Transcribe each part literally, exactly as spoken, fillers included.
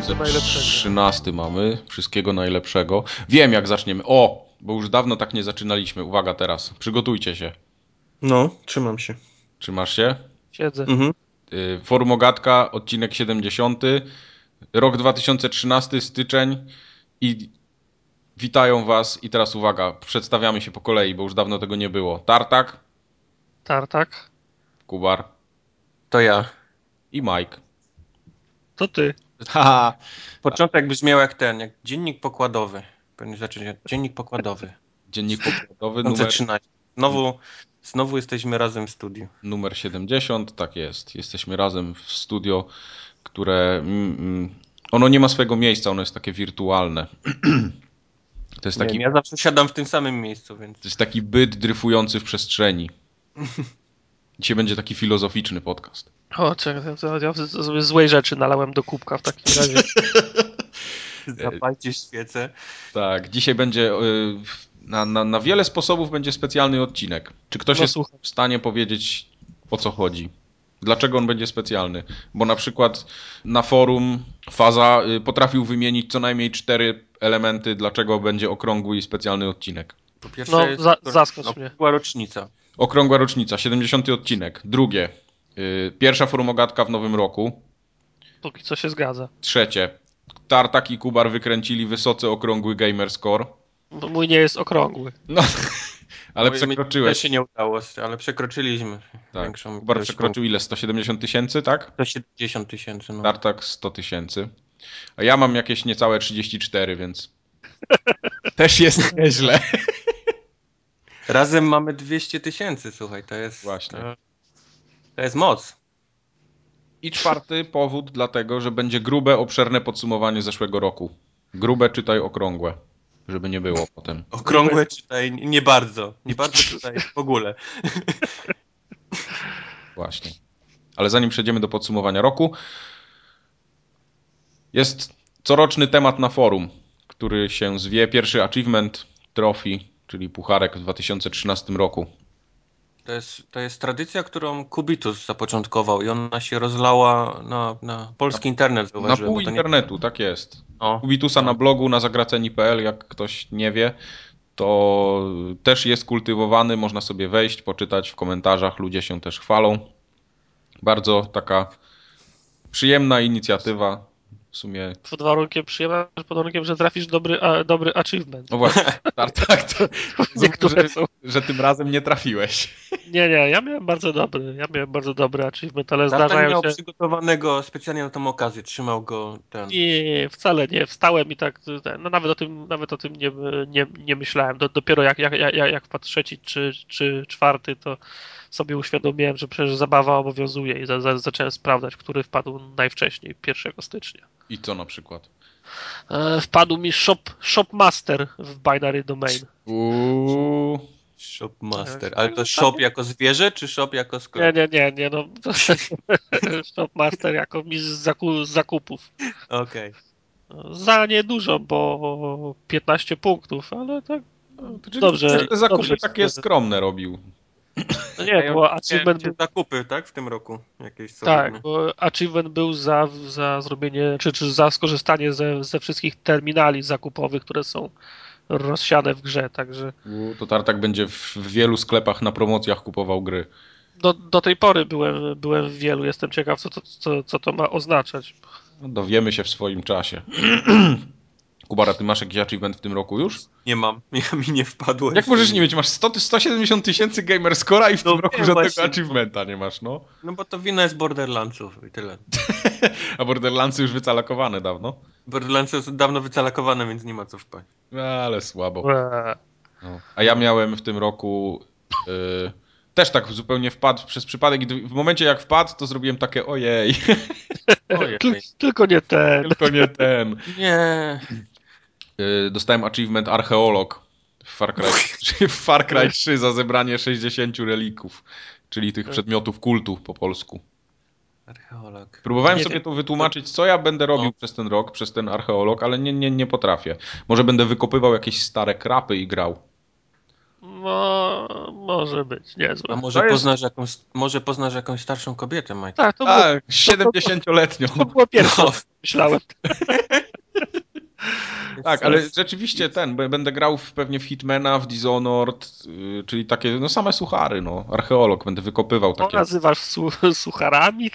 tysiące trzynasty mamy. Wszystkiego najlepszego. Wiem, jak zaczniemy. O, bo już dawno tak nie zaczynaliśmy. Uwaga teraz. Przygotujcie się. No, trzymam się. Trzymasz się? Siedzę. Mhm. Forum Ogatka, odcinek siedemdziesiąty. Rok dwa tysiące trzynasty, styczeń. I witają was. I teraz uwaga. Przedstawiamy się po kolei, bo już dawno tego nie było. Tartak. Tartak. Kubar. To ja. I Mike. To ty. Haha. Początek brzmiał jak ten, jak dziennik pokładowy. Powinien zacząć jak dziennik pokładowy. Dziennik pokładowy numer... dwa tysiące trzynasty. Znowu, znowu jesteśmy razem w studiu. Numer siedemdziesiąt, tak jest. Jesteśmy razem w studio, które... Mm, mm, ono nie ma swojego miejsca, ono jest takie wirtualne. To jest Nie taki, wiem, ja zawsze siadam w tym samym miejscu, więc... to jest taki byt dryfujący w przestrzeni. Dzisiaj będzie taki filozoficzny podcast. O, czekaj, ja, ja sobie złej rzeczy nalałem do kubka w takim razie. Zapalcie świecę. Tak, dzisiaj będzie... y, Na, na, na wiele sposobów będzie specjalny odcinek. Czy ktoś No, jest słucham. w stanie powiedzieć, o co chodzi? Dlaczego on będzie specjalny? Bo na przykład na forum Faza y, potrafił wymienić co najmniej cztery elementy, dlaczego będzie okrągły i specjalny odcinek. Po pierwsze No, jest za, zaskocz no, mnie. była rocznica. Okrągła rocznica, siedemdziesiąty odcinek. Drugie, y, pierwsza forumogatka w nowym roku. Póki co się zgadza. Trzecie, Tartak i Kubar wykręcili wysoce okrągły gamer score. Bo mój nie jest okrągły. No, ale Bo mi przekroczyłeś. też się nie udało, ale przekroczyliśmy Tak. większą Kubar ilość przekroczył ile? sto siedemdziesiąt tysięcy, tak? sto siedemdziesiąt tysięcy, no. Tartak sto tysięcy. A ja mam jakieś niecałe trzydzieści cztery, więc też jest nieźle. Razem mamy dwieście tysięcy, słuchaj, to jest... Właśnie. To, to jest moc. I czwarty powód dlatego, że będzie grube, obszerne podsumowanie zeszłego roku. Grube, czytaj okrągłe. Żeby nie było potem. Okrągłe czytaj, nie bardzo. Nie bardzo czytaj w ogóle. Właśnie. Ale zanim przejdziemy do podsumowania roku, jest coroczny temat na forum, który się zwie pierwszy achievement trophy, czyli pucharek w dwa tysiące trzynastym roku. To jest, to jest tradycja, którą Kubitus zapoczątkował i ona się rozlała na, na polski Na- internet, Na zauważyłem. pół bo to nie... internetu, tak jest. O, Kubitusa no. na blogu na zagraceni kropka pe el, jak ktoś nie wie, to też jest kultywowany, można sobie wejść, poczytać w komentarzach, ludzie się też chwalą. Bardzo taka przyjemna inicjatywa. W sumie... Pod warunkiem przyjemnym, pod warunkiem, że trafisz dobry, a, dobry achievement. No właśnie, tak, tak. To, Niektóre że, są... że tym razem nie trafiłeś. Nie, nie, ja miałem bardzo dobry, ja miałem bardzo dobry achievement, ale Tartak zdarzają miał się... przygotowanego specjalnie na tą okazję, trzymał go ten... Nie, nie, wcale nie. Wstałem i tak, no nawet o tym, nawet o tym nie, nie, nie myślałem. Do, dopiero jak, jak, jak, jak wpadł trzeci czy, czy czwarty, to sobie uświadomiłem, że przecież zabawa obowiązuje i za, za, zacząłem sprawdzać, który wpadł najwcześniej, pierwszego stycznia. I co na przykład? E, wpadł mi shop, Shopmaster w Binary Domain. Uuu. Shopmaster. Ale to shop jako zwierzę, czy shop jako Nie, sklep? nie, nie, nie, no. Shopmaster jako mistrz zaku, zakupów. Okej. Za niedużo, bo piętnaście punktów, ale tak No, to czyli dobrze. te zakupy dobrze takie skromne robił. No nie, bo achievement był, zakupy, tak? W tym roku jakieś tak, solidne. bo achievement był za, za zrobienie, czy, czy za skorzystanie ze, ze wszystkich terminali zakupowych, które są rozsiane w grze, także U, to Tartak będzie w, w wielu sklepach na promocjach kupował gry. do, do tej pory byłem, byłem w wielu, jestem ciekaw, co to, co, co to ma oznaczać. No, dowiemy się w swoim czasie. Kubara, ty masz jakiś achievement w tym roku już? Nie mam, mi nie wpadło. Jak możesz nie mieć? Masz sto, sto siedemdziesiąt tysięcy gamer score'a i w No tym roku wiem żadnego właśnie. achievementa nie masz, no. No bo to wina jest Borderlandsów i tyle. A Borderlandsy już wycalakowane dawno. Borderlandsy są dawno wycalakowane, więc nie ma co wpaść. No, ale słabo. Eee, No. A ja miałem w tym roku... Yy, też tak zupełnie wpadł przez przypadek i w momencie jak wpadł, to zrobiłem takie ojej. Ojej. Tyl, tylko nie ten. Tylko nie ten. Nie. Yy, dostałem achievement archeolog w Far Cry, w Far Cry trzy za zebranie sześćdziesięciu relików, czyli tych przedmiotów kultu po polsku. Archeolog. Próbowałem Nie, sobie tu wytłumaczyć, co ja będę robił No. przez ten rok, przez ten archeolog, ale nie, nie, nie potrafię. Może będę wykopywał jakieś stare krapy i grał. No, może być niezłe. A może To jest- poznasz jakąś, może poznasz jakąś starszą kobietę, Mike? Tak, to było, Tak, siedemdziesięcioletnią. to było pierwsze, No. co myślałem. Tak, ale rzeczywiście ten, b- będę grał w, pewnie w Hitmana, w Dishonored, yy, czyli takie no same suchary, no. Archeolog, będę wykopywał To takie. nazywasz su sucharami?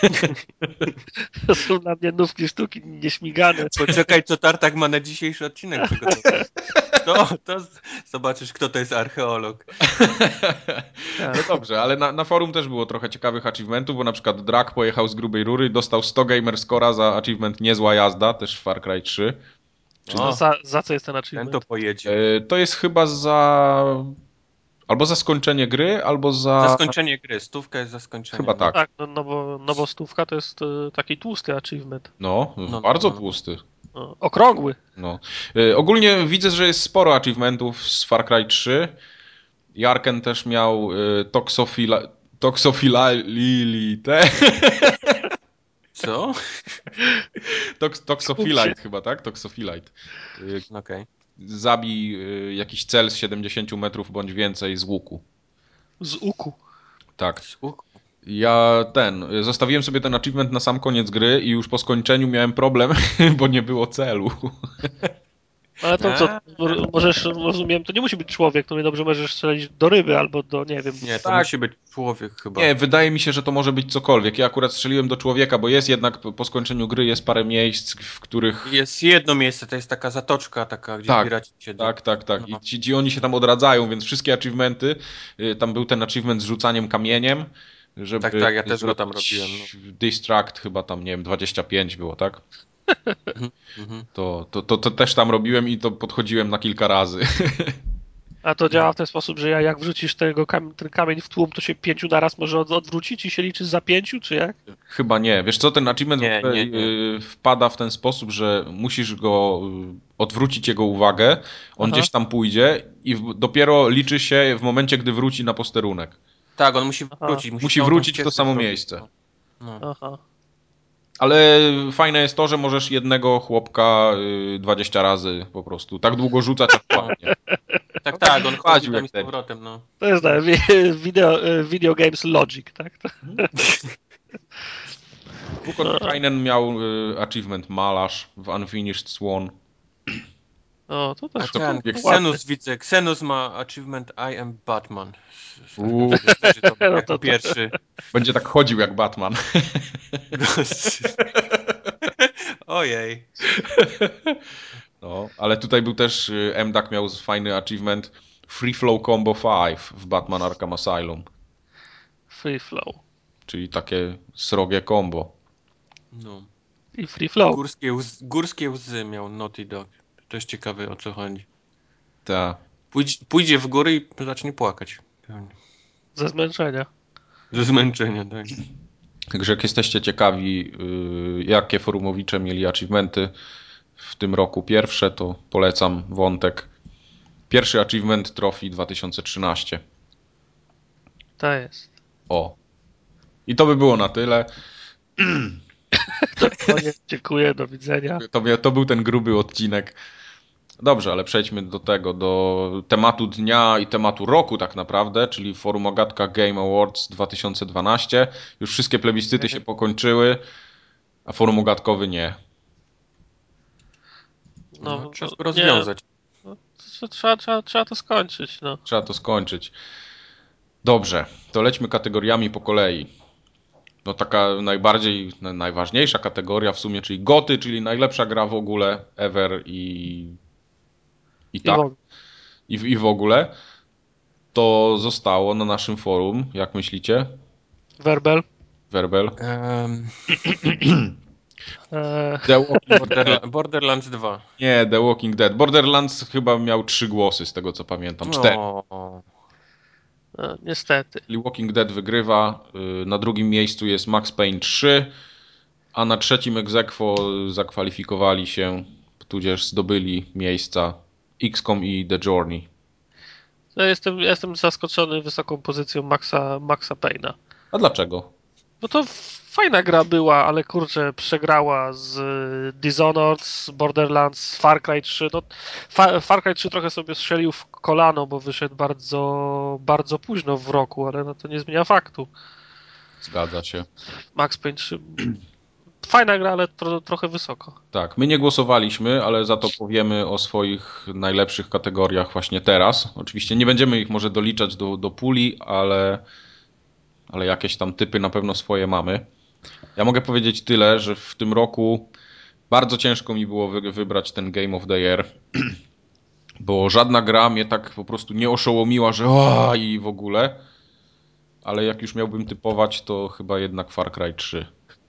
To są dla mnie nówki sztuki nieśmigane. Poczekaj, co Tartak ma na dzisiejszy odcinek przygotowany. To, to z- zobaczysz, kto to jest archeolog. No dobrze, ale na, na forum też było trochę ciekawych achievementów, bo na przykład Drak pojechał z grubej rury i dostał sto gamer scora za achievement niezła jazda, też w Far Cry trzy. No, O, za, za co jest ten ten achievement? to pojedzie. Yy, to jest chyba za... albo za skończenie gry, albo za... Za skończenie gry. Stówka jest za skończenie. Chyba no. tak. Tak, no, no, bo, no bo stówka to jest e, taki tłusty achievement. No, no, bardzo no, no. tłusty. No, okrągły. No. Y, ogólnie widzę, że jest sporo achievementów z Far Cry trzy. Jarken też miał y, toksofila... toksofilite. Co? Toks, toksofilite chyba, tak? Toksofilite. Y, Okej. zabij y, jakiś cel z siedemdziesiąt metrów bądź więcej z łuku. Z uku. Tak. Słuch. Ja ten, y, zostawiłem sobie ten achievement na sam koniec gry i już po skończeniu miałem problem, bo nie było celu. Ale to co, A. mo- możesz, rozumiem, to nie musi być człowiek, to nie dobrze możesz strzelić do ryby albo do, nie wiem. Nie, to Tak. musi być człowiek chyba. Nie, wydaje mi się, że to może być cokolwiek. Ja akurat strzeliłem do człowieka, bo jest jednak po po skończeniu gry jest parę miejsc, w których... Jest jedno miejsce, to jest taka zatoczka, taka, gdzie Tak, piraci siedzą. Tak, tak, tak. No. I ci, ci oni się tam odradzają, więc wszystkie achievementy, y, tam był ten achievement z rzucaniem kamieniem, żeby... Tak, tak, ja też go tam zrobić robiłem, Distract chyba tam, nie wiem, dwadzieścia pięć było, tak? Mhm. To, to, to, to też tam robiłem i to podchodziłem na kilka razy. A to działa w ten sposób, że ja- jak wrzucisz tego kam ten kamień w tłum, to się pięciu naraz może od odwrócić i się liczy za pięciu, czy jak? Chyba nie. Wiesz co, ten achievement Nie, w ogóle, nie, nie. y, wpada w ten sposób, że musisz go y, odwrócić jego uwagę, on Aha. gdzieś tam pójdzie i w, dopiero liczy się w momencie, gdy wróci na posterunek. Tak, on musi Aha. wrócić. Musi, Musi całą tą wrócić w to ścieżkę samo zrobić. miejsce. No. Aha. Ale fajne jest to, że możesz jednego chłopka y, dwadzieścia razy po prostu tak długo rzucać, aż padnie. Tak, tak, on chodzi Chodził tam jak i z ten. powrotem, no. To jest tak, wi- video, e, video games logic, tak? To- Wukon Kainen miał y, achievement malarz w Unfinished Swan. O, to A też ten, cokolwiek. Xenus widzę, Xenus ma achievement I am Batman. Uuu. Leży to No jako to- to- pierwszy. Będzie tak chodził jak Batman. Ojej. No, ale tutaj był też, y, M D A C miał fajny achievement Free Flow Combo pięć w Batman Arkham Asylum, Free flow. czyli takie srogie combo. No. I free flow. Górskie, łz, górskie łzy miał Naughty Dog. Też ciekawe, o co chodzi. Ta. Pójdź, pójdzie w góry i zacznie płakać. Pewnie. Ze zmęczenia. Ze zmęczenia, tak. Także jak jesteście ciekawi, y, jakie forumowicze mieli achievementy w tym roku pierwsze, to polecam wątek. Pierwszy achievement Trophy dwa tysiące trzynaście. To jest. O. I to by było na tyle. Koniec, dziękuję, do widzenia. To, mia- to był ten gruby odcinek. Dobrze, ale przejdźmy do tego, do tematu dnia i tematu roku tak naprawdę, czyli Forum Ogatka Game Awards dwa tysiące dwanaście. Już wszystkie plebiscyty się pokończyły, a Forum Ogatkowy nie. No, No, trzeba no, to rozwiązać. Nie, no, to trzeba, trzeba, trzeba to skończyć, no. Trzeba to skończyć. Dobrze, to lećmy kategoriami po kolei. No taka najbardziej, na- najważniejsza kategoria w sumie, czyli goty, czyli najlepsza gra w ogóle ever i i I tak, w ogóle. i w, i w ogóle. To zostało na naszym forum, jak myślicie? Werbel. Werbel? Um, E, The Walking Borderla Borderlands dwa. Nie, The Walking Dead. Borderlands chyba miał trzy głosy, z tego co pamiętam. Cztery. O, e, niestety. Czyli Walking Dead wygrywa. y, Na drugim miejscu jest Max Payne trzy, a na trzecim ex aequo zakwalifikowali się, tudzież zdobyli miejsca X COM i The Journey. Ja jestem, jestem zaskoczony wysoką pozycją Maxa, Maxa Payne'a. A dlaczego? Bo to fajna gra była, ale kurczę, przegrała z Dishonored, z Borderlands, z Far Cry trzy. No, Fa- Far Cry trzy trochę sobie strzelił w kolano, bo wyszedł bardzo, bardzo późno w roku, ale no to nie zmienia faktu. Zgadza się. Max Payne trzy. Fajna gra, ale tro, trochę wysoko. Tak, my nie głosowaliśmy, ale za to powiemy o swoich najlepszych kategoriach właśnie teraz. Oczywiście nie będziemy ich może doliczać do, do puli, ale, ale jakieś tam typy na pewno swoje mamy. Ja mogę powiedzieć tyle, że w tym roku bardzo ciężko mi było wy, wybrać ten Game of the Year, bo żadna gra mnie tak po prostu nie oszołomiła, że o, i w ogóle. Ale jak już miałbym typować, to chyba jednak Far Cry trzy.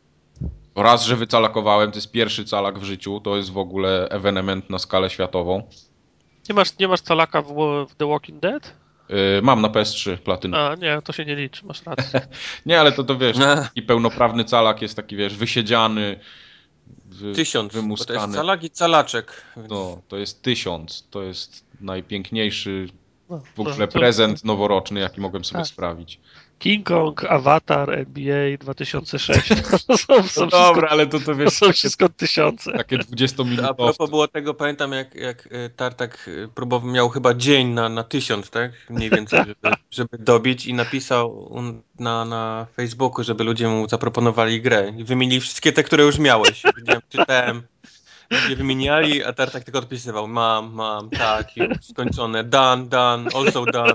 Raz, że wycalakowałem, to jest pierwszy calak w życiu, to jest w ogóle ewenement na skalę światową. Nie masz, nie masz calaka w, w The Walking Dead? Yy, mam na P S trzy platynę. A, nie, to się nie liczy, masz rację. Nie, ale to, to wiesz, taki pełnoprawny calak jest taki, wiesz, wysiedziany, wy, Tysiąc, wymuskany. bo to jest calak i calaczek. Więc... No, to jest tysiąc, to jest najpiękniejszy No, w ogóle no, to- prezent noworoczny, jaki mogłem sobie Tak. sprawić. King Kong, Avatar, N B A dwa tysiące sześć. To są, są No wszystko, dobra, ale to, to to wiesz, są takie, wszystko tysiące. takie A dwudziestominutowe. propos było tego, pamiętam jak, jak y, Tartak y, próbował, miał chyba dzień na, na tysiąc, tak? Mniej więcej, żeby, żeby dobić i napisał un- na, na Facebooku, żeby ludzie mu zaproponowali grę. I wymienili wszystkie te, które już miałeś. Widziałem, czytałem. Ludzie wymieniali, a Tartak tylko odpisywał mam, mam, tak, już, skończone, done, done, also done.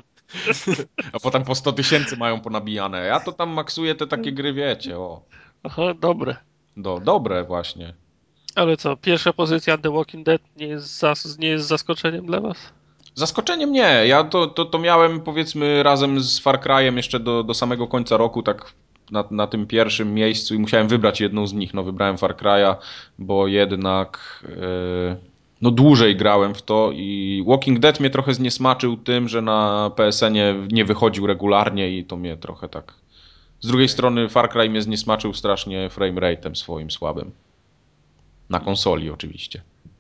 A potem po sto tysięcy mają ponabijane. Ja to tam maksuję te takie gry, wiecie, o. Aha, dobre. Do, dobre właśnie. Ale co, pierwsza pozycja The Walking Dead nie jest, zas, nie jest zaskoczeniem dla was? Zaskoczeniem nie. Ja to, to, to miałem powiedzmy razem z Far Cry'em jeszcze do, do samego końca roku, tak na, na tym pierwszym miejscu i musiałem wybrać jedną z nich. No wybrałem Far Cry'a, bo jednak yy, no dłużej grałem w to i Walking Dead mnie trochę zniesmaczył tym, że na P S N nie, nie wychodził regularnie i to mnie trochę tak... Z drugiej strony Far Cry mnie zniesmaczył strasznie frame rate'em swoim słabym. Na konsoli oczywiście.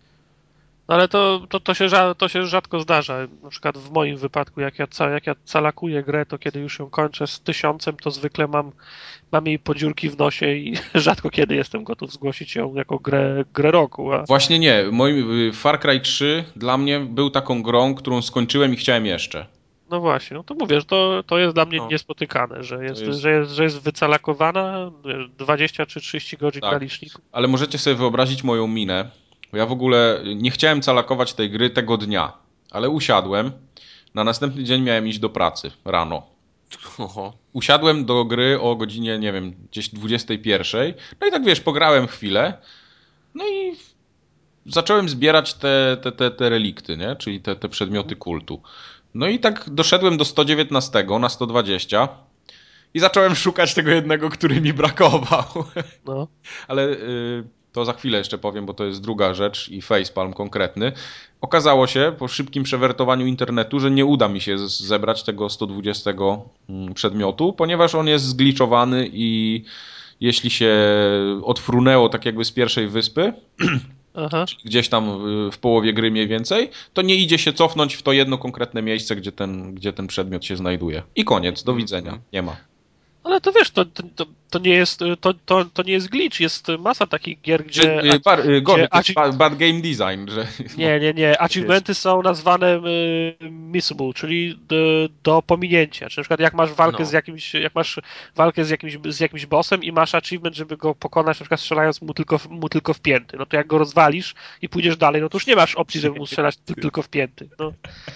No ale to, to, to, się, rza- to się rzadko zdarza. Na przykład w moim wypadku, jak ja, ca, jak ja calakuję grę, to kiedy już ją kończę z tysiącem, to zwykle mam, mam jej podziurki w nosie i rzadko kiedy jestem gotów zgłosić ją jako grę, grę roku. A... Właśnie nie. Moim, Far Cry trzy dla mnie był taką grą, którą skończyłem i chciałem jeszcze. No właśnie, no to mówię, że to, to jest dla mnie No. niespotykane, że jest, jest- Że, jest, że jest wycalakowana, wiesz, dwadzieścia czy trzydzieści godzin Tak. na liczniku. Ale możecie sobie wyobrazić moją minę. Bo ja w ogóle nie chciałem calakować tej gry tego dnia. Ale usiadłem. Na następny dzień miałem iść do pracy rano. Oho. Usiadłem do gry o godzinie, nie wiem, gdzieś dwudziestej pierwszej. No i tak wiesz, pograłem chwilę. No i zacząłem zbierać te, te, te, te relikty, nie? Czyli te, te przedmioty kultu. No i tak doszedłem do sto dziewiętnastego na sto dwadzieścia i zacząłem szukać tego jednego, który mi brakował. No. Ale y, to za chwilę jeszcze powiem, bo to jest druga rzecz i facepalm konkretny. Okazało się po szybkim przewertowaniu internetu, że nie uda mi się z- zebrać tego sto dwudziestego mm, przedmiotu, ponieważ on jest zgliczowany i jeśli się odfrunęło tak jakby z pierwszej wyspy, Aha. czyli gdzieś tam y, w połowie gry mniej więcej, to nie idzie się cofnąć w to jedno konkretne miejsce, gdzie ten, gdzie ten przedmiot się znajduje. I koniec, do widzenia, nie ma. Ale to wiesz, to, to, to, nie jest, to, to, to nie jest glitch, jest masa takich gier, gdzie... Czy, y, bar, y, gorzej, to jest achi- bad, bad game design, że... Nie, nie, nie. Achievementy są nazwane y, missable, czyli do, do pominięcia. Czy na przykład jak masz walkę No. z jakimś, jak masz walkę z jakimś, z jakimś bossem i masz achievement, żeby go pokonać, na przykład strzelając mu tylko, w- mu tylko w pięty. No to jak go rozwalisz i pójdziesz dalej, no to już nie masz opcji, żeby mu strzelać ty- tylko w pięty. No.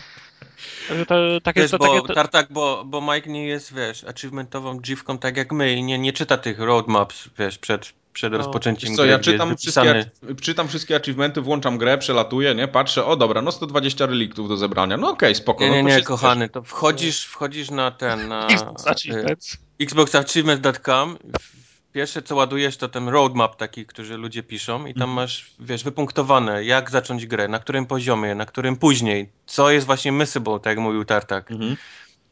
Także to, takie, Wiesz, to, bo takie, to, Tartak, bo, bo Mike nie jest, wiesz, achievementową dziwką tak jak my i nie, nie czyta tych roadmaps, wiesz, przed, przed No. rozpoczęciem Wiesz co, gry, ja gdzie czytam jest wszystkie, wypisany... czytam wszystkie achievementy, włączam grę, przelatuję, nie, patrzę, o dobra, no sto dwadzieścia reliktów do zebrania, no okej, spoko. Nie, no nie, to nie, się kochany, to wchodzisz, wchodzisz na ten, na Xbox Achievements. y, xbox achievements kropka com. Pierwsze co ładujesz to ten roadmap taki, który ludzie piszą i tam Mhm. masz, wiesz, wypunktowane jak zacząć grę, na którym poziomie, na którym później, co jest właśnie missable, tak jak mówił Tartak. Mhm.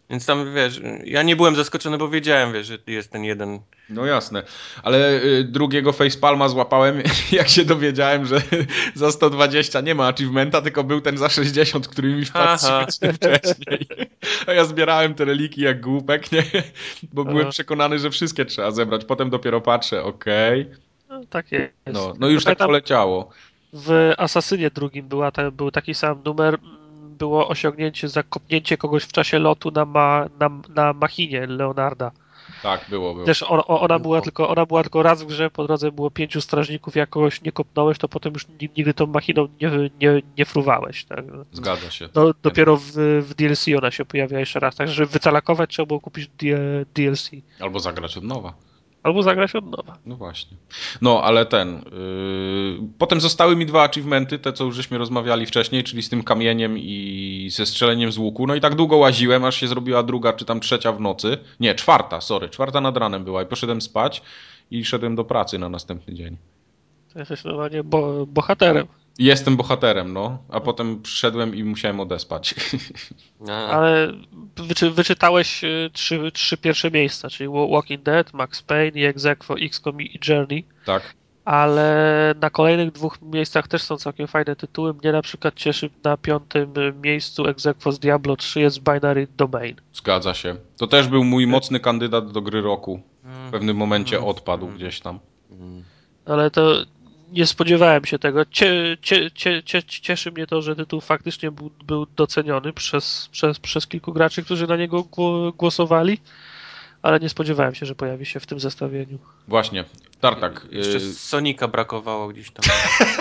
Więc tam, wiesz, ja nie byłem zaskoczony, bo wiedziałem, wiesz, że jest ten jeden... No jasne, ale y, drugiego facepalma złapałem, jak się dowiedziałem, że za sto dwadzieścia nie ma achievementa, tylko był ten za sześćdziesiąt, który mi wpadł trzy godziny wcześniej. A ja zbierałem te reliki jak głupek, nie? Bo byłem przekonany, że wszystkie trzeba zebrać. Potem dopiero patrzę, okej. Okay. No, tak jest. No, no już tak poleciało. W Asasynie drugim była ta, był taki sam numer, było osiągnięcie, zakopnięcie kogoś w czasie lotu na, ma, na, na machinie Leonarda. Tak, było, było. Też on, ona, była tylko, ona była tylko raz w grze, po drodze było pięciu strażników, jak kogoś nie kopnąłeś, to potem już nigdy tą machiną nie, nie, nie fruwałeś. Tak? Zgadza się. Do, dopiero w, w D L C ona się pojawia jeszcze raz, także żeby wycalakować trzeba było kupić D L C. Albo zagrać od nowa. Albo zagrać od nowa. No właśnie. No, ale ten... Yy... Potem zostały mi dwa achievementy, te co już żeśmy rozmawiali wcześniej, czyli z tym kamieniem i ze strzeleniem z łuku. No i tak długo łaziłem, aż się zrobiła druga, czy tam trzecia w nocy. Nie, czwarta, sorry. Czwarta nad ranem była i poszedłem spać i szedłem do pracy na następny dzień. To jesteś normalnie bo, bohaterem. Jestem bohaterem, no. A potem przyszedłem i musiałem odespać. Ale wyczy, wyczytałeś trzy, trzy pierwsze miejsca, czyli Walking Dead, Max Payne, i Exequo, X COM i Journey. Tak. Ale na kolejnych dwóch miejscach też są całkiem fajne tytuły. Mnie na przykład cieszy na piątym miejscu Exequo z Diablo trzy jest Binary Domain. Zgadza się. To też był mój mocny kandydat do gry roku. W pewnym momencie odpadł gdzieś tam. Ale to nie spodziewałem się tego. Cie, cie, cie, cie, cieszy mnie to, że tytuł faktycznie był, był doceniony przez, przez, przez kilku graczy, którzy na niego głosowali, ale nie spodziewałem się, że pojawi się w tym zestawieniu. Właśnie. Tartak. Jeszcze Sonika brakowało gdzieś tam.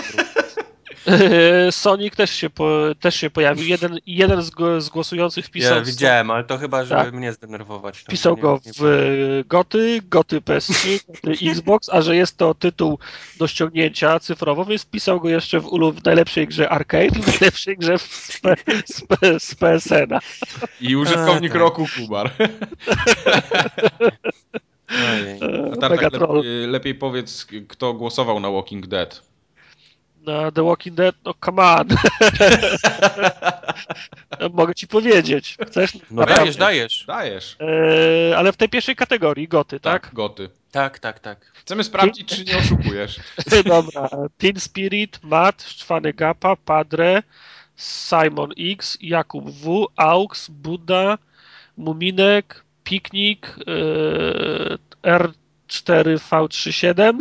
Sonic też się, po, też się pojawił. Jeden, jeden z, go, z głosujących wpisał... Ja widziałem, ale to chyba, żeby tak. mnie zdenerwować. Wpisał nie, go nie w Goty, Goty P S trzy, Goty Xbox, a że jest to tytuł do ściągnięcia cyfrowo, więc wpisał go jeszcze w, ulu, w najlepszej grze Arcade, w najlepszej grze z, z, z P S N-a. I użytkownik a, tak. roku Kubar. A Tartak, lepiej, lepiej powiedz, kto głosował na Walking Dead. Na The Walking Dead? No come on. Mogę ci powiedzieć. Chcesz? No dajesz, dajesz. Dajesz. E, ale w tej pierwszej kategorii, Goty, tak? Tak, Goty. Tak, tak, tak. Chcemy sprawdzić, czy nie oszukujesz. Dobra. Teen Spirit, Matt, Szczwany Gapa, Padre, Simon X, Jakub W, Aux, Buddha, Muminek, Piknik, e, R cztery V trzydzieści siedem,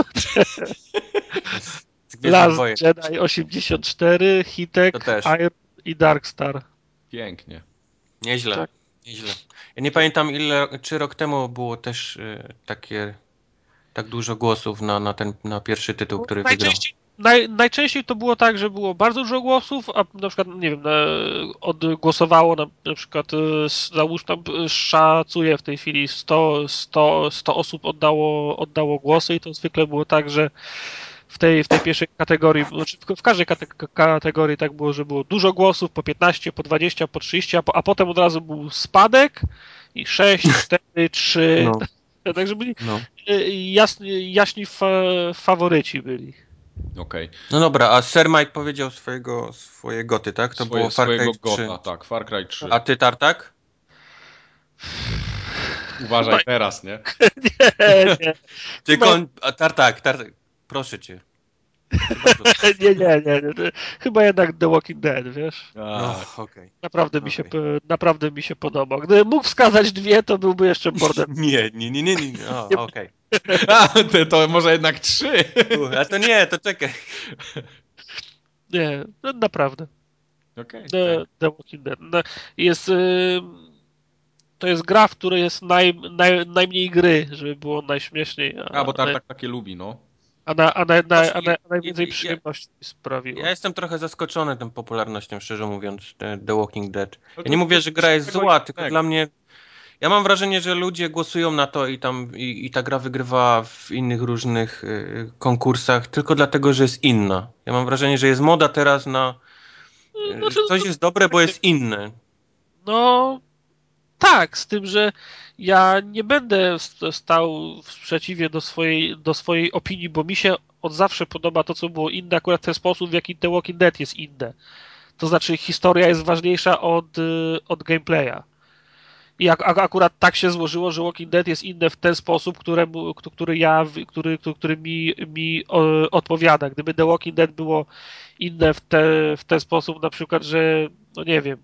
Last Jedi osiemdziesiąt cztery, Hitek, Iron i Darkstar. Pięknie. Nieźle, tak. Nieźle. Ja nie pamiętam, ile, czy rok temu było też y, takie tak dużo głosów na, na ten na pierwszy tytuł, który najczęściej, wygrał. Naj, najczęściej to było tak, że było bardzo dużo głosów, a na przykład, nie wiem, odgłosowało na, na przykład, załóż tam, szacuję w tej chwili sto, sto, sto osób oddało, oddało głosy i to zwykle było tak, że w tej, w tej pierwszej kategorii, znaczy w każdej kategorii tak było, że było dużo głosów, po piętnaście, po dwadzieścia, po trzydzieści, a, po, a potem od razu był spadek i sześć, cztery, trzy, no. Także byli no. jasni, jaśni fa, faworyci byli. Okej. Okay. No dobra, a Sir Mike powiedział swojego, swoje goty, tak? To Swoje, było Far Cry trzy. Gota, tak, Far Cry trzy. A ty, Tartak? Uważaj no. teraz, nie? nie, nie. Tylko, a Tartak, Tartak, proszę cię. nie, nie, nie, nie. Chyba jednak The Walking Dead, wiesz? No, okay. Naprawdę, okay. mi się, naprawdę mi się podoba. Gdybym mógł wskazać dwie, to byłby jeszcze bordem. Nie, nie, nie, nie, nie. O, okej. Okay. To może jednak trzy. A to nie, to czekaj. Nie, no, naprawdę. Okay, The, tak. The Walking Dead. No, jest... Yy... To jest gra, w której jest naj, naj, najmniej gry, żeby było najśmieszniej. A, a bo Tartak naj... takie lubi, no. A, na, a, na, na, a, na, a najwięcej przyjemności ja, sprawiło. Ja jestem trochę zaskoczony tą popularnością, szczerze mówiąc, The, The Walking Dead. Ja nie mówię, że gra jest zła, tylko tak. Dla mnie... Ja mam wrażenie, że ludzie głosują na to i tam i, i ta gra wygrywa w innych różnych y, konkursach tylko dlatego, że jest inna. Ja mam wrażenie, że jest moda teraz na... Y, znaczy, coś jest dobre, bo jest inne. No... Tak, z tym, że ja nie będę stał w sprzeciwie do swojej, do swojej opinii, bo mi się od zawsze podoba to, co było inne, akurat w ten sposób, w jaki The Walking Dead jest inne. To znaczy historia jest ważniejsza od, od gameplaya. I ak- ak- akurat tak się złożyło, że Walking Dead jest inne w ten sposób, któremu, który ja, który, który mi, mi o, odpowiada. Gdyby The Walking Dead było inne w, te, w ten sposób, na przykład, że, no nie wiem,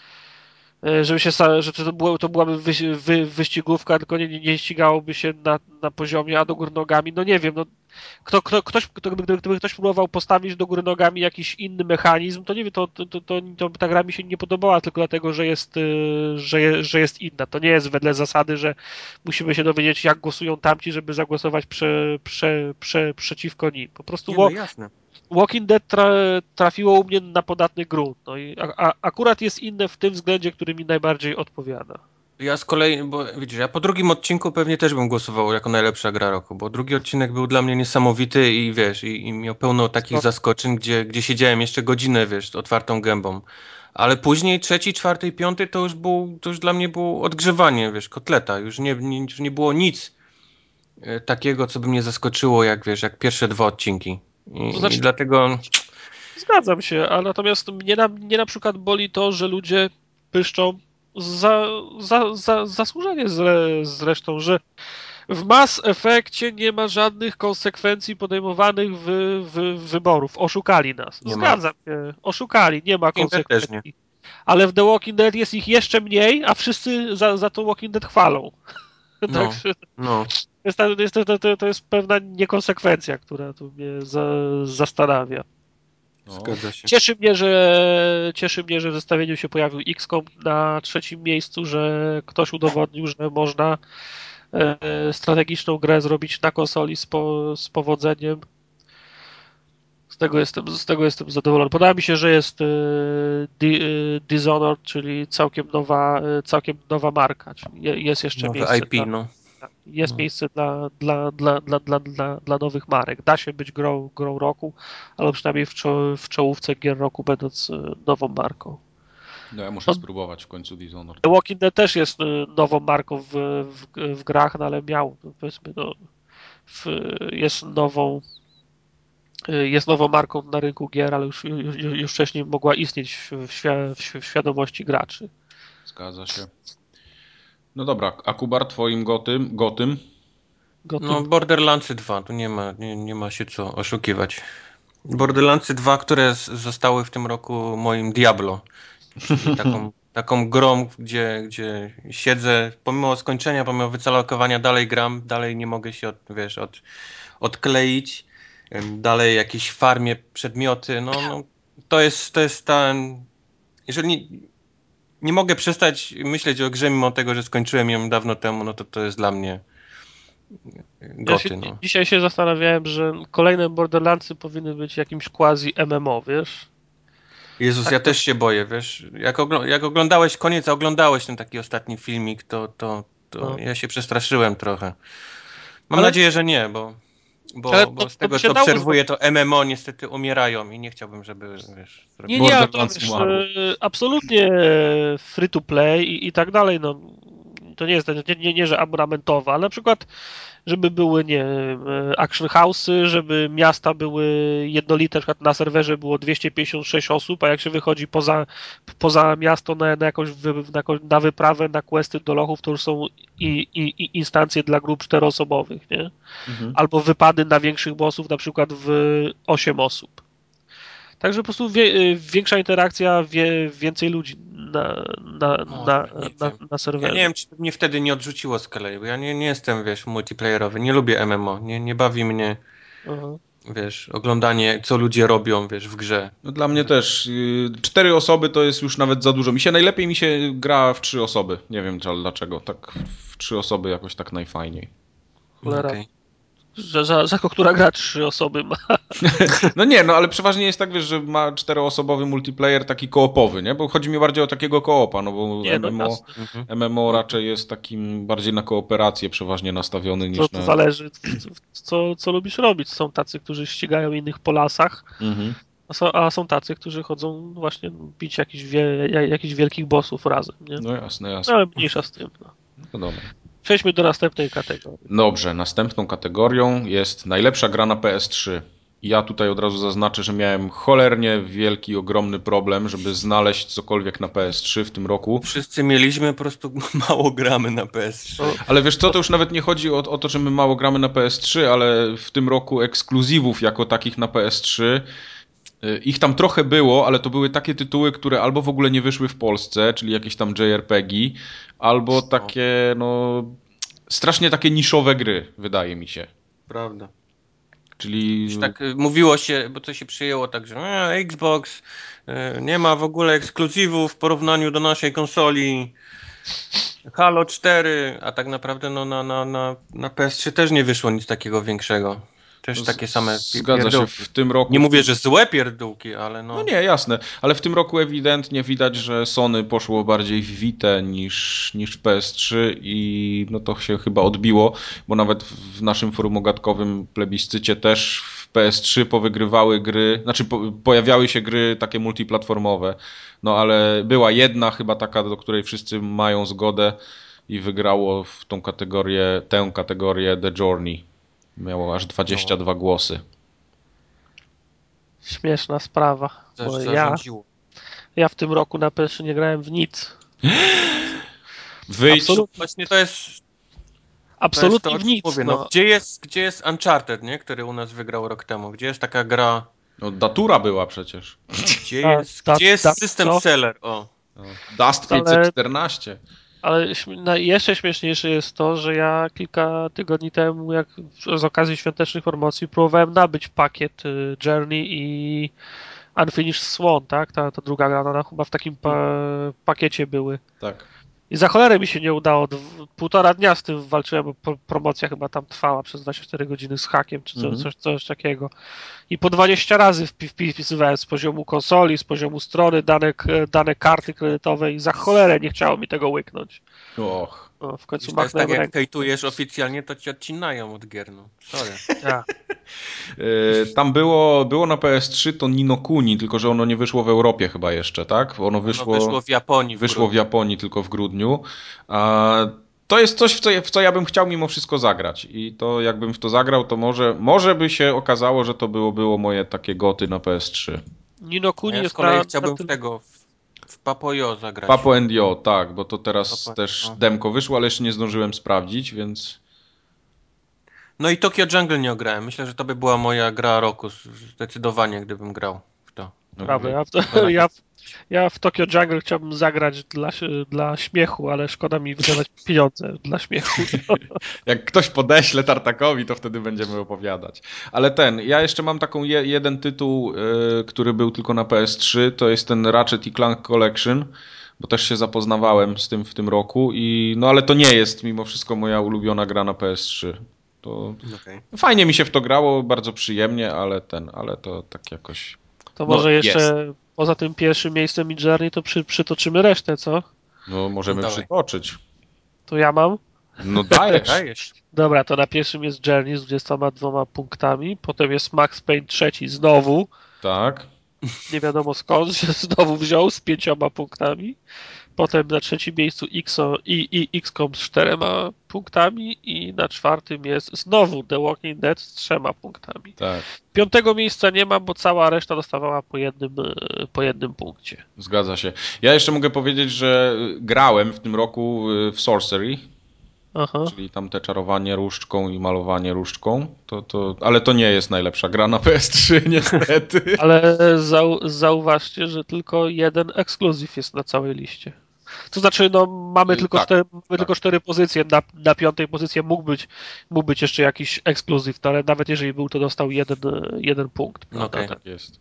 żeby się, że to, było, to byłaby wy, wy, wyścigówka, tylko nie, nie ścigałoby się na, na poziomie, a do góry nogami, no nie wiem, no kto, kto, ktoś, kto, gdyby, gdyby ktoś próbował postawić do góry nogami jakiś inny mechanizm, to nie wiem, to, to, to, to, to ta gra mi się nie podobała tylko dlatego, że jest, że, je, że jest inna. To nie jest wedle zasady, że musimy się dowiedzieć, jak głosują tamci, żeby zagłosować prze, prze, prze, przeciwko nim. Po prostu Nie, no jasne. Walking Dead tra, trafiło u mnie na podatny grunt. No i a, a, akurat jest inne w tym względzie, który mi najbardziej odpowiada. Ja z kolei, bo widzisz, ja po drugim odcinku pewnie też bym głosował jako najlepsza gra roku, bo drugi odcinek był dla mnie niesamowity i wiesz, i, i miał pełno takich zaskoczeń, gdzie, gdzie siedziałem jeszcze godzinę, wiesz, otwartą gębą. Ale później trzeci, czwarty i piąty to już był, to już dla mnie było odgrzewanie, wiesz, kotleta. Już nie, nie, już nie było nic e, takiego, co by mnie zaskoczyło, jak wiesz, jak pierwsze dwa odcinki. I, To znaczy, i dlatego... zgadzam się, ale natomiast mnie na, mnie na przykład boli to, że ludzie pyszczą za, za, za, zasłużenie zre, zresztą, że w Mass Effectie nie ma żadnych konsekwencji podejmowanych w, w, wyborów. Oszukali nas. Nie ma. Zgadzam się. Oszukali, nie ma Walking Dead też nie. konsekwencji. Ale w The Walking Dead jest ich jeszcze mniej, a wszyscy za, za to Walking Dead chwalą. No, Także no. to jest, to, jest, to, to, to jest pewna niekonsekwencja, która tu mnie za, zastanawia. No. Zgadza się. Cieszy mnie, że cieszy mnie, że w zestawieniu się pojawił X COM na trzecim miejscu, że ktoś udowodnił, że można e, strategiczną grę zrobić na konsoli z, po, z powodzeniem. Z tego jestem, z tego jestem zadowolony. Podoba mi się, że jest e, Di, e, Dishonored, czyli całkiem nowa, e, całkiem nowa marka. Czyli je, jest jeszcze Nowe miejsce I P, dla, no. jest No. miejsce dla, dla, dla, dla, dla, dla, dla nowych marek. Da się być grą, grą roku, ale przynajmniej w, czo, w czołówce gier roku będąc e, nową marką. No ja muszę spróbować w końcu Dishonored. The Walking Dead też jest e, nową marką w, w, w grach, no ale miał, no powiedzmy, no, w, jest nową e, jest nową marką na rynku gier, ale już, już, już wcześniej mogła istnieć w, w, świ- w świadomości graczy. Zgadza się. No dobra, a Kubar, twoim gotym, gotym? Gotów. No, Borderlandsy dwa, tu nie ma, nie, nie ma się co oszukiwać. Borderlandsy dwa, które z, zostały w tym roku moim Diablo, czyli taką, taką grą, gdzie, gdzie siedzę, pomimo skończenia, pomimo wycalokowania, dalej gram, dalej nie mogę się, od, wiesz, od, odkleić, em, dalej jakieś farmie przedmioty, no, no to jest, to jest ten, jeżeli nie, nie mogę przestać myśleć o grze, mimo tego, że skończyłem ją dawno temu, no to to jest dla mnie Ja się, goty, no. dzisiaj się zastanawiałem, że kolejne Borderlandsy powinny być jakimś quasi M M O, wiesz? Jezus, Tak ja to- też się boję, wiesz, jak, ogl- jak oglądałeś koniec, a oglądałeś ten taki ostatni filmik, to, to, to No. ja się przestraszyłem trochę. Mam Ale, nadzieję, że nie, bo, ale bo, to, bo z to by tego, się co dało obserwuję, zrobić. to M M O niestety umierają i nie chciałbym, żeby, wiesz, Nie, zrobić... nie, ale to Borderlands wiesz, umarło. e, absolutnie free to play i, i tak dalej, no. To nie jest, nie, nie, nie, że abonamentowe, ale na przykład, żeby były, nie wiem, e, action house'y, żeby miasta były jednolite, na przykład na serwerze było dwieście pięćdziesiąt sześć osób, a jak się wychodzi poza, poza miasto na, na, jakąś, wy, na, jakąś, na wyprawę, na questy do lochów, to już są i, i, i instancje dla grup czteroosobowych, nie? Mhm. Albo wypady na większych bossów, na przykład w osiem osób. Także po prostu wie, większa interakcja, wie, więcej ludzi na, na, Może, na, nie na, wiem. na serwerze. Ja nie wiem, czy mnie wtedy nie odrzuciło z kolei, bo ja nie, nie jestem, wiesz, multiplayerowy, nie lubię M M O, nie, nie bawi mnie, Aha. wiesz, oglądanie, co ludzie robią, wiesz, w grze. No dla mnie też. y, Cztery osoby to jest już nawet za dużo. Mi się najlepiej mi się gra w trzy osoby. Nie wiem dlaczego. Tak w trzy osoby jakoś tak najfajniej. Cholera. Okej. Że, że, że która gra trzy osoby ma. No nie, no ale przeważnie jest tak, wiesz, że ma czteroosobowy multiplayer taki koopowy, nie? Bo chodzi mi bardziej o takiego koopa, no bo Nie, no M M O, jasne. Mhm. M M O raczej jest takim bardziej na kooperację przeważnie nastawiony To, niż to na... zależy, co, co, co lubisz robić. Są tacy, którzy ścigają innych po lasach, Mhm. a są, a są tacy, którzy chodzą właśnie bić jakichś, wie, jakichś wielkich bossów razem, nie? No jasne, No jasne. ale mniejsza z tym. No. No dobra. Przejdźmy do następnej kategorii. Dobrze, następną kategorią jest najlepsza gra na P S trzy. Ja tutaj od razu zaznaczę, że miałem cholernie wielki, ogromny problem, żeby znaleźć cokolwiek na P S trzy w tym roku. Wszyscy mieliśmy, po prostu mało gramy na P S trzy. Ale wiesz co, to już nawet nie chodzi o, o to, że my mało gramy na P S trzy, ale w tym roku ekskluzywów jako takich na P S trzy, ich tam trochę było, ale to były takie tytuły, które albo w ogóle nie wyszły w Polsce, czyli jakieś tam J R P G, albo takie, no, strasznie takie niszowe gry, wydaje mi się. Prawda. Czyli... Już tak y, mówiło się, bo to się przyjęło tak, że e, Xbox y, nie ma w ogóle ekskluzywów w porównaniu do naszej konsoli. Halo cztery, a tak naprawdę no, na, na, na, na P S trzy też nie wyszło nic takiego większego. Też takie same pi- Zgadza się, pierdółki. w tym roku... Nie mówię, że złe pierdółki, ale no... No nie, jasne, ale w tym roku ewidentnie widać, że Sony poszło bardziej w Vitę niż, niż P S trzy i no to się chyba odbiło, bo nawet w naszym forum ogatkowym plebiscycie też w P S trzy powygrywały gry, znaczy po, pojawiały się gry takie multiplatformowe, no ale była jedna chyba taka, do której wszyscy mają zgodę i wygrało w tą kategorię, tę kategorię The Journey. Miało aż dwadzieścia dwa no. głosy. Śmieszna sprawa, Też bo ja, zarządziło. ja w tym roku na P S trzy nie grałem w nic. Wyjdź. Absolutnie, Właśnie to jest... To jest absolutnie to, o w czym nic. mówię. No, No. gdzie, jest, gdzie jest Uncharted, nie? Który u nas wygrał rok temu? Gdzie jest taka gra... No, Datura była przecież. Gdzie Da- jest, da- gdzie jest da- system co? seller? O. No. Dust Ale- pięćset czternaście. Ale śm- na- jeszcze śmieszniejsze jest to, że ja kilka tygodni temu, jak z okazji świątecznych promocji, próbowałem nabyć pakiet y, Journey i Unfinished Swan, tak? Ta, ta druga gra, ona chyba w takim pa- pakiecie były. Tak. I za cholerę mi się nie udało. Dw- półtora dnia z tym walczyłem, bo pro- promocja chyba tam trwała przez dwadzieścia cztery godziny z hakiem, czy co, Mhm. coś, coś takiego. I po dwadzieścia razy wpi- wpi- wpisywałem z poziomu konsoli, z poziomu strony, dane, k- dane karty kredytowej i za cholerę nie chciało mi tego łyknąć. Och. No, w końcu I to jest tak, machnąłem jak ręką. hejtujesz oficjalnie, to ci odcinają od gier, no. Sorry. Ja. Yy, tam było, było na P S trzy to Ni no Kuni, tylko że ono nie wyszło w Europie chyba jeszcze, tak? Ono wyszło, Ono wyszło w Japonii. W wyszło w grudniu. Japonii tylko w grudniu. A to jest coś, w co, ja, w co ja bym chciał mimo wszystko zagrać. I to jakbym w to zagrał, to może, może by się okazało, że to było, było moje takie goty na P S trzy. Ni no A Kuni ja z jest kolei na, chciałbym na w tym... tego, w, w Papoyo zagrać. Papo and Yo, tak, bo to teraz Papo- też no. demko wyszło, ale jeszcze nie zdążyłem sprawdzić, więc... No i Tokyo Jungle nie ograłem. Myślę, że to by była moja gra roku. Zdecydowanie, gdybym grał w to. Prawda, ja w, to, ja, w, ja w Tokyo Jungle chciałbym zagrać dla, dla śmiechu, ale szkoda mi wydawać pieniądze dla śmiechu. Jak ktoś podeśle Tartakowi, to wtedy będziemy opowiadać. Ale ten, ja jeszcze mam taką je, jeden tytuł, yy, który był tylko na P S trzy, to jest ten Ratchet i Clank Collection, bo też się zapoznawałem z tym w tym roku, i no ale to nie jest mimo wszystko moja ulubiona gra na P S trzy. To Okay. fajnie mi się w to grało, bardzo przyjemnie, ale ten, ale to tak jakoś... To No, może jeszcze jest. poza tym pierwszym miejscem i Journey, to przy, przytoczymy resztę, co? No możemy Dawaj. przytoczyć. To ja mam. No dajesz. Dajesz. Dobra, to na pierwszym jest Journey z dwudziestoma dwoma punktami, potem jest Max Payne trzeci znowu, Tak. nie wiadomo skąd się znowu wziął z pięcioma punktami. Potem na trzecim miejscu Xo, i, i X COM z czterema punktami i na czwartym jest znowu The Walking Dead z trzema punktami. Tak. Piątego miejsca nie ma, bo cała reszta dostawała po jednym, e, po jednym punkcie. Zgadza się. Ja jeszcze mogę powiedzieć, że grałem w tym roku w Sorcery, Aha. czyli tam te czarowanie różdżką i malowanie różdżką, to, to, ale to nie jest najlepsza gra na P S trzy niestety. Ale zau, zauważcie, że tylko jeden ekskluzyw jest na całej liście. To znaczy, no mamy tylko, tak, cztery, mamy tak. tylko cztery pozycje, na, na piątej pozycji mógł być, mógł być jeszcze jakiś ekskluzyw, no ale nawet jeżeli był, to dostał jeden, jeden punkt. No Prawda? okej. Tak jest.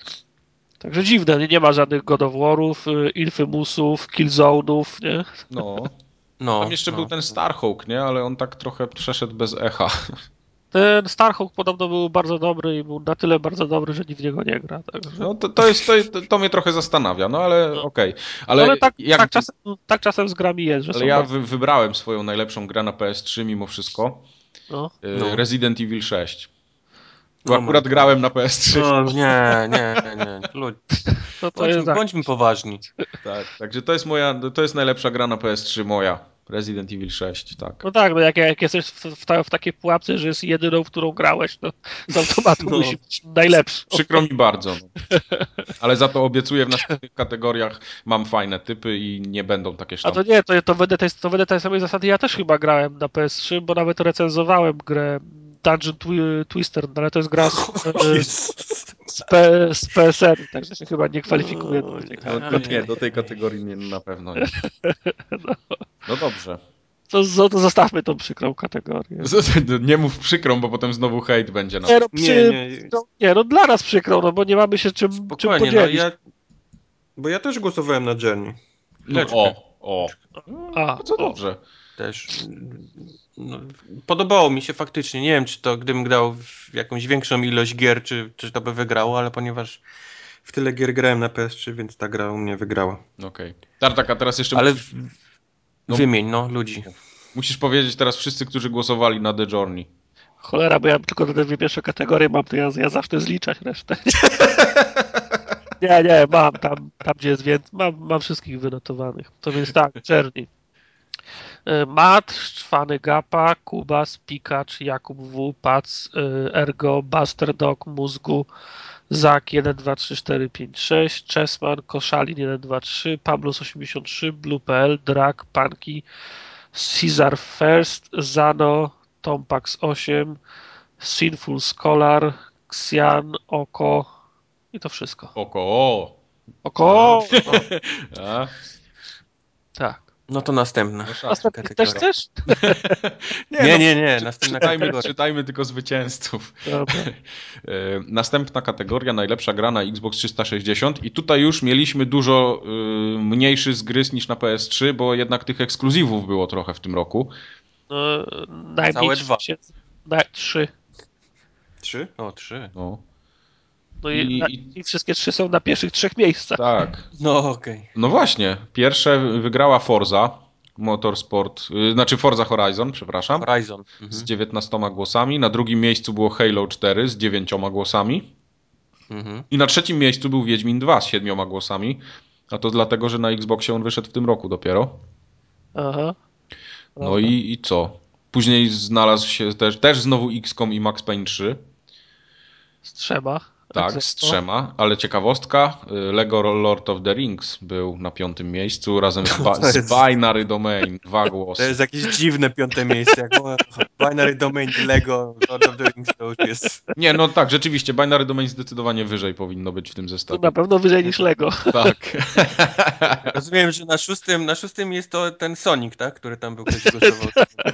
Także dziwne, nie, nie ma żadnych God of War'ów, y, Infamousów, Killzone'ów, nie? No. No, Tam jeszcze no. był ten Starhawk, nie? Ale on tak trochę przeszedł bez echa. Ten Starhawk podobno był bardzo dobry i był na tyle bardzo dobry, że nikt w niego nie gra. Także... No to, to jest, to, to mnie trochę zastanawia, no ale No. okej. Ale, ale tak, jak, tak, czasem, tak czasem z grami jest, że ale są ja bardzo... wy, wybrałem swoją najlepszą grę na P S trzy mimo wszystko. No. Y, No. Resident Evil sześć. Bo Oh my akurat God. grałem na P S trzy. O, nie, nie, nie. Lud... No to Bądźmy, jest tak. bądźmy poważni. Tak, także to jest moja, to jest najlepsza gra na P S trzy moja. Resident Evil sześć, tak. No tak, no jak, jak jesteś w, w, ta, w takiej pułapce, że jest jedyną, w którą grałeś, to z automatu No. musi być najlepszy. Przykro mi bardzo. No. Ale za to obiecuję, w następnych kategoriach mam fajne typy i nie będą takie A sztampy. to nie, to, to wedle tej, to wedle tej samej zasady ja też chyba grałem na P S trzy, bo nawet recenzowałem grę Dungeon Twi- Twister, no ale to jest gra z, z, P, z P S N, także się chyba nie kwalifikuje do tej No, kategorii. to nie, do tej kategorii nie, na pewno nie. No dobrze. To, to, to zostawmy tą przykrą kategorię. Nie mów przykrą, bo potem znowu hejt będzie na Nie, no, Nie, przy, nie. no, nie, no dla nas przykrą, no bo nie mamy się czym, czym Spokojnie, no podzielić. ja... Bo ja też głosowałem na Journey. No, o, o. A, No, co o. dobrze. Też. No, podobało mi się faktycznie. Nie wiem, czy to gdybym grał w jakąś większą ilość gier, czy, czy to by wygrało, ale ponieważ w tyle gier grałem na P S trzy, więc ta gra u mnie wygrała. Okej. Okay. Tartak, a teraz jeszcze Ale musisz, w... no, wymień, no, ludzi. musisz powiedzieć teraz wszyscy, którzy głosowali na The Journey. Cholera, bo ja tylko te dwie pierwsze kategorie mam, to ja, ja zacznę zliczać resztę. Nie, nie, mam tam, tam gdzie jest więcej, mam, mam wszystkich wynotowanych. To więc tak, Journey. Matt, Szczwany Gapa, Kubas, Pikacz, Jakub W, Pac, Ergo, Buster Dog, Mózgu, Zak jeden, dwa, trzy, cztery, pięć, sześć, Czesman, Koszalin jeden, dwa, trzy, Pablos osiemdziesiąt trzy, Blue.pl, Drak, Panki, Caesar First, Zano, Tompax osiem, Sinful Scholar, Xian, Oko i to wszystko. Oko, o. Oko! A? A? Tak. No to następna. No, Następnych też chcesz? nie, Nie, no, nie, nie, czy, następna czytajmy, kategoria. czytajmy tylko zwycięzców. Dobra. Następna kategoria, najlepsza gra na Xbox trzysta sześćdziesiąt i tutaj już mieliśmy dużo y, mniejszy zgryz niż na P S trzy, bo jednak tych ekskluzywów było trochę w tym roku. No, najmniej Całe dwa. Się, na, trzy. Trzy? O, trzy. No. No i, I, na, i i wszystkie trzy są na pierwszych trzech miejscach. tak. No okej. Okay. No właśnie, pierwsze wygrała Forza Motorsport, y, znaczy Forza Horizon, przepraszam, Horizon. Mhm. z dziewiętnastoma głosami. Na drugim miejscu było Halo cztery z dziewięcioma głosami. Mhm. I na trzecim miejscu był Wiedźmin dwa z siedmioma głosami. A to dlatego, że na Xboxie on wyszedł w tym roku dopiero. Aha. No i, i co? Później znalazł się też, też znowu X COM i Max Payne trzy. Z trzema. Tak, z trzema, ale ciekawostka, Lego Lord of the Rings był na piątym miejscu razem z, ba- jest... z Binary Domain, dwa głosy. To jest jakieś dziwne piąte miejsce, jak Binary Domain i Lego Lord of the Rings to już jest... Nie, no tak, rzeczywiście, Binary Domain zdecydowanie wyżej powinno być w tym To zestawie. na pewno wyżej niż Lego. Tak. Rozumiem, że na szóstym, na szóstym jest to ten Sonic, tak? Który tam był ktoś głosował.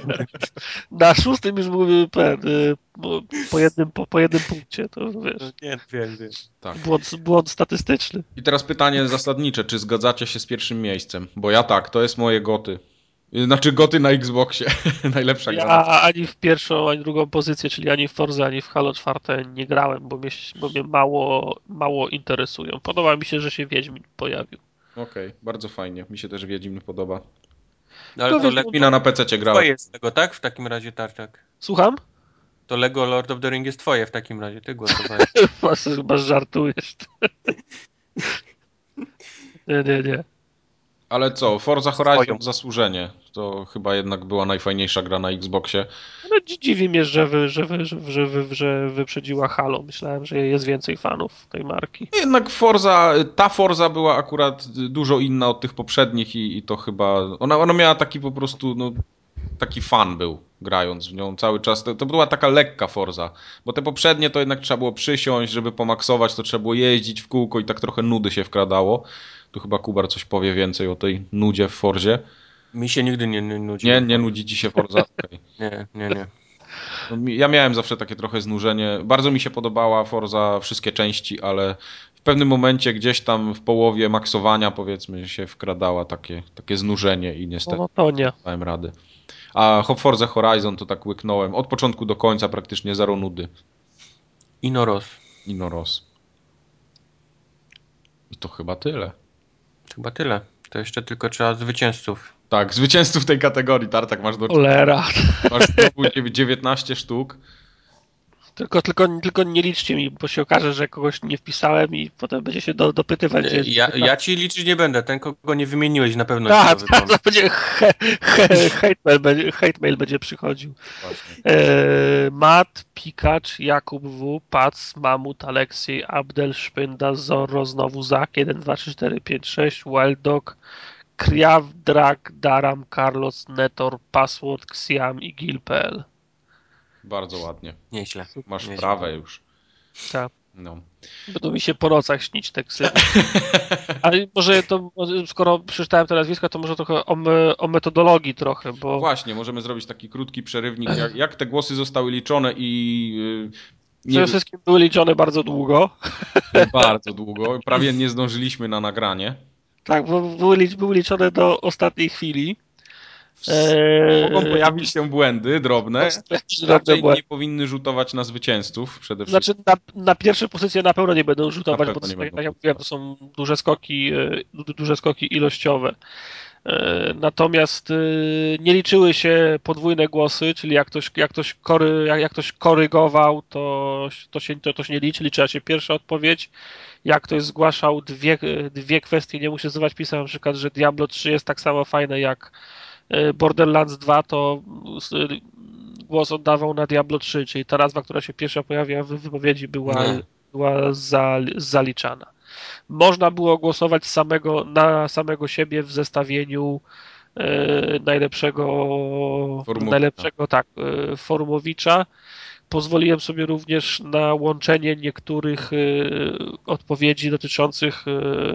Na szóstym już był ten, po, po, jednym, po, po jednym punkcie, to wiesz, Nie, wiem, wiem. Tak. błąd, błąd statystyczny. I teraz pytanie zasadnicze, czy zgadzacie się z pierwszym miejscem? Bo ja tak, to jest moje goty. Znaczy goty na Xboxie. Najlepsza gra. Ja ani w pierwszą, ani w drugą pozycję, czyli ani w Forza, ani w Halo cztery nie grałem, bo mnie, bo mnie mało, mało interesują. Podoba mi się, że się Wiedźmin pojawił. Okej, okay, bardzo fajnie. Mi się też Wiedźmin podoba. No, ale to Lego Wiedźmina na pececie grałem. twoje jest tego, tak? W takim razie, Tarczak. Słucham? To Lego Lord of the Rings jest twoje w takim razie, ty głosowałeś. Chyba żartujesz. Nie, nie, nie. Ale co, Forza Horizon Swoją. zasłużenie. To chyba jednak była najfajniejsza gra na Xboxie. No, dziwi mnie, że, wy, że, wy, że, że, wy, że wyprzedziła Halo. Myślałem, że jest więcej fanów tej marki. Jednak Forza, ta Forza była akurat dużo inna od tych poprzednich i, i to chyba... Ona, ona miała taki po prostu, no, taki fan był grając w nią cały czas. To, to była taka lekka Forza, bo te poprzednie to jednak trzeba było przysiąść, żeby pomaksować, to trzeba było jeździć w kółko i tak trochę nudy się wkradało. Tu chyba Kubar coś powie więcej o tej nudzie w Forzie. Mi się nigdy nie, nie nudzi. Nie, nie nudzi ci się Forza? Okay. Nie, nie, nie. No, ja miałem zawsze takie trochę znużenie. Bardzo mi się podobała Forza, wszystkie części, ale w pewnym momencie gdzieś tam w połowie maksowania, powiedzmy, się wkradała takie, takie znużenie i niestety No to nie. dałem rady. A Forza Horizon to tak łyknąłem od początku do końca, praktycznie zero nudy. Inoros. Inoros. I to chyba tyle. Chyba tyle. To jeszcze tylko trzeba zwycięzców. Tak, zwycięzców tej kategorii, Tartak, masz do Cholera. masz znowu dziewiętnaście sztuk. Tylko, tylko, tylko nie liczcie mi, bo się okaże, że kogoś nie wpisałem i potem będzie się do, dopytywać. Gdzie Ja, ja ci liczyć nie będę. Ten, kogo nie wymieniłeś, na pewno ci Tak, to wypomnę. tak, będzie he, he, hate, mail będzie, hate mail będzie przychodził. Właśnie. E, Matt, Pikacz, Jakub W, Pac, Mamut, Aleksiej, Abdel, Szpynda, Zorro, znowu Zak, jeden, dwa, trzy, cztery, pięć, sześć, Wild Dog, Kriaw, Drag, Daram, Carlos, Netor, Password, Xiam i Gil.pl. Bardzo ładnie. Nieźle. Masz Nieźle. wprawę już. Tak. No. Będą mi się po nocach śnić te ksy. Ale może to, skoro przeczytałem te nazwiska, to może trochę o, me, o metodologii trochę, bo... Właśnie, możemy zrobić taki krótki przerywnik, jak, jak te głosy zostały liczone i... Yy, Przede wszystkim były liczone bardzo długo. Bardzo długo. Prawie nie zdążyliśmy na nagranie. Tak, bo były, licz, były liczone do ostatniej chwili. Eee, Mogą pojawić się błędy drobne. Raczej nie powinny rzutować na zwycięzców przede wszystkim. Znaczy na, na pierwsze pozycje na pewno nie będą rzutować, Na bo to, nie tak będą jak mówiłem, to są duże skoki, duże skoki ilościowe. Natomiast nie liczyły się podwójne głosy, czyli jak ktoś, jak ktoś, kory, jak, jak ktoś korygował, to, to, się, to, to się nie liczy, liczyła się pierwsza odpowiedź. Jak ktoś zgłaszał dwie, dwie kwestie, nie musi zdawać pisać, na przykład, że Diablo trzy jest tak samo fajne jak Borderlands dwa, to głos oddawał na Diablo trzy, czyli ta nazwa, która się pierwsza pojawiła w wypowiedzi, była, była za, zaliczana. Można było głosować samego, na samego siebie w zestawieniu e, najlepszego, Forumowicza. najlepszego tak, e, Forumowicza. Pozwoliłem sobie również na łączenie niektórych e, odpowiedzi dotyczących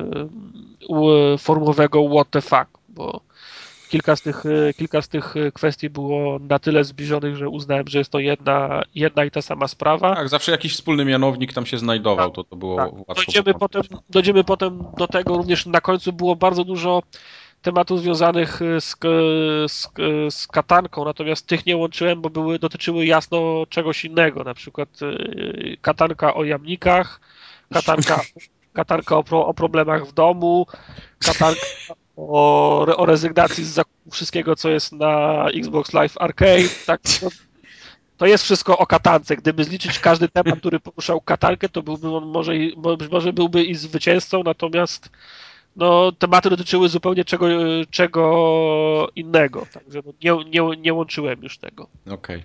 e, forumowego what the fuck, bo kilka z tych, kilka z tych kwestii było na tyle zbliżonych, że uznałem, że jest to jedna, jedna i ta sama sprawa. Tak, zawsze jakiś wspólny mianownik tam się znajdował, to to było tak. łatwo. Dojdziemy potem, dojdziemy potem do tego, również na końcu było bardzo dużo tematów związanych z, z, z katanką, natomiast tych nie łączyłem, bo były, dotyczyły jasno czegoś innego, na przykład katanka o jamnikach, katanka, katanka o, pro, o problemach w domu, katanka o, o rezygnacji z zakupu wszystkiego, co jest na Xbox Live Arcade. Tak, to, to jest wszystko o katance. Gdyby zliczyć każdy temat, który poruszał katankę, to byłby on może, może byłby i zwycięzcą, natomiast no, tematy dotyczyły zupełnie czego, czego innego. Także no, nie, nie, nie łączyłem już tego. Okej. Okay.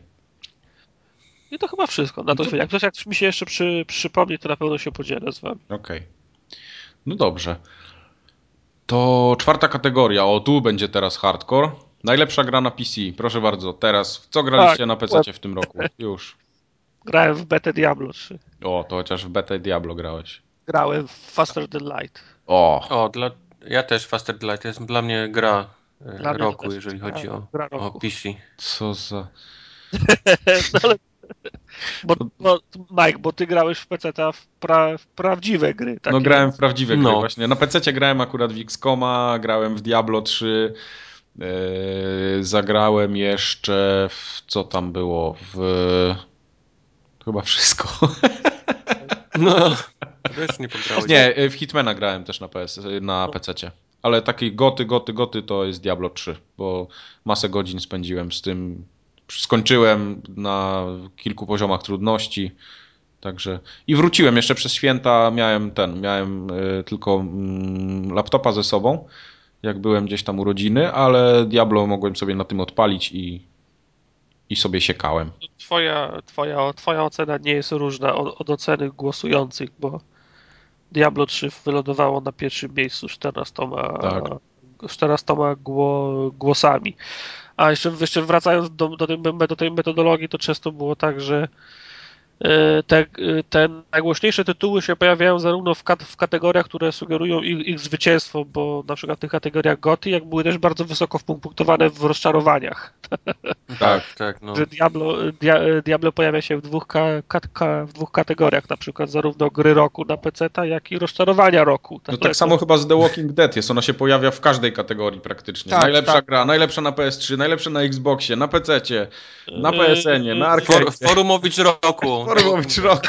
I to chyba wszystko. Na to, jak coś jak mi się jeszcze przy, przypomni, to na pewno się podzielę z wami. Okej. Okay. No dobrze. To czwarta kategoria. O, tu będzie teraz hardcore. Najlepsza gra na P C. Proszę bardzo, teraz. W co graliście tak, na P C w tym roku? Już. Grałem w betę Diablo trzy. O, to chociaż w betę Diablo grałeś. Grałem w Faster Than Light. O, o dla, ja też Faster Than Light. Jest dla mnie gra dla roku, mnie jeżeli chodzi o, o P C. Co za... no, ale... Bo, bo, Mike, bo ty grałeś w peceta w, pra, w prawdziwe gry. Takie. No grałem w prawdziwe no. gry właśnie. Na pececie grałem akurat w X COMa, grałem w Diablo trzy, yy, zagrałem jeszcze w... co tam było? W... Chyba wszystko. No, też nie pograłeś. Nie, w Hitmana grałem też na, P S, na pececie. Ale taki goty, goty, goty to jest Diablo trzy, bo masę godzin spędziłem z tym. Skończyłem na kilku poziomach trudności. Także i wróciłem jeszcze przez święta, miałem ten, miałem y, tylko mm, laptopa ze sobą, jak byłem gdzieś tam u rodziny, ale Diablo mogłem sobie na tym odpalić i, i sobie siekałem. Twoja, twoja, twoja ocena nie jest różna od, od oceny głosujących, bo Diablo trzy wylądowało na pierwszym miejscu czternastoma, tak. czternastoma gło, głosami. A jeszcze, jeszcze wracając do, do, tej, do tej metodologii, to często było tak, że Te, te najgłośniejsze tytuły się pojawiają zarówno w, kat, w kategoriach, które sugerują ich, ich zwycięstwo, bo na przykład w tych kategoriach goty, jak były też bardzo wysoko punktowane w rozczarowaniach. Tak, tak. No. Że Diablo, Dia, Diablo pojawia się w dwóch, ka, ka, w dwóch kategoriach, na przykład zarówno gry roku na peceta, jak i rozczarowania roku. No tak samo chyba z The Walking Dead jest, ona się pojawia w każdej kategorii praktycznie. Tak, najlepsza tak. gra, najlepsza na P S trzy, najlepsza na Xboxie, na pececie, na P S N ie, na Arcade. For, forumowicz roku. Forumowicz roku.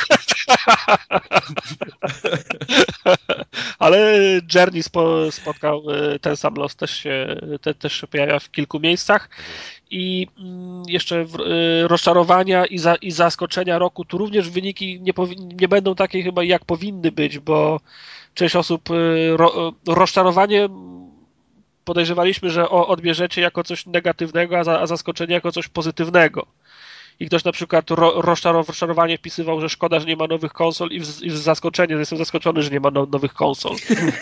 Ale Journey spo, spotkał ten sam los, też się, te, też się pojawia w kilku miejscach. i mm, jeszcze w, y, rozczarowania i, za, i zaskoczenia roku. Tu również wyniki nie, powi- nie będą takie chyba jak powinny być, bo część osób y, ro, rozczarowanie podejrzewaliśmy, że o, odbierzecie jako coś negatywnego, a, za, a zaskoczenie jako coś pozytywnego. I ktoś na przykład ro, rozczarowanie wpisywał, że szkoda, że nie ma nowych konsol i w, i w zaskoczenie, że jestem zaskoczony, że nie ma no, nowych konsol.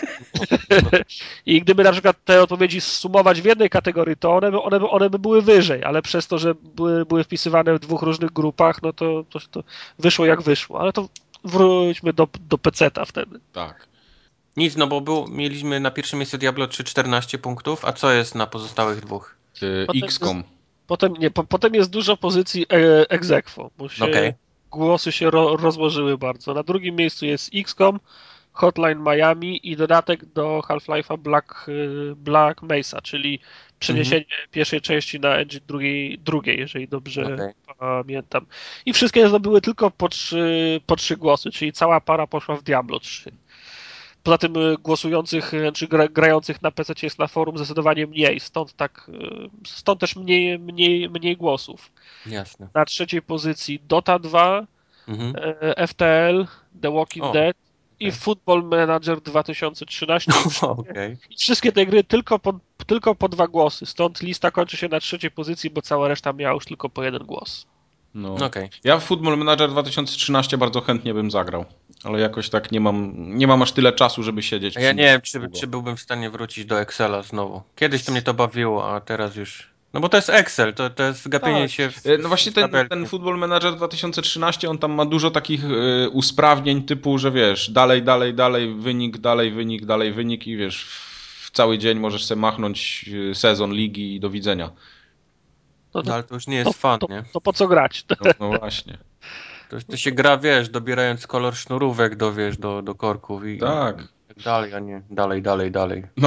I gdyby na przykład te odpowiedzi sumować w jednej kategorii, to one, one, one by były wyżej, ale przez to, że były, były wpisywane w dwóch różnych grupach, no to, to, to wyszło jak wyszło. Ale to wróćmy do, do peceta wtedy. Tak. Nic, no bo był, mieliśmy na pierwszym miejscu Diablo trzy czternaście punktów, a co jest na pozostałych dwóch? Y, Potem X COM. jest, potem, nie, po, potem jest dużo pozycji e, ex aequo, bo się, Okej. głosy się ro, rozłożyły bardzo. Na drugim miejscu jest X COM, Hotline Miami i dodatek do Half-Life'a Black, y, Black Mesa, czyli przeniesienie pierwszej części na engine drugiej, drugiej, jeżeli dobrze Okej. pamiętam. I wszystkie zdobyły tylko po trzy, po trzy głosy, czyli cała para poszła w Diablo trzy. Poza tym y, głosujących, y, czy gra, grających na P C jest na forum zdecydowanie mniej, stąd tak, y, stąd też mniej, mniej, mniej głosów. Jasne. Na trzeciej pozycji Dota dwa, Mhm. y, F T L, The Walking O, Dead i okej. Football Manager dwa tysiące trzynaście. I wszystkie, Okej. i wszystkie te gry tylko po, tylko po dwa głosy, stąd lista kończy się na trzeciej pozycji, bo cała reszta miała już tylko po jeden głos. No. Okej. Ja w Football Manager dwa tysiące trzynaście bardzo chętnie bym zagrał, ale jakoś tak nie mam, nie mam aż tyle czasu, żeby siedzieć A przy ja nim nie wiem, czy, długo. czy byłbym w stanie wrócić do Excela znowu. Kiedyś to mnie to bawiło, a teraz już... No bo to jest Excel, to, to jest gapienie Tak. się w, E, No właśnie w ten, tabelki. ten Football Manager dwa tysiące trzynaście, on tam ma dużo takich y, usprawnień typu, że wiesz, dalej, dalej, dalej, wynik, dalej, wynik, dalej, wynik i wiesz, w cały dzień możesz sobie machnąć y, sezon ligi i do widzenia. No, No ale to już nie to, jest fan, to, nie? to po co grać? No, no właśnie. To, to się gra, wiesz, dobierając kolor sznurówek do, wiesz, do, do korków i, Tak. i tak dalej, a nie dalej, dalej, dalej. No,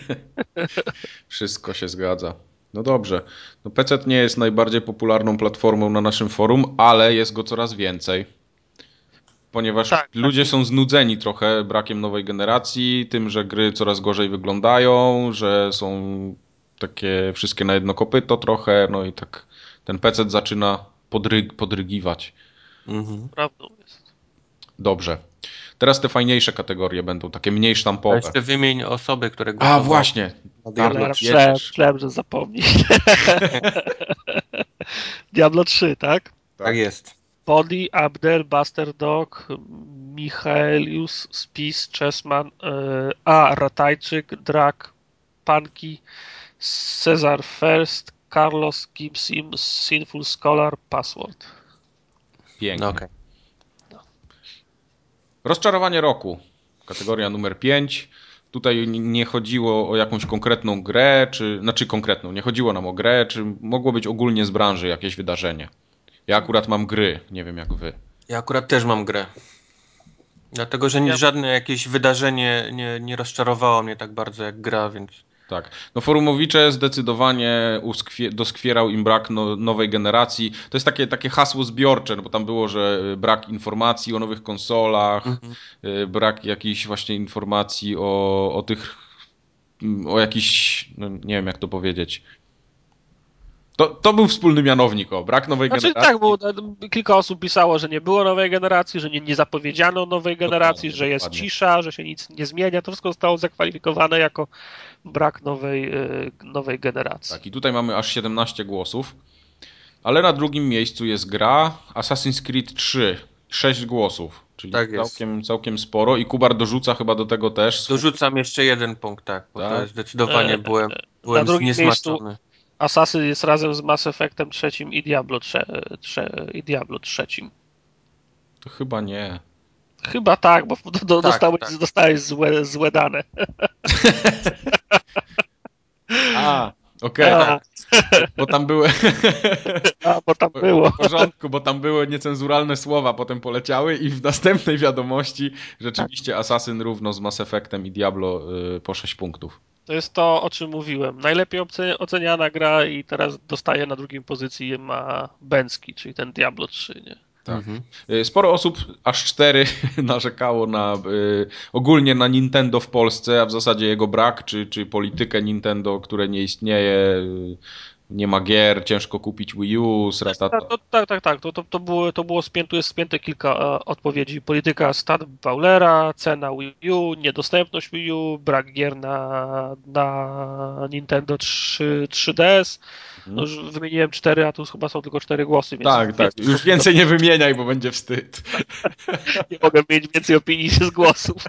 wszystko się zgadza. No dobrze. No P C nie jest najbardziej popularną platformą na naszym forum, ale jest go coraz więcej. Ponieważ Tak, ludzie tak. są znudzeni trochę brakiem nowej generacji, tym, że gry coraz gorzej wyglądają, że są takie wszystkie na jedno kopyto trochę, no i tak ten P C zaczyna podryg podrygiwać. Mhm. Prawdą jest. Dobrze. Teraz te fajniejsze kategorie będą, takie mniej A sztampowe. jeszcze wymień osoby, które głosowały. A właśnie, na Ale Diablo ja trzy. myślałem, jedziesz. myślałem, że zapomnisz. Diablo trzy, tak? Tak jest. Body, Abdel, Buster Dog, Michaelius, Spis, Chessman, e, A. Ratajczyk, Drak, Panki, Cezar First, Carlos, Gibsim, Sinful Scholar, Password. Pięknie. No okej. Rozczarowanie roku. Kategoria numer pięć. Tutaj nie chodziło o jakąś konkretną grę, czy, znaczy konkretną, nie chodziło nam o grę, czy mogło być ogólnie z branży jakieś wydarzenie. Ja akurat mam gry, nie wiem jak wy. Ja akurat też mam grę. Dlatego, że Ja- żadne jakieś wydarzenie nie, nie rozczarowało mnie tak bardzo jak gra, więc... Tak. No Forumowicze zdecydowanie uskwie- doskwierał im brak no, nowej generacji. To jest takie, takie hasło zbiorcze, no bo tam było, że y, brak informacji o nowych konsolach, Mhm. y, brak jakichś właśnie informacji o, o tych, mm, o jakichś, no nie wiem jak to powiedzieć. To, to był wspólny mianownik, o, brak nowej Znaczy generacji. tak, bo e, kilka osób pisało, że nie było nowej generacji, że nie, nie zapowiedziano nowej generacji, Dokładnie, że jest dokładnie. cisza, że się nic nie zmienia. To wszystko zostało zakwalifikowane jako brak nowej, e, nowej generacji. Tak, i tutaj mamy aż siedemnaście głosów. Ale na drugim miejscu jest gra Assassin's Creed trzy. sześć głosów, czyli Tak jest. całkiem, całkiem sporo. I Kubar dorzuca chyba do tego też swój. Dorzucam jeszcze jeden punkt, tak, bo Tak. to jest zdecydowanie E, byłem, Na byłem drugim miejscu zniesmaczony. Assassin jest razem z Mass Effectem trzecim i Diablo, trze, trze, i Diablo trzecim. To chyba nie. Chyba tak, bo do, do, Tak, dostałeś, tak. dostałeś złe, złe dane. A, okej, A, tak. Bo tam były. a, bo tam W było. porządku, bo tam były niecenzuralne słowa, potem poleciały i w następnej wiadomości rzeczywiście Assassin równo z Mass Effectem i Diablo y, po sześć punktów. To jest to, o czym mówiłem. Najlepiej obce- oceniana gra i teraz dostaje na drugiej pozycji ma Bęcki, czyli ten Diablo trzy, nie? Tak. Mhm. Y, Sporo osób, aż cztery, narzekało na y, ogólnie na Nintendo w Polsce, a w zasadzie jego brak, czy, czy politykę Nintendo, które nie istnieje, y, nie ma gier, ciężko kupić Wii U, srata. Tak, to, tak, tak, tak. To, to, to, było, to było spięte, jest spięte kilka e, odpowiedzi. Polityka Stad Bowlera, cena Wii U, niedostępność Wii U, brak gier na, na Nintendo trzy, trzy D S. No już wymieniłem cztery, a tu chyba są tylko cztery głosy, więc Tak, tak. Już więcej nie wymieniaj, bo będzie wstyd. nie mogę mieć więcej opinii niż z głosów.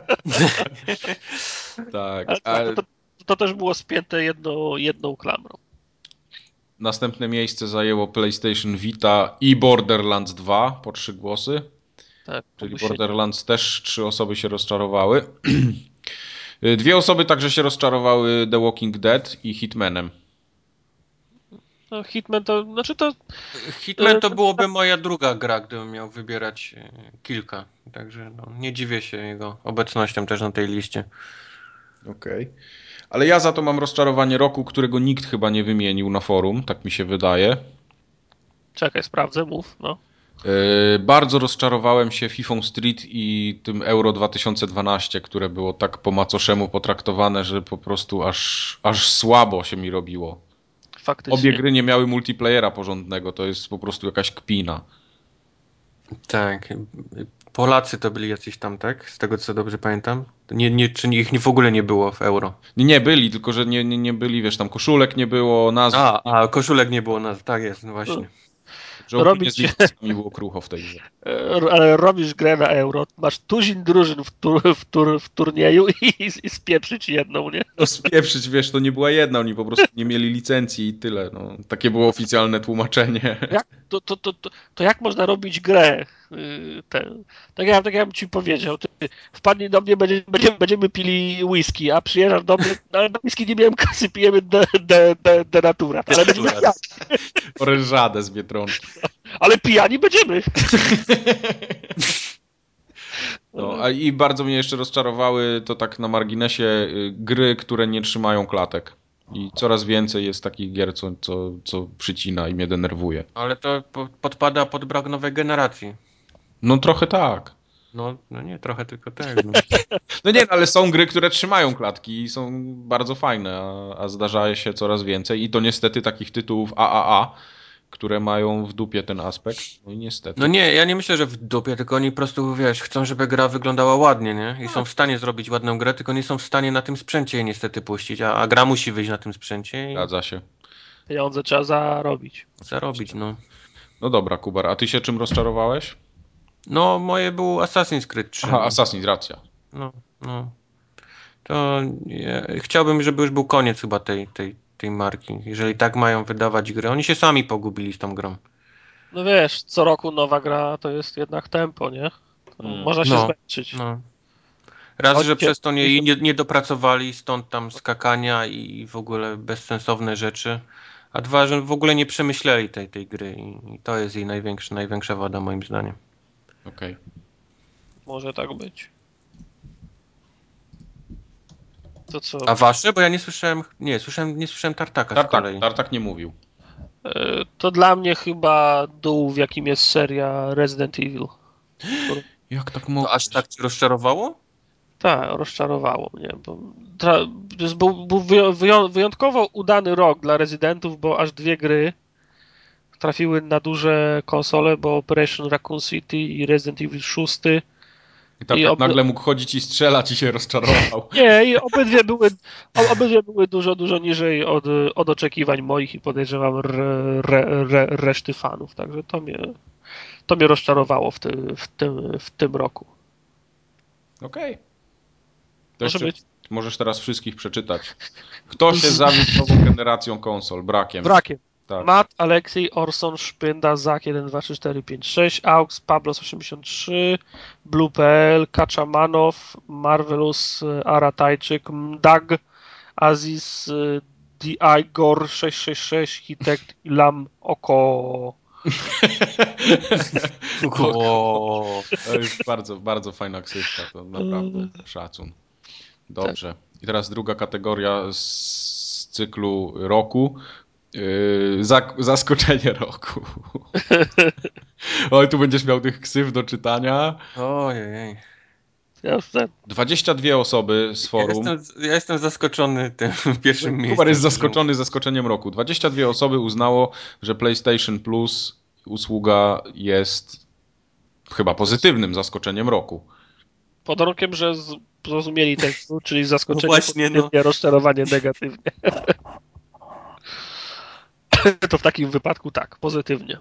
Tak. Ale to, to, to też było spięte jedno, jedną klamrą. Następne miejsce zajęło PlayStation Vita i Borderlands dwa po trzy głosy. Tak, Czyli obusienie. Borderlands też trzy osoby się rozczarowały. Dwie osoby także się rozczarowały The Walking Dead i Hitmanem. No, Hitman to, znaczy to... Hitman to byłoby moja druga gra, gdybym miał wybierać kilka. Także no, nie dziwię się jego obecnością też na tej liście. Okej. Okay. Ale ja za to mam rozczarowanie roku, którego nikt chyba nie wymienił na forum, tak mi się wydaje. Czekaj, sprawdzę, mów, no. Yy, bardzo rozczarowałem się Fifą Street i tym Euro dwa tysiące dwanaście, które było tak po macoszemu potraktowane, że po prostu aż, aż słabo się mi robiło. Faktycznie. Obie gry nie miały multiplayera porządnego, to jest po prostu jakaś kpina. Tak. Polacy to byli jacyś tam, tak? Z tego co dobrze pamiętam. Nie, nie, czy ich w ogóle nie było w Euro? Nie, nie byli, tylko że nie, nie, nie byli, wiesz, tam koszulek nie było, nazw. A, a koszulek nie było nazw, tak jest, no właśnie. Że ogólnie Robić- z licencjami było krucho w tej grze. E, Ale robisz grę na euro, masz tuzin drużyn w, tur, w, tur, w turnieju i, i spieprzyć jedną, nie? No spieprzyć, wiesz, to nie była jedna, oni po prostu nie mieli licencji i tyle. No. Takie było oficjalne tłumaczenie. Jak, to, to, to, to, to jak można robić grę? y, Tę? Tak ja, tak ja bym ci powiedział, ty wpadnij do mnie, będzie, będziemy, będziemy pili whisky, a przyjeżdżasz do mnie, no, ale na whisky nie miałem kasy, pijemy de, de, de, de natura. Ale, będziemy pijani, Orężadę z Biedronki. ale pijani będziemy. No, a i bardzo mnie jeszcze rozczarowały, to tak na marginesie, y, gry, które nie trzymają klatek. I coraz więcej jest takich gier, co, co, co przycina i mnie denerwuje. Ale to po- podpada pod brak nowej generacji. No trochę tak. No, no nie, trochę tylko tak. No. No nie, ale są gry, które trzymają klatki i są bardzo fajne, a, a zdarza się coraz więcej. I to niestety takich tytułów A A A, które mają w dupie ten aspekt. No i niestety. No nie, ja nie myślę, że w dupie, tylko oni po prostu, wiesz, chcą, żeby gra wyglądała ładnie, nie? I są w stanie zrobić ładną grę, tylko nie są w stanie na tym sprzęcie jej niestety puścić, a, a gra musi wyjść na tym sprzęcie i Zgadza się. Pieniądze trzeba zarobić. zarobić, no. No dobra, Kubar, a ty się czym rozczarowałeś? No, moje był Assassin's Creed trzy. Aha, no. Assassin's, racja. No, no. To ja, chciałbym, żeby już był koniec chyba tej, tej, tej marki. Jeżeli tak mają wydawać gry. Oni się sami pogubili z tą grą. No wiesz, co roku nowa gra to jest jednak tempo, nie? To Mm. można się No, zmęczyć. no. Raz, Chodźcie. że przez to nie, nie, nie dopracowali, stąd tam skakania i w ogóle bezsensowne rzeczy. A dwa, że w ogóle nie przemyśleli tej, tej gry i, i to jest jej największa, największa wada moim zdaniem. Okej. Może tak być. To co? A wasze? Bo ja nie słyszałem, nie, słyszałem, nie słyszałem Tartaka z Tartak, kolei. Tartak nie mówił. E, To dla mnie chyba dół, w jakim jest seria Resident Evil. Jak tak To mogę? aż tak cię rozczarowało? Tak, rozczarowało mnie. Bo tra- to jest- był, był wyjo- wyjo- wyjątkowo udany rok dla Residentów, bo aż dwie gry trafiły na duże konsole, bo Operation Raccoon City i Resident Evil sześć. I Tartak I ob- nagle mógł chodzić i strzelać i się rozczarował. Nie, i obydwie były, o- obydwie były dużo, dużo niżej od, od oczekiwań moich i podejrzewam re, re, re, reszty fanów. Także to mnie, to mnie rozczarowało w, ty, w, tym, w tym roku. Okej. To Może jeszcze być. możesz teraz wszystkich przeczytać. Kto się zawiódł nową generacją konsol? Brakiem. Brakiem. Tak. Matt, Aleksiej, Orson, Szpynda, Zak jeden, dwa, trzy, cztery, pięć, sześć, Aux, Pablos osiemdziesiąt trzy, Blue kropka pe el, Kaczamanow, Marvelous, Aratajczyk, Mdag, Aziz, D I, Gor sześć sześć sześć, Hitekt i Lam Oko. O, To jest bardzo, bardzo fajna ksywka, to naprawdę szacun. Dobrze. I teraz druga kategoria z cyklu roku. Yy, zak- zaskoczenie roku. Oj, tu będziesz miał tych ksyw do czytania. ojej. Ja już ten... dwadzieścia dwie osoby z Ja forum. jestem, ja jestem zaskoczony tym pierwszym miejscem. Kubar jest zaskoczony zaskoczeniem roku. dwadzieścia dwie osoby uznało, że PlayStation Plus usługa jest chyba pozytywnym zaskoczeniem roku. Pod warunkiem, że z- zrozumieli ten klucz, czyli zaskoczenie No właśnie, pozytywnie, no. rozczarowanie negatywnie. To w takim wypadku tak, pozytywnie.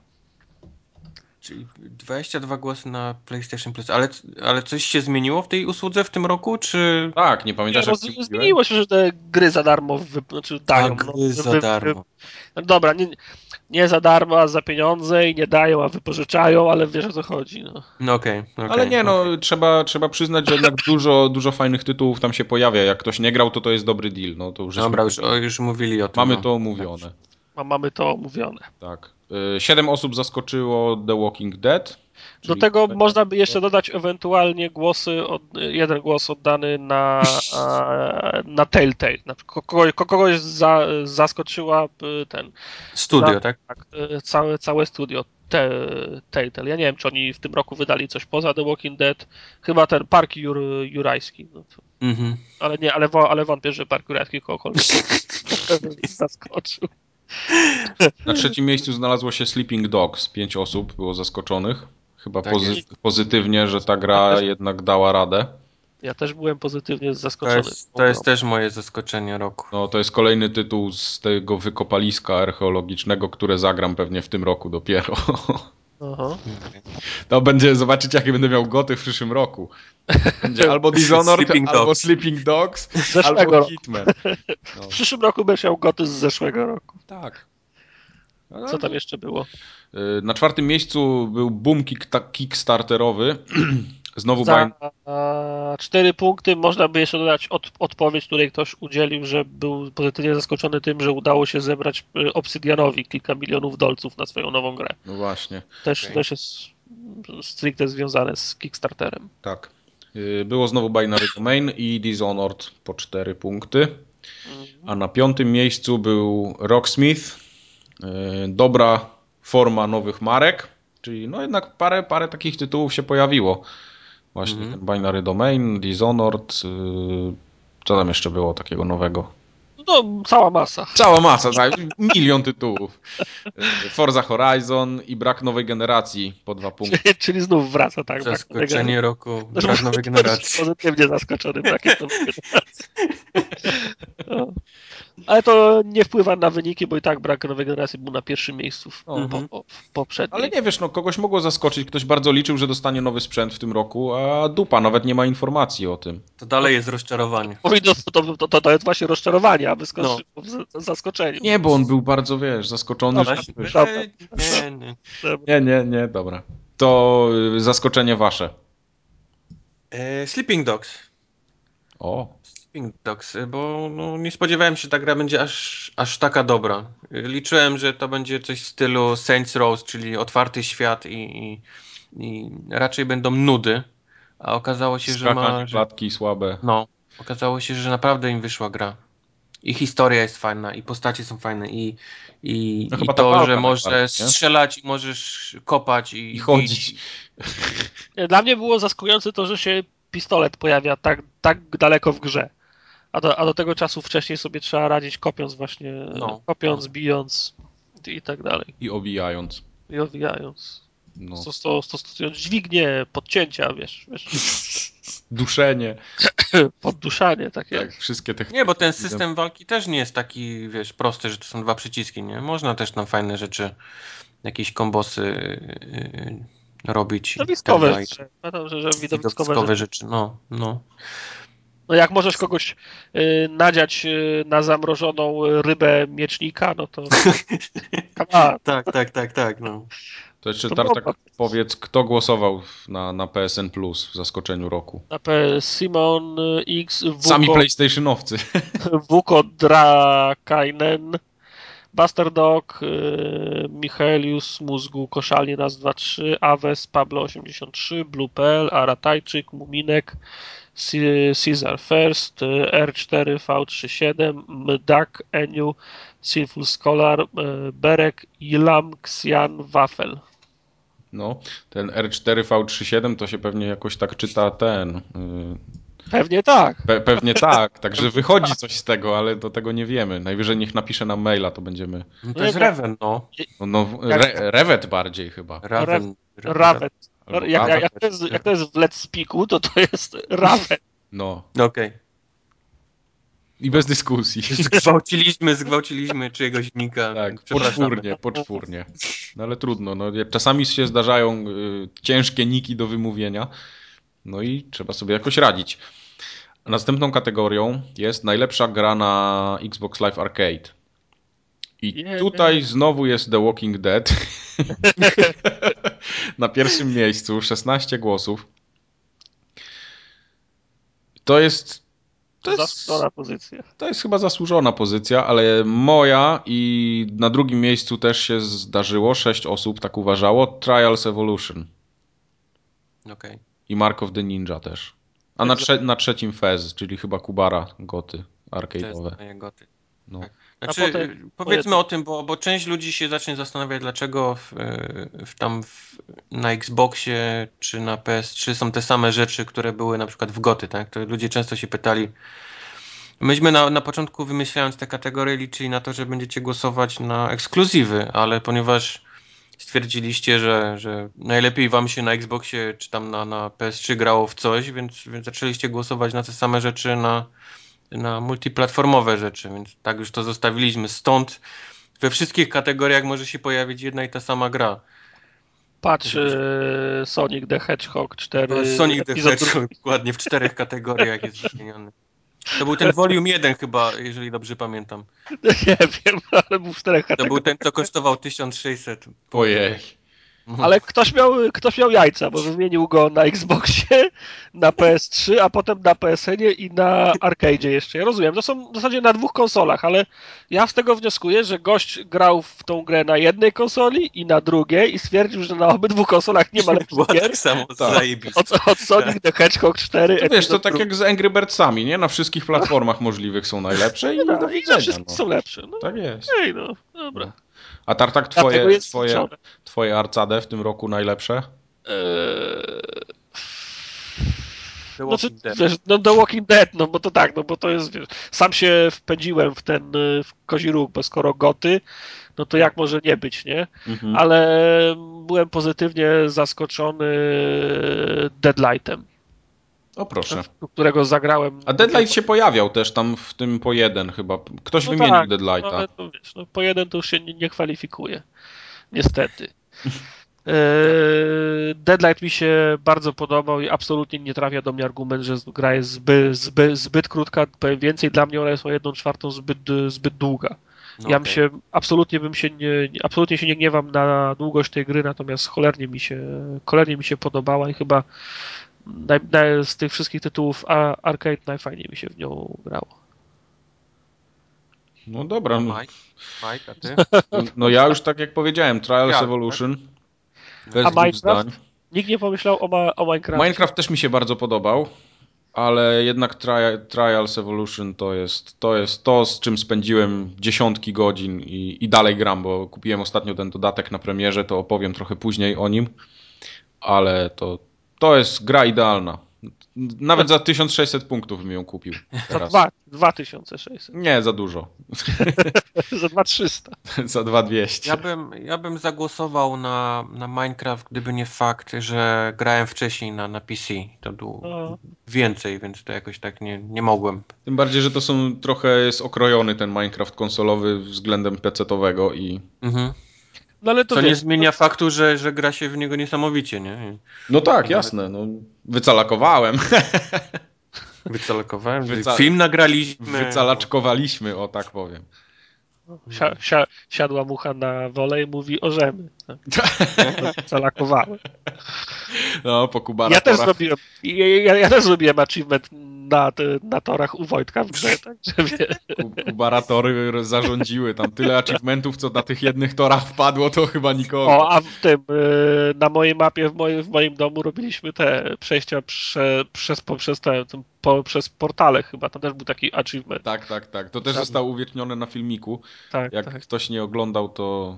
Czyli dwadzieścia dwa głosy na PlayStation Plus. Ale, ale coś się zmieniło w tej usłudze w tym roku, czy... Tak, nie Nie, pamiętasz no, jak ci z- mówiłem? zmieniło się, że te gry za darmo wy, znaczy dają. A, no, gry za wy- darmo. no dobra, nie, nie za darmo, a za pieniądze i nie dają, a wypożyczają, ale wiesz o co chodzi. No. No okej, okay, okay, Ale nie, no okay. trzeba, trzeba przyznać, że jednak dużo, dużo fajnych tytułów tam się pojawia. Jak ktoś nie grał, to to jest dobry deal. No, to już żeśmy- Dobra, już, o, już mówili o tym. Mamy no. to omówione. A mamy to omówione. Tak. Y, Siedem osób zaskoczyło The Walking Dead. Do czyli- tego można by jeszcze dodać ewentualnie głosy, od, jeden głos oddany na, a, na Telltale. Na, kogoś, kogoś za, zaskoczyła y, ten, Studio, za, tak? tak, y, całe, całe studio te, Telltale. Ja nie wiem, czy oni w tym roku wydali coś poza The Walking Dead. Chyba ten Park Jur, Jurajski. No to, Mhm. ale nie, ale, wo- ale wątpię, że Park Jurajski kogokolwiek zaskoczył. Na trzecim miejscu znalazło się Sleeping Dogs. Pięć osób było zaskoczonych. Chyba Tak pozy- jest. pozytywnie, że ta gra jednak dała radę. Ja też byłem pozytywnie To zaskoczony. jest, to jest też moje zaskoczenie roku. No, to jest kolejny tytuł z tego wykopaliska archeologicznego, które zagram pewnie w tym roku dopiero. Aha. To będzie, zobaczyć jakie będę miał goty w przyszłym roku. Będzie albo Dishonored, Sleeping albo Dogs. Sleeping Dogs, Zeszłego albo roku. Hitman. No, W przyszłym roku będziesz miał goty z zeszłego roku. tak. No, Co tam jeszcze było? y, Na czwartym miejscu był boom kick- kickstarterowy. Znowu Za baj... a, cztery punkty można by jeszcze dodać od, odpowiedź, której ktoś udzielił, że był pozytywnie zaskoczony tym, że udało się zebrać y, Obsydianowi kilka milionów dolców na swoją nową grę. No właśnie, Też, Okej. też jest stricte związane z Kickstarterem. tak. Y, Było znowu Binary Domain i Dishonored po cztery punkty. A na piątym miejscu był Rocksmith. Y, Dobra forma nowych marek. Czyli no jednak parę, parę takich tytułów się pojawiło. Właśnie Mhm. ten Binary Domain, Dishonored. y, Co tam jeszcze było takiego nowego? No, cała masa. Cała masa, tak, milion tytułów. Y, Forza Horizon i brak nowej generacji po dwa punkty. Czyli znów wraca, tak? brak nowej Zaskoczenie roku, generacji. brak nowej generacji. Pozytywnie zaskoczony brakiem nowej generacji. No. Ale to nie wpływa na wyniki, bo i tak brak nowej generacji był na pierwszym miejscu w, Mhm. po, po, w poprzedniej. Ale nie wiesz, no kogoś mogło zaskoczyć, ktoś bardzo liczył, że dostanie nowy sprzęt w tym roku, a dupa, nawet nie ma informacji o tym. To dalej jest rozczarowanie. Powinno, to, to, to, to jest właśnie rozczarowanie, a wyskoczyło No. w z- zaskoczeniu. Nie, bo on był bardzo, wiesz, zaskoczony. Dobra. Że... Dobra. Ej, Nie, nie. Nie, nie, nie, dobra. To y, zaskoczenie wasze. E, Sleeping Dogs. O, Sleeping Dogs, bo no, nie spodziewałem się, że ta gra będzie aż, aż taka dobra. Liczyłem, że to będzie coś w stylu Saints Row, czyli otwarty świat i, i, i raczej będą nudy. A okazało się, że ma... skakanie, Że, klatki słabe. no, okazało się, że naprawdę im wyszła gra. I historia jest fajna, i postacie są fajne, i, i, No i chyba ta to, walka że możesz najbardziej, nie? strzelać i możesz kopać i, I chodzić. bić. Dla mnie było zaskakujące to, że się pistolet pojawia tak, tak daleko w grze. A do, a do tego czasu wcześniej sobie trzeba radzić kopiąc właśnie, No. kopiąc, bijąc i tak dalej. I obijając. I owijając. No. Sto- sto- sto- Stosując dźwignie, podcięcia, wiesz, wiesz Duszenie. podduszanie takie. Tak, wszystkie te... Nie, bo ten system walki też nie jest taki, wiesz, prosty, że to są dwa przyciski, nie? Można też tam fajne rzeczy, jakieś kombosy yy, robić. i Widowiskowe tak dalej. rzeczy. Pamiętam, że, że widowiskowe Widowiskowe rzeczy. rzeczy, no, no. No jak możesz kogoś y, nadziać y, na zamrożoną rybę miecznika, no to... Come on. Tak, tak, tak, tak, no. To jeszcze To Tartak bomba. powiedz, kto głosował na, na P S N Plus w zaskoczeniu roku. Na P Simon X, Sami Wuko, PlayStationowcy. Wuko Drakainen, Buster Dog, y, Michelius Mózgu, Koszalnie raz, dwa, trzy, Aves, Pablo osiemdziesiąt trzy, Blue P L, Aratajczyk, Muminek, C- Caesar First, y, R cztery V trzydzieści siedem, Mdak, Eniu, Sinful Scholar, y, Berek, Ilam, Xian, Wafel. No, ten R cztery V trzydzieści siedem to się pewnie jakoś tak czyta ten... Yy... Pewnie tak. Pe- pewnie tak, także wychodzi coś z tego, ale do tego nie wiemy. Najwyżej niech napisze nam maila, to będziemy... No to jest Reven, no. No, no re- Rewet bardziej chyba. Raven. Raven. Albo Jak, jak, Raven. jak, to jest, jak to jest w Let's Speaku, to to jest Raven. No. No okej. Okay. I bez dyskusji. Zgwałciliśmy, zgwałciliśmy czyjegoś nika. Tak, poczwórnie, poczwórnie. No ale trudno, no, czasami się zdarzają y, ciężkie niki do wymówienia, no i trzeba sobie jakoś radzić. Następną kategorią jest najlepsza gra na Xbox Live Arcade. I yeah. tutaj znowu jest The Walking Dead. Na pierwszym miejscu, szesnaście głosów. To jest... To jest zasłużona pozycja. To jest chyba zasłużona pozycja, ale moja i na drugim miejscu też się zdarzyło, sześć osób tak uważało, Trials Evolution. Okay. I Mark of the Ninja też. A na, trze- na trzecim Fez, czyli chyba Kubara goty arcade'owe. To jest goty. No. Tak. Znaczy, potem, powiedzmy o tym, bo, bo część ludzi się zacznie zastanawiać, dlaczego w, w tam w, na Xboxie czy na P S trzy są te same rzeczy, które były na przykład w goty, tak? To ludzie często się pytali. Myśmy na, na początku, wymyślając te kategorie, liczyli na to, że będziecie głosować na ekskluzywy, ale ponieważ stwierdziliście, że, że najlepiej wam się na Xboxie czy tam na, na P S trzy grało w coś, więc, więc zaczęliście głosować na te same rzeczy na na multiplatformowe rzeczy, więc tak już to zostawiliśmy. Stąd we wszystkich kategoriach może się pojawić jedna i ta sama gra. Patrz, e, Sonic the Hedgehog cztery. Sonic the Hedgehog dokładnie w czterech kategoriach jest wymieniony. To był ten Volume jeden chyba, jeżeli dobrze pamiętam. Nie wiem, ale był w czterech kategoriach. To był ten, co kosztował tysiąc sześćset. Ojej. Ale ktoś miał, ktoś miał jajca, bo wymienił go na Xboxie, na P S trzy, a potem na P S N-ie i na Arcade'zie jeszcze. Ja rozumiem, to są w zasadzie na dwóch konsolach, ale ja z tego wnioskuję, że gość grał w tą grę na jednej konsoli i na drugiej i stwierdził, że na obydwu konsolach nie ma lepszych gier. Tak samo, zajebiste. Od, od Sonic the Hedgehog cztery. To wiesz, to tak jak z Angry Birdsami, nie? Na wszystkich platformach możliwych są najlepsze i no, do i widzenia. na wszystkich no. są lepsze. No. Tak jest. Ej, no, dobra. No. A Tartak, twoje, twoje, twoje Arcade w tym roku najlepsze? Eee... The no, czy, Walking wiesz, no The Walking Dead, no bo to tak, no bo to jest, wiesz, sam się wpędziłem w ten w kozi róg, bo skoro goty, no to jak może nie być, nie? Mhm. Ale byłem pozytywnie zaskoczony Deadlightem. O proszę. Którego zagrałem. A Deadlight się pojawiał też tam w tym po jeden chyba. Ktoś no wymienił tak, Deadlighta. No, ale to wiesz, no, po jeden to już się nie, nie kwalifikuje. Niestety. Deadlight mi się bardzo podobał i absolutnie nie trafia do mnie argument, że gra jest zbyt, zbyt, zbyt krótka. Powiem więcej, dla mnie ona jest o jedną czwartą zbyt, zbyt długa. No ja okay. się, absolutnie bym się nie, absolutnie się nie gniewam na długość tej gry, natomiast cholernie mi się, cholernie mi się podobała i chyba naj, naj, z tych wszystkich tytułów arcade najfajniej mi się w nią grało. No dobra. No. Mike, Mike, a ty? No ja już tak jak powiedziałem, Trials ja, Evolution. Tak? Bez a Minecraft? Zdań. Nikt nie pomyślał o, ma, o Minecraft. Minecraft też mi się bardzo podobał, ale jednak tri- Trials Evolution to jest, to jest to, z czym spędziłem dziesiątki godzin i, i dalej gram, bo kupiłem ostatnio ten dodatek na premierze, to opowiem trochę później o nim, ale to, to jest gra idealna. Nawet za tysiąc sześćset punktów bym ją kupił. Teraz. Za dwa tysiące sześćset. Nie, za dużo. Za dwa tysiące trzysta. Za dwa tysiące dwieście. Ja bym, ja bym zagłosował na, na Minecraft, gdyby nie fakt, że grałem wcześniej na, na P C. To było no. więcej, więc to jakoś tak nie, nie mogłem. Tym bardziej, że to są trochę jest okrojony ten Minecraft konsolowy względem pecetowego i... Mhm. No ale to Co wiesz, nie zmienia to... faktu, że, że gra się w niego niesamowicie, nie? No tak, jasne. No, wycalakowałem. Wycalakowałem? Wyca... Film nagraliśmy. Wycalaczkowaliśmy, o tak powiem. Si- si- siadła mucha na wolę i mówi orzemy. Wycalakowałem. No, po Kubara ja też zrobiłem, ja, ja, ja też zrobiłem achievement na, na torach u Wojtka w grze, także wie. Kubaratory zarządziły tam tyle achievementów, co na tych jednych torach wpadło, to chyba nikogo. O, a w tym, na mojej mapie w moim, w moim domu robiliśmy te przejścia prze, przez, przez, te, po, przez portale chyba, tam też był taki achievement. Tak, tak, tak. To też Trzeba... zostało uwiecznione na filmiku. Tak, Jak tak. ktoś nie oglądał, to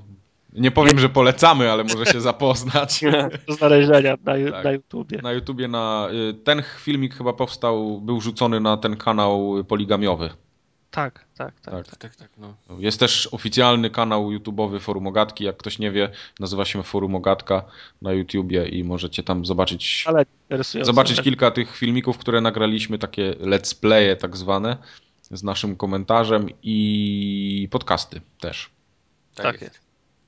Nie powiem, że polecamy, ale może się zapoznać. Do znalezienia na, Tak. na YouTubie. Na YouTubie na... Ten filmik chyba powstał, był rzucony na ten kanał poligamiowy. Tak, tak, tak. Tak. tak. Tak, tak, no. Jest też oficjalny kanał YouTube'owy Forum Ogatki, jak ktoś nie wie, nazywa się Forum Ogatka na YouTubie i możecie tam zobaczyć, Ale interesujące. zobaczyć kilka tych filmików, które nagraliśmy, takie let's playe tak zwane, z naszym komentarzem i podcasty też. Tak, Tak jest. jest.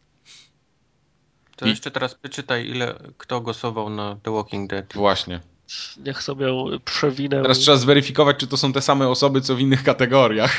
To I- jeszcze teraz przeczytaj, ile kto głosował na The Walking Dead. Właśnie. Niech sobie przewinę. Teraz trzeba zweryfikować, czy to są te same osoby, co w innych kategoriach.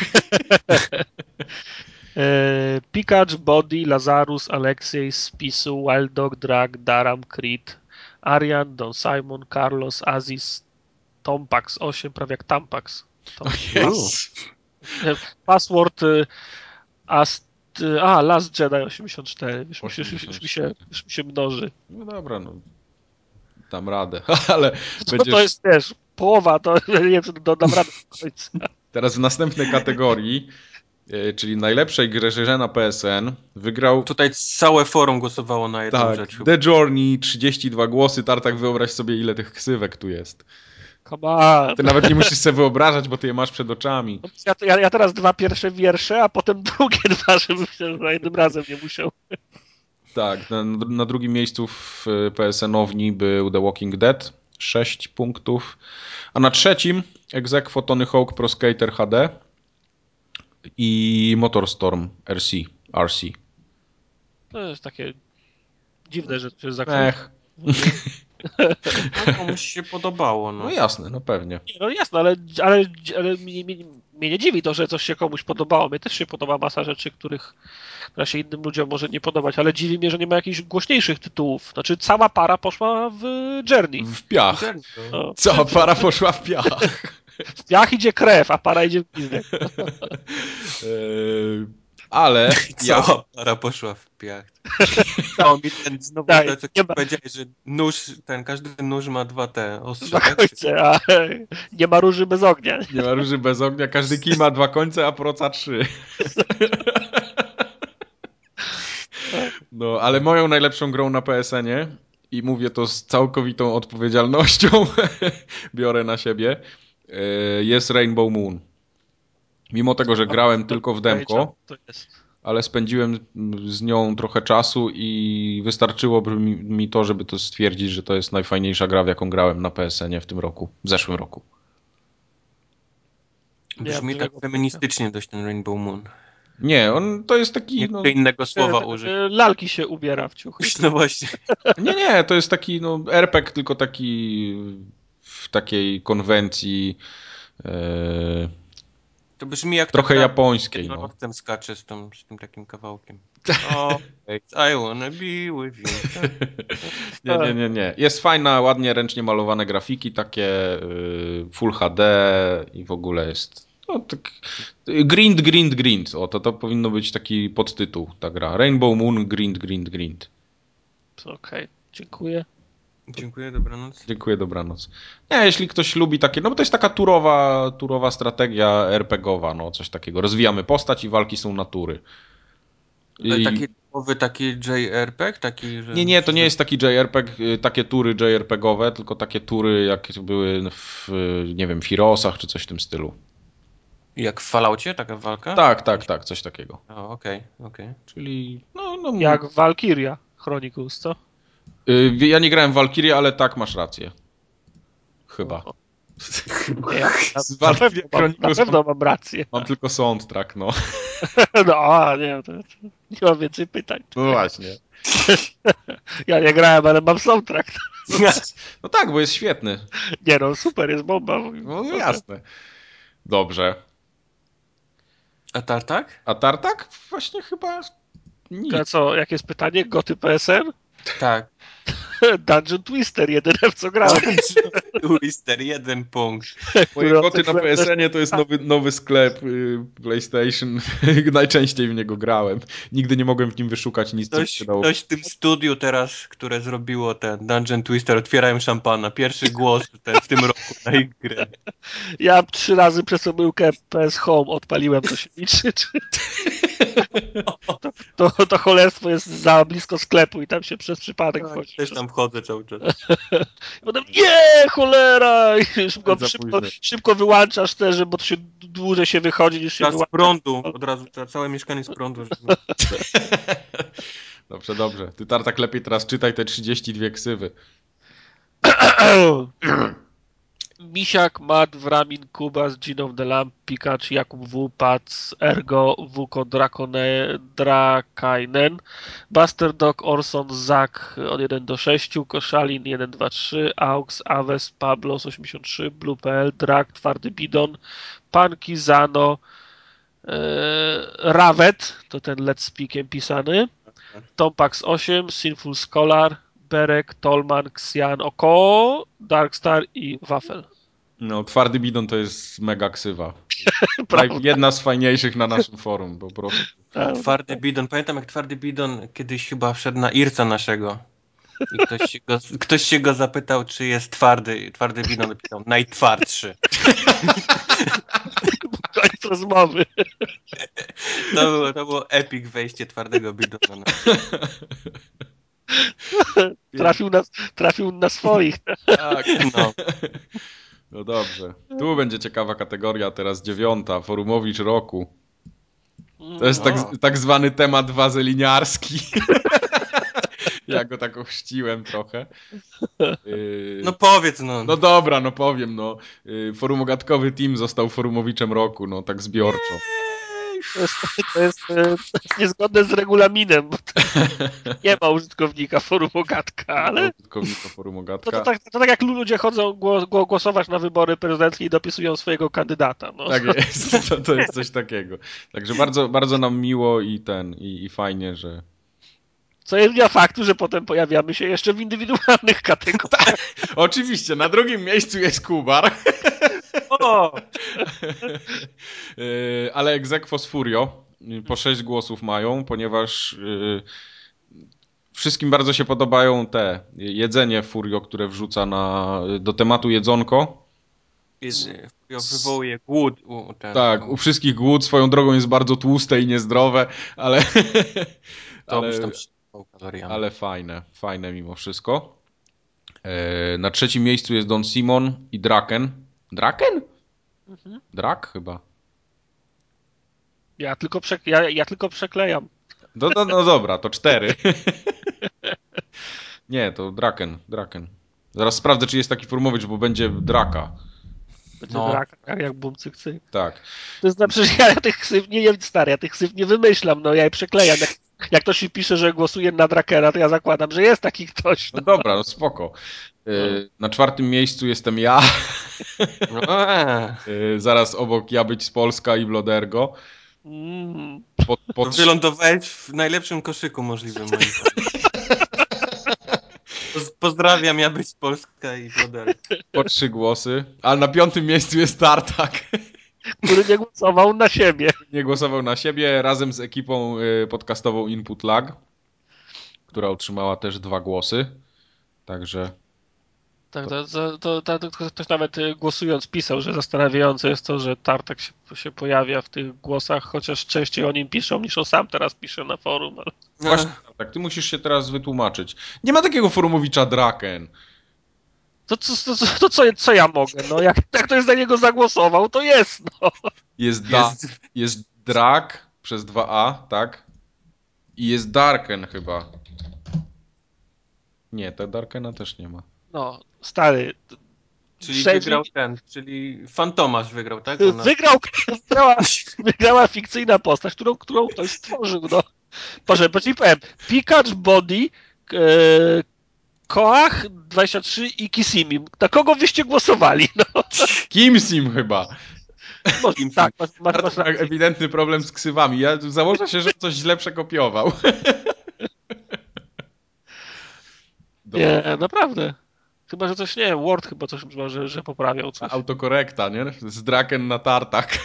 E, Pikacz, Body, Lazarus, Aleksiej, Spisu, Wild Dog, Drag, Daram, Creed, Arian, Don Simon, Carlos, Aziz, Tompax osiem, prawie jak Tampax. Tompax. E, Password y, Ast, y, a, Last Jedi osiemdziesiąt cztery. Już mi się, już mi się, już mi się mnoży. No dobra, no. Dam radę, ale To, będziesz... to jest też połowa, to nie wiem, czy dodam radę do końca. Teraz w następnej kategorii, e, czyli najlepszej grze na P S N, wygrał Tutaj całe forum głosowało na jedną tak, rzecz. The Journey, trzydzieści dwa głosy. Tartak, wyobraź sobie, ile tych ksywek tu jest. Come on. Ty nawet nie musisz sobie wyobrażać, bo ty je masz przed oczami. Ja, ja, ja teraz dwa pierwsze wiersze, a potem drugie dwa, żebym się za jednym razem nie musiał. Tak, na, na drugim miejscu w P S N-owni był The Walking Dead, sześć punktów. A na trzecim ex aequo Tony Hawk Pro Skater H D i Motorstorm R C. R C. To jest takie dziwne, że to się zakończy. Ech, No, komuś się podobało, no. no jasne, no pewnie. Nie, no jasne, ale, ale, ale mnie, mnie, mnie nie dziwi to, że coś się komuś podobało. Mnie też się podoba masa rzeczy, których która się innym ludziom może nie podobać, ale dziwi mnie, że nie ma jakichś głośniejszych tytułów. Znaczy cała para poszła w Journey. W piach. No. Cała para poszła w piach. W piach idzie krew, a para idzie w pizdę. Eee, ale ja... Cała para poszła w piach. To mi ten znowu Tak, to, co nie ma- powiedziałeś, że nóż, ten każdy nóż ma dwa te ostrze, Dwa tak? końce, a nie ma róży bez ognia. Nie ma róży bez ognia, każdy kij ma dwa końce, a proca trzy. No, ale moją najlepszą grą na P S N-ie, i mówię to z całkowitą odpowiedzialnością, biorę na siebie, e, jest Rainbow Moon. Mimo tego, że grałem tylko w demko, To jest. ale spędziłem z nią trochę czasu i wystarczyło mi, mi to, żeby to stwierdzić, że to jest najfajniejsza gra, w jaką grałem na P S N-ie w tym roku, w zeszłym roku. Brzmi Nie, tak nie, feministycznie dość ten Rainbow Moon. Nie, on to jest taki... Nie No, chcę innego słowa E, użyć. e, Lalki się ubiera w ciuchy. No właśnie. nie, nie, to jest taki no, er pe gie, tylko taki w takiej konwencji e, To brzmi jak trochę taka japońskiej. No. jednorożcem skacze z, tą, z tym takim kawałkiem. Oh, I wanna be with you. nie, nie, nie, nie. Jest fajna, ładnie ręcznie malowane grafiki, takie y, Full H D i w ogóle jest no, tak, grind, grind, grind. O, to, to powinno być taki podtytuł, ta gra. Rainbow Moon, grind, grind, grind. Okej, okay, dziękuję. Dziękuję, dobranoc. Dziękuję, dobranoc. Nie, jeśli ktoś lubi takie, no bo to jest taka turowa, turowa strategia er pe gie owa, no coś takiego. Rozwijamy postać i walki są natury. Ale I... taki typowy taki J R P G? Taki, że... Nie, nie, to nie jest taki J R P G, takie tury J R P G owe, tylko takie tury jak były w, nie wiem, Firosach czy coś w tym stylu. Jak w Falloutie taka walka? Tak, tak, tak, coś takiego. O, okej, okay, okej. Okay. Czyli, no, no... Jak Valkyria Chronicles, co? Y, ja nie grałem w Valkyrie, ale tak, masz rację. Chyba. O, nie, ja, na, Z na, Valkyrie pewno mam, na pewno mam rację. Mam tylko soundtrack, no. No, a nie, to, to nie mam więcej pytań. No właśnie. Ja nie grałem, ale mam soundtrack. No tak, bo jest świetny. Nie no, super, jest bomba. No, no jasne. Dobrze. A Tartak? A Tartak? Właśnie chyba nic. A co, jakie jest pytanie? Goty P S N? Tak. Dungeon Twister, jedyne w co grałem. Twister, jeden punkt. Moje Który koty na obecnie P S N-ie to jest nowy, nowy sklep y, PlayStation. Najczęściej w niego grałem. Nigdy nie mogłem w nim wyszukać nic, co by Ktoś, się dało. ktoś w tym studiu teraz, które zrobiło ten Dungeon Twister, otwierają szampana. Pierwszy głos ten w tym roku na ich grę. Ja trzy razy przez omyłkę P S Home odpaliłem, to się liczy. Czy... To, to, to cholerstwo jest za blisko sklepu i tam się przez przypadek Tak, wchodzi. też tam wchodzę cały czas. I potem nie, cholera! I szybko, Za szybko, późno. szybko wyłączasz też, bo to się dłużej się wychodzi niż się Czas z wyłącza. prądu, od razu trzeba całe mieszkanie z prądu. Żeby... Dobrze, dobrze. Ty, Tartak, lepiej teraz czytaj te trzydzieści dwie ksywy. Misiak, Matt, Wramin, Kubas, Gino the Lamp, Pikacz, Jakub W, Pac, Ergo, Wuko, Drakone, Drakainen, Buster Dog, Orson, Zak od jeden do sześciu, Koszalin jeden, dwa, trzy, Aux, Aves, Pablos osiemdziesiąt trzy, Blue.pl, Drak, Twardy Bidon, Panki, Zano, e, Rawet, to ten Let's Speakiem pisany, Tompax osiem, Sinful Scholar, Berek, Tolman, Xian, Oko, Darkstar i Wafel. No, Twardy Bidon to jest mega ksywa. Prawda. Jedna z fajniejszych na naszym forum, po prostu. Twardy bidon. Pamiętam, jak twardy bidon kiedyś chyba wszedł na Irca naszego. I ktoś się go, ktoś się go zapytał, czy jest twardy. Twardy bidon napisał najtwardszy. Koniec rozmowy. To było, to było epic wejście twardego bidona. Na... Trafił na, trafił na swoich. Tak. No. No dobrze. Tu będzie ciekawa kategoria, teraz dziewiąta. Forumowicz roku. To jest tak, tak zwany temat wazeliniarski. Ja go tak ochrzciłem trochę. Yy... No powiedz no. No dobra, no powiem, no. Yy, Forumogatkowy Team został forumowiczem roku, no tak zbiorczo. To jest, to, jest, to jest niezgodne z regulaminem, bo nie ma użytkownika forumogatka, ale użytkownika forumogatka. to, to, tak, to tak jak ludzie chodzą głos, głosować na wybory prezydenckie i dopisują swojego kandydata. No. Tak jest, to, to jest coś takiego. Także bardzo, bardzo nam miło i ten, i, i fajnie, że... Co nie zmienia faktu, że potem pojawiamy się jeszcze w indywidualnych kategoriach. Tak, oczywiście, na drugim miejscu jest Kubar. O! Ale egzekwo z Furio po sześć głosów mają, ponieważ wszystkim bardzo się podobają te jedzenie Furio, które wrzuca na, do tematu jedzonko. Wywołuje głód. U, ten, tak, u wszystkich głód, swoją drogą jest bardzo tłuste i niezdrowe, ale... To ale, byś tam ale fajne, fajne mimo wszystko. Na trzecim miejscu jest Don Simon i Draken. Draken? Mhm. Drak chyba. Ja tylko, prze, ja, ja tylko przeklejam. No, no, no dobra, to cztery. Nie, to Draken, Draken. Zaraz sprawdzę, czy jest taki forumowicz, bo będzie Draka. Będzie no. Draka, jak, jak bum cyk cyk. Tak. To znaczy, że ja tych ksyw nie, nie stary, ja tych ksyw nie wymyślam, no ja je przeklejam. Jak, jak ktoś mi pisze, że głosuje na Drakena, to ja zakładam, że jest taki ktoś. No, no dobra, no spoko. Yy, na czwartym miejscu jestem ja. yy, zaraz obok Ja być z Polska i Blodergo. Mm. Po, po trzy... Wylądowałeś w najlepszym koszyku możliwym moim zdaniem. Pozdrawiam, Ja być z Polska i Blodergo. Po trzy głosy. A na piątym miejscu jest Tartak. Który nie głosował na siebie. Nie głosował na siebie razem z ekipą podcastową Input Lag, która otrzymała też dwa głosy. Także... Tak, to, to, to, to ktoś nawet głosując pisał, że zastanawiające jest to, że Tartak się, się pojawia w tych głosach, chociaż częściej o nim piszą niż on sam teraz pisze na forum. Ale... Właśnie, tak, ty musisz się teraz wytłumaczyć. Nie ma takiego forumowicza Draken. To, to, to, to co, co ja mogę? No, jak, jak ktoś za niego zagłosował, to jest. No. Jest, da, jest... jest Drak przez dwa A, tak? I jest Darken chyba. Nie, ta Darkena też nie ma. No, stary. Czyli wszędzie... wygrał ten, czyli Fantomasz wygrał, tak? Ona... Wygrał, wygrała, wygrała fikcyjna postać, którą, którą ktoś stworzył. No. Proszę, po ci powiem, Pikacz, Body, e, Koach dwadzieścia trzy i Kisimim. Na kogo wyście głosowali? No. Kimsim chyba. Może, tak, masz, masz, masz tak, ewidentny problem z ksywami. Ja założę się, że coś źle przekopiował. Nie, naprawdę. Chyba, że coś, nie wiem, Word chyba coś że, że poprawiał coś. Autokorekta, nie? Z Draken na Tartak.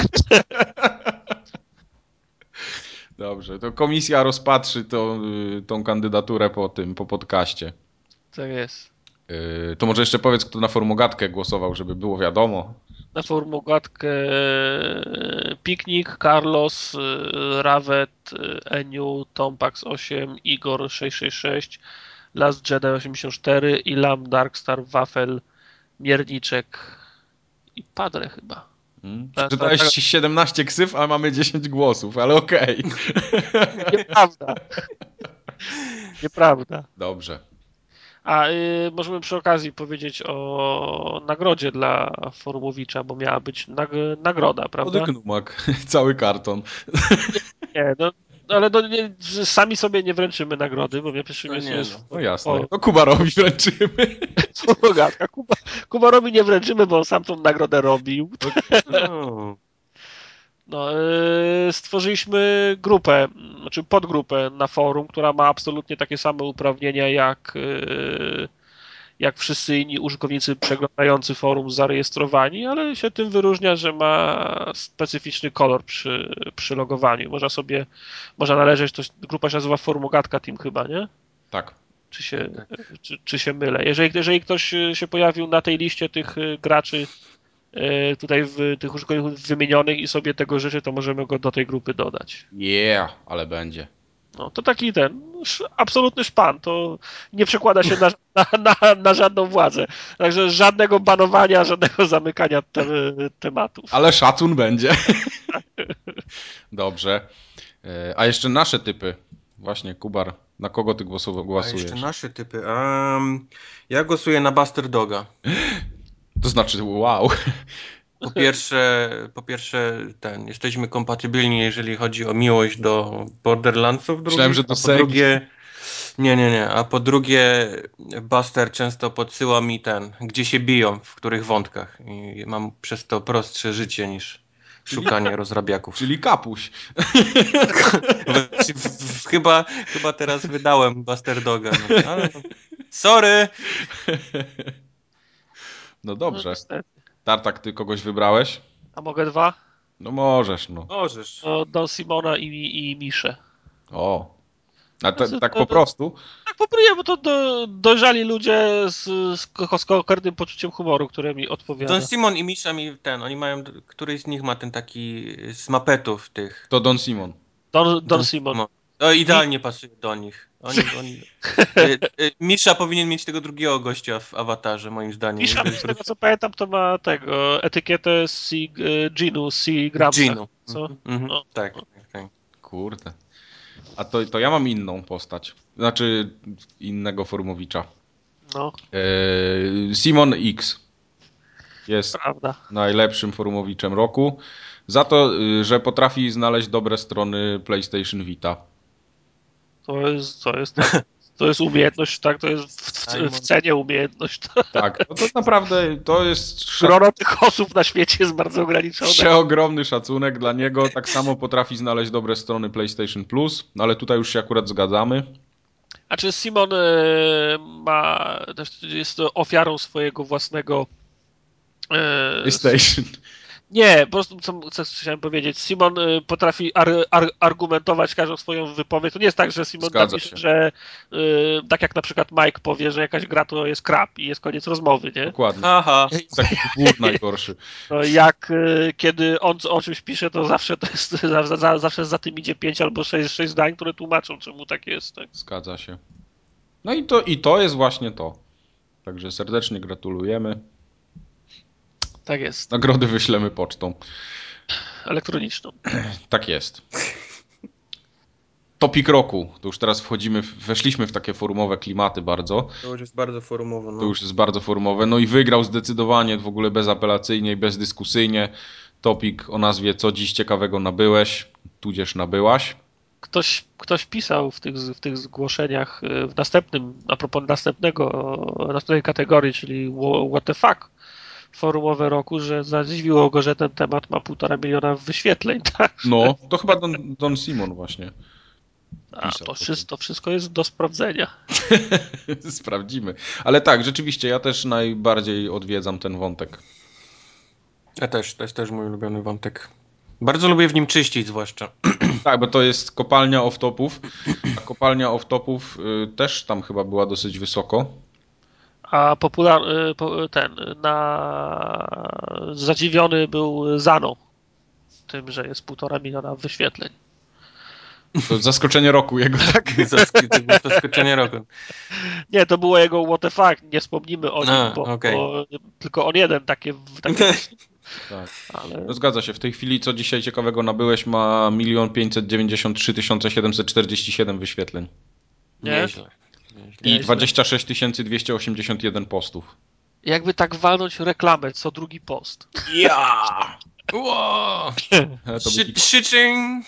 Dobrze, to komisja rozpatrzy tą, tą kandydaturę po tym, po podcaście. Tak jest. Yy, to może jeszcze powiedz, kto na formogatkę głosował, żeby było wiadomo. na formogatkę Piknik, Carlos, Rawet, Eniu, Tompax osiem, Igor sześć sześć sześć, Last Jedi osiemdziesiąt cztery, Ilam, Darkstar, Wafel, Mierniczek i Padre chyba. Hmm. Ta, ta, Przeczytałeś ta... siedemnaście ksyw, a mamy dziesięć głosów, ale okej. Okay. Nieprawda. Nieprawda. Dobrze. A y, możemy przy okazji powiedzieć o nagrodzie dla Forumowicza, bo miała być nag- nagroda, prawda? Odyknumak, cały karton. Nie, nie no, ale no, nie, sami sobie nie wręczymy nagrody, bo ja pierwszym No jest... nie, jest no. No jasne. o, No Kubarowi wręczymy. Formogatka. Kuba, Kubarowi nie wręczymy, bo on sam tą nagrodę robił. No. No, yy, stworzyliśmy grupę, znaczy podgrupę na forum, która ma absolutnie takie same uprawnienia jak, yy, jak wszyscy inni użytkownicy przeglądający forum zarejestrowani, ale się tym wyróżnia, że ma specyficzny kolor przy, przy logowaniu. Można sobie, można należeć, to grupa się nazywa Formogatka Team chyba, nie? Tak. Czy się, Tak, tak. Czy, czy się mylę? Jeżeli, jeżeli ktoś się pojawił na tej liście tych graczy tutaj w tych użytkowników wymienionych i sobie tego życzy, to możemy go do tej grupy dodać. Yeah, ale będzie. No, to taki ten absolutny szpan, to nie przekłada się na, na, na, na żadną władzę. Także żadnego banowania, żadnego zamykania te, tematów. Ale szacun będzie. Dobrze. A jeszcze nasze typy. Właśnie, Kubar, na kogo ty głosujesz? A jeszcze nasze typy. Um, ja głosuję na Buster Doga. To znaczy, wow. Po pierwsze, po pierwsze ten, jesteśmy kompatybilni, jeżeli chodzi o miłość do Borderlandsów drugich, Myślałem, że do a po Segi. drugie, nie, nie, nie, a po drugie Buster często podsyła mi ten, gdzie się biją, w których wątkach i mam przez to prostsze życie niż szukanie rozrabiaków. Czyli kapuś. w, w, chyba, chyba teraz wydałem Buster Doga, no, ale no, sorry! No dobrze. No, niestety. Tartak, ty kogoś wybrałeś? A mogę dwa? No możesz, no. Możesz. No, Don Simona i, i Miszę. O. A te, Znaczy, tak to- po prostu? Tak popróbuję, bo to do, dojrzali ludzie z, z, ko- z konkretnym poczuciem humoru, które mi odpowiada. Don Simon i Misha mi ten, oni mają, któryś z nich ma ten taki z mapetów tych. To Don Simon. Don, Don Simon. No idealnie pasuje do nich. Oni, oni... y, y, Misha powinien mieć tego drugiego gościa w awatarze, moim zdaniem. Misza, Jakby- z tego co pamiętam, to ma tego etykietę C, e, Ginu, C Gramsa. Ginu. Co? Mhm, mhm, No. tak, tak, tak. Kurde. A to, to ja mam inną postać. Znaczy innego Forumowicza. No, Eee, Simon X jest prawda. najlepszym Forumowiczem roku. Za to, y, że potrafi znaleźć dobre strony PlayStation Vita. To jest, to jest, tak, to jest umiejętność, tak? To jest w, w, w cenie umiejętność. Tak, no to naprawdę to jest szac- Grono tych osób na świecie jest bardzo ograniczone. przeogromny szacunek dla niego. Tak samo potrafi znaleźć dobre strony PlayStation Plus, no ale tutaj już się akurat zgadzamy. A czy Simon e, ma, też jest ofiarą swojego własnego e, PlayStation. Nie, po prostu co, co chciałem powiedzieć. Simon y, potrafi ar, ar, argumentować każdą swoją wypowiedź. To nie jest tak, że Simon Zgadza napisze, się. że y, tak jak na przykład Mike powie, że jakaś gra to jest crap i jest koniec rozmowy, nie? Dokładnie. Aha. Taki głód najgorszy. No, jak y, kiedy on o czymś pisze, to zawsze to jest, za, za, zawsze za tym idzie pięć albo sześć, sześć zdań, które tłumaczą, czemu tak jest. Tak? Zgadza się. No i to, i to jest właśnie to. Także serdecznie gratulujemy. Tak jest. Nagrody wyślemy pocztą. Elektroniczną. Tak jest. Topik roku. To już teraz wchodzimy, w, weszliśmy w takie forumowe klimaty bardzo. To już jest bardzo forumowo. No. To już jest bardzo forumowe. No i wygrał zdecydowanie, w ogóle bezapelacyjnie i bezdyskusyjnie topik o nazwie Co dziś ciekawego nabyłeś, tudzież nabyłaś. Ktoś, ktoś pisał w tych, w tych zgłoszeniach y, w następnym, a propos następnego, następnej kategorii, czyli what the fuck, forumowe roku, że zadziwiło go, że ten temat ma półtora miliona wyświetleń. Tak? No, to chyba Don, Don Simon właśnie. A pisał to o tym. wszystko, to wszystko jest do sprawdzenia. Sprawdzimy. Ale tak, rzeczywiście, ja też najbardziej odwiedzam ten wątek. Ja też, to jest też mój ulubiony wątek. Bardzo lubię w nim czyścić zwłaszcza. Tak, bo to jest kopalnia off-topów, a kopalnia off-topów y, też tam chyba była dosyć wysoko. A popular... y, po- ten, na... zadziwiony był Zano tym, że jest półtora miliona wyświetleń. To zaskoczenie roku jego, tak? Zask- to było zaskoczenie roku. Nie, to było jego what the fuck, nie wspomnimy o nim, A, bo, okej. bo tylko on jeden takie... takie Tak. ale... No zgadza się. W tej chwili, co dzisiaj ciekawego nabyłeś, ma milion pięćset dziewięćdziesiąt trzy tysiące siedemset czterdzieści siedem wyświetleń. Nie? Nieźle. Nieźle. I Nieźle. dwadzieścia sześć tysięcy dwieście osiemdziesiąt jeden postów. Jakby tak walnąć reklamę co drugi post. Ja! Wow! To by... Shitching!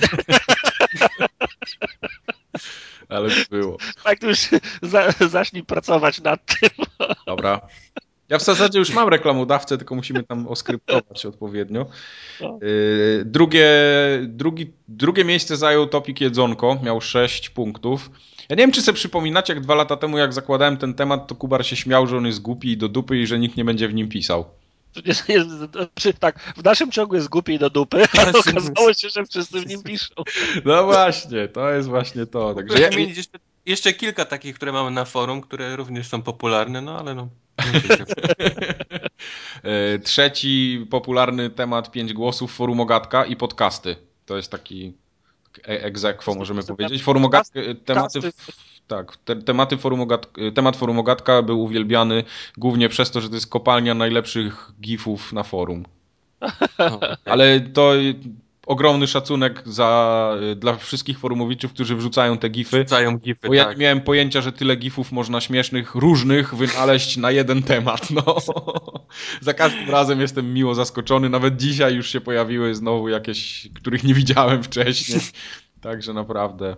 Ale by było. Tak to już za, zacznij pracować nad tym. Dobra. Ja w zasadzie już mam reklamodawcę, tylko musimy tam oskryptować odpowiednio. No. Yy, drugie, drugi, drugie miejsce zajął Topik Jedzonko, miał sześć punktów. Ja nie wiem, czy sobie przypominacie, jak dwa lata temu, jak zakładałem ten temat, to Kubar się śmiał, że on jest głupi i do dupy i że nikt nie będzie w nim pisał. Jest, jest, przy, tak, w naszym ciągu jest głupi do dupy, ale okazało się, że wszyscy w nim piszą. No właśnie, to jest właśnie to. Także ja, Wymienić jeszcze, jeszcze kilka takich, które mamy na forum, które również są popularne, no ale no. E, Trzeci popularny temat, pięć głosów, forum Ogatka i podcasty. To jest taki ex aequo, możemy powiedzieć. Forum Ogatka, tematy, tak, te, tematy forum Ogatka, temat forum Ogatka był uwielbiany głównie przez to, że to jest kopalnia najlepszych gifów na forum. O, okay. Ale to ogromny szacunek za, dla wszystkich forumowiczów, którzy wrzucają te gify. Wrzucają gify, bo ja tak. nie miałem pojęcia, że tyle gifów można śmiesznych, różnych wynaleźć na jeden temat. No. Za każdym razem jestem miło zaskoczony. Nawet dzisiaj już się pojawiły znowu jakieś, których nie widziałem wcześniej. Także naprawdę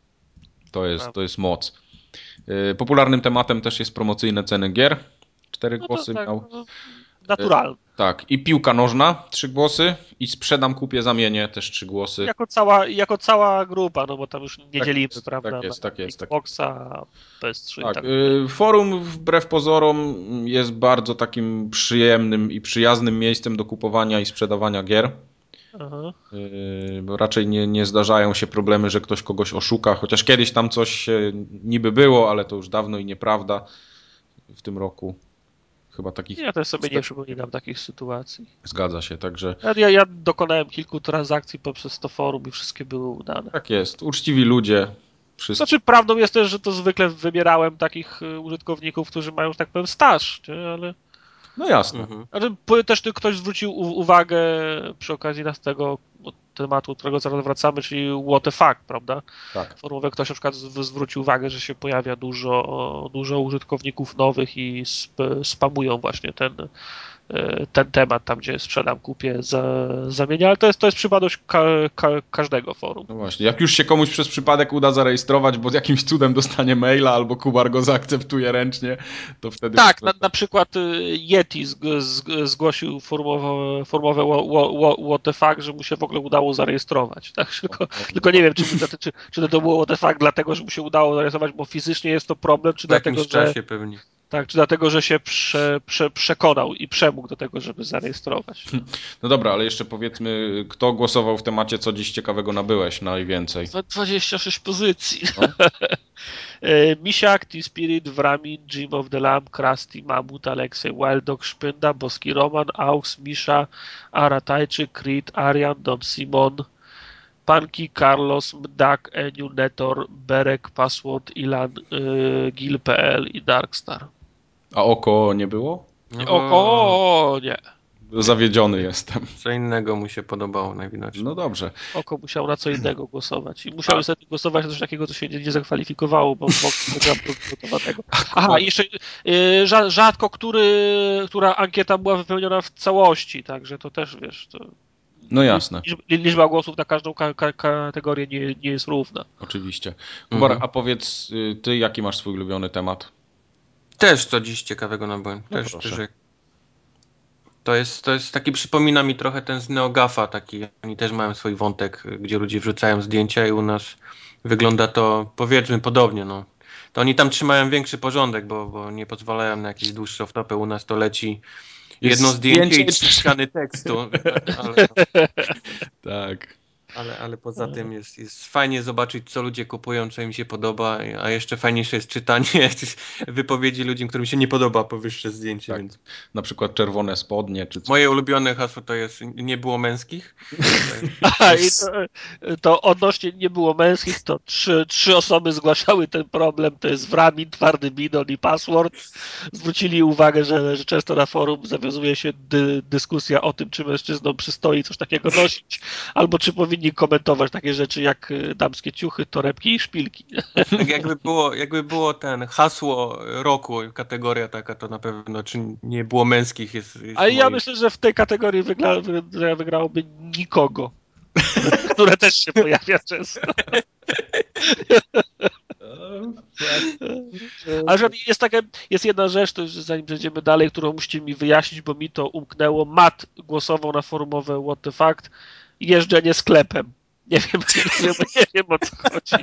to jest, to jest moc. Popularnym tematem też jest promocyjne ceny gier. Cztery No głosy tak, miał. no, naturalne. Tak, i piłka nożna, trzy głosy, i sprzedam, kupię, zamienię, też trzy głosy. Jako cała, jako cała grupa, no bo tam już nie Tak dzielimy, jest, prawda, tak jest, na tak jest, tak. Xboxa, P S trzy Tak, i tak y, forum wbrew pozorom jest bardzo takim przyjemnym i przyjaznym miejscem do kupowania i sprzedawania gier. Aha. Y, bo raczej nie, nie zdarzają się problemy, że ktoś kogoś oszuka, chociaż kiedyś tam coś niby było, ale to już dawno i nieprawda w tym roku. Chyba takich... Ja też sobie nie przypominam takich sytuacji. Zgadza się, także... Ja, ja dokonałem kilku transakcji poprzez to forum i wszystkie były udane. Tak jest, uczciwi ludzie. Wszyscy. Znaczy prawdą jest też, że to zwykle wybierałem takich użytkowników, którzy mają, że tak powiem, staż, nie? Ale... No jasne. Mhm. Ale też ktoś zwrócił uwagę przy okazji nas tego tematu, do którego zaraz wracamy, czyli what the fuck, prawda? Tak. Forumowy ktoś na przykład zwrócił uwagę, że się pojawia dużo, dużo użytkowników nowych i sp spamują właśnie ten, ten temat, tam gdzie sprzedam, kupię, za, zamienię, ale to jest, to jest przypadłość ka ka każdego forum. No właśnie, jak już się komuś przez przypadek uda zarejestrować, bo jakimś cudem dostanie maila albo Kubar go zaakceptuje ręcznie, to wtedy... Tak, na, na przykład Yeti z, z, zgłosił formowe, formowe what the fuck, że mu się w ogóle udało zarejestrować. Tak? Tylko, o, o, tylko nie wiem, czy, czy, czy to było what the fuck dlatego, że mu się udało zarejestrować, bo fizycznie jest to problem, czy W dlatego, jakimś że... czasie pewnie. Tak, czy dlatego, że się prze, prze, przekonał i przemógł do tego, żeby zarejestrować. No dobra, ale jeszcze powiedzmy, kto głosował w temacie, co dziś ciekawego nabyłeś najwięcej? dwadzieścia sześć pozycji. No? Misiak, T-Spirit, Wramin, Jim of the Lamb, Krusty, Mamut, Alexej, Wild Dog, Szpynda, Boski Roman, Aux, Misza, Aratajczyk, Creed, Arian, Don Simon, Panki, Carlos, Mdak, Eniu, Netor, Berek, Password, Ilan, yy, Gil kropka p l i Darkstar. A oko nie było? No, Oko, nie. Zawiedziony jestem. co innego mu się podobało najwidoczniej. No dobrze. Oko musiał na co innego głosować. I musiał A. niestety głosować na coś takiego, co się nie, nie zakwalifikowało, bo program produkowanego. Aha, i jeszcze y, rzadko który, która ankieta była wypełniona w całości, także to też, wiesz, to No jasne. liczba, liczba głosów na każdą ka ka kategorię nie, nie jest równa. Oczywiście. Kubar, Mhm. a powiedz ty, jaki masz swój ulubiony temat? Też co dziś ciekawego nabyłem. No Też, proszę. też jak... To jest, to jest taki, przypomina mi trochę ten z NeoGAFa, taki, oni też mają swój wątek, gdzie ludzie wrzucają zdjęcia i u nas wygląda to, powiedzmy, podobnie, no. To oni tam trzymają większy porządek, bo, bo nie pozwalają na jakieś dłuższe off-topy, u nas to leci Jest jedno zdjęcie, zdjęcie i trzy ściany tekstu. Ale, Tak. Ale, ale poza tym jest, jest fajnie zobaczyć, co ludzie kupują, co im się podoba, a jeszcze fajniejsze jest czytanie wypowiedzi ludzi, którym się nie podoba powyższe zdjęcie. Tak. Więc Na przykład czerwone spodnie czy coś. moje ulubione hasło to jest nie było męskich. To jest, Aha, i to, to odnośnie nie było męskich, to trzy, trzy osoby zgłaszały ten problem, to jest Wramin, Twardy Bidon i Password. Zwrócili uwagę, że, że często na forum zawiązuje się dy, dyskusja o tym, czy mężczyznom przystoi coś takiego nosić, albo czy powinni komentować takie rzeczy jak damskie ciuchy, torebki i szpilki. tak jakby było, jakby było ten hasło roku, kategoria taka, to na pewno czy nie było męskich jest, jest Ale ja moim... myślę, że w tej kategorii wygra, wygra, wygrałoby nikogo, które, które też się pojawia często. Ale że jest, taka, jest jedna rzecz, to już zanim przejdziemy dalej, którą musicie mi wyjaśnić, bo mi to umknęło. Matt głosował na forumowe What the Fact. Jeżdżenie sklepem. Nie wiem, nie wiem, nie wiem o co chodzi.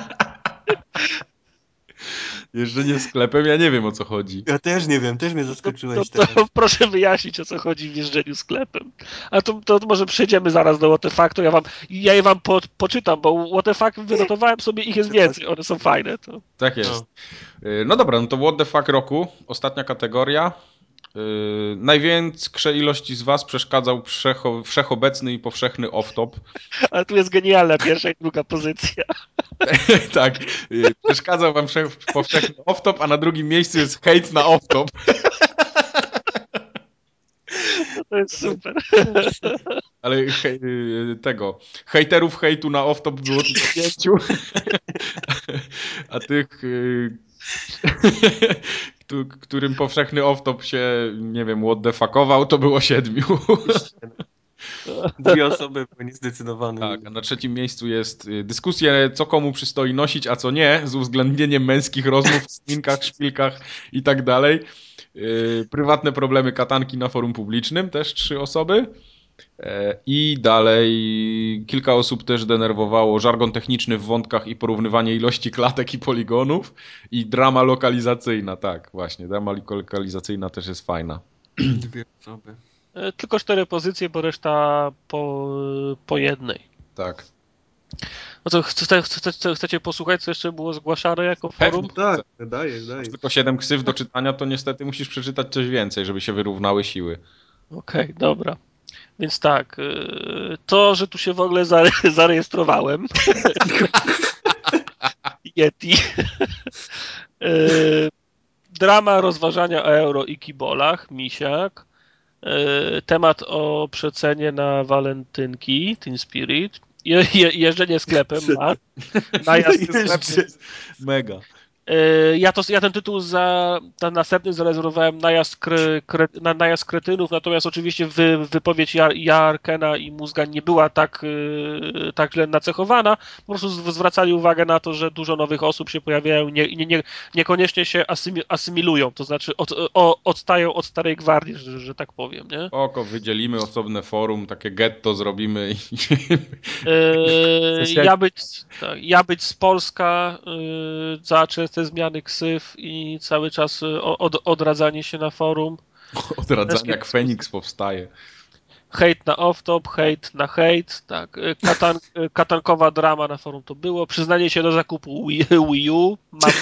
Jeżdżenie sklepem, ja nie wiem o co chodzi. Ja też nie wiem, też mnie To, zaskoczyłeś to, to teraz. proszę wyjaśnić, o co chodzi w jeżdżeniu sklepem. A to, to może przejdziemy zaraz do What the Fact, to ja wam, ja je wam po, poczytam, bo What the Fact wynotowałem sobie, ich jest więcej, one są fajne. To. Tak jest. No. no dobra, no to What the Fuck roku, ostatnia kategoria. Yy, największe ilości z was przeszkadzał wszecho, wszechobecny i powszechny off-top. Ale tu jest genialna pierwsza i druga pozycja. tak, yy, przeszkadzał wam wszech, powszechny off-top, a na drugim miejscu jest hejt na off-top. To jest super. Ale hej, yy, tego, hejterów hejtu na off-top było tylko pięciu, a tych... Yy, którym powszechny off-top się, nie wiem, what the fuckował, to było siedmiu. Dwie osoby były niezdecydowane. Tak, a na trzecim miejscu jest dyskusje, co komu przystoi nosić, a co nie, z uwzględnieniem męskich rozmów, sminkach, szpilkach i tak dalej. Prywatne problemy katanki na forum publicznym, też trzy osoby. I dalej kilka osób też denerwowało żargon techniczny w wątkach i porównywanie ilości klatek i poligonów i drama lokalizacyjna, tak, właśnie, drama lokalizacyjna też jest fajna. Dwie osoby. Tylko cztery pozycje, bo reszta po, po jednej. Tak. No co, chcecie, chcecie, chcecie posłuchać, co jeszcze było zgłaszane jako forum? Pewnie. Tak, daję, daję. Tylko siedem ksyw do czytania, to niestety musisz przeczytać coś więcej, żeby się wyrównały siły. Okej, okay, dobra. Więc tak, to, że tu się w ogóle zare- zarejestrowałem. Yeti. Drama rozważania o euro i kibolach, misiak. Temat o przecenie na walentynki, Teen Spirit. Je- je- jeżdżenie sklepem ma. Najazd sklepem. Mega. Ja, to, ja ten tytuł za ten następny zarezerwowałem najazd, kre, kre, na najazd kretynów, natomiast oczywiście wy, wypowiedź Jar, Jarkena i Mózga nie była tak, yy, tak źle nacechowana. Po prostu zwracali uwagę na to, że dużo nowych osób się pojawiają i nie, nie, nie, niekoniecznie się asymi, asymilują, to znaczy od, o, odstają od starej gwardii, że, że tak powiem. Nie? Oko, wydzielimy osobne forum, takie getto zrobimy. I... Yy, ja, być, tak, ja być z Polska, yy, za częste zmiany ksyw i cały czas od, odradzanie się na forum. Odradzanie jak Feniks powstaje. Hejt na off-top, hejt na hejt, tak. Katan, katankowa drama na forum to było. Przyznanie się do zakupu Wii, Wii U. Mam...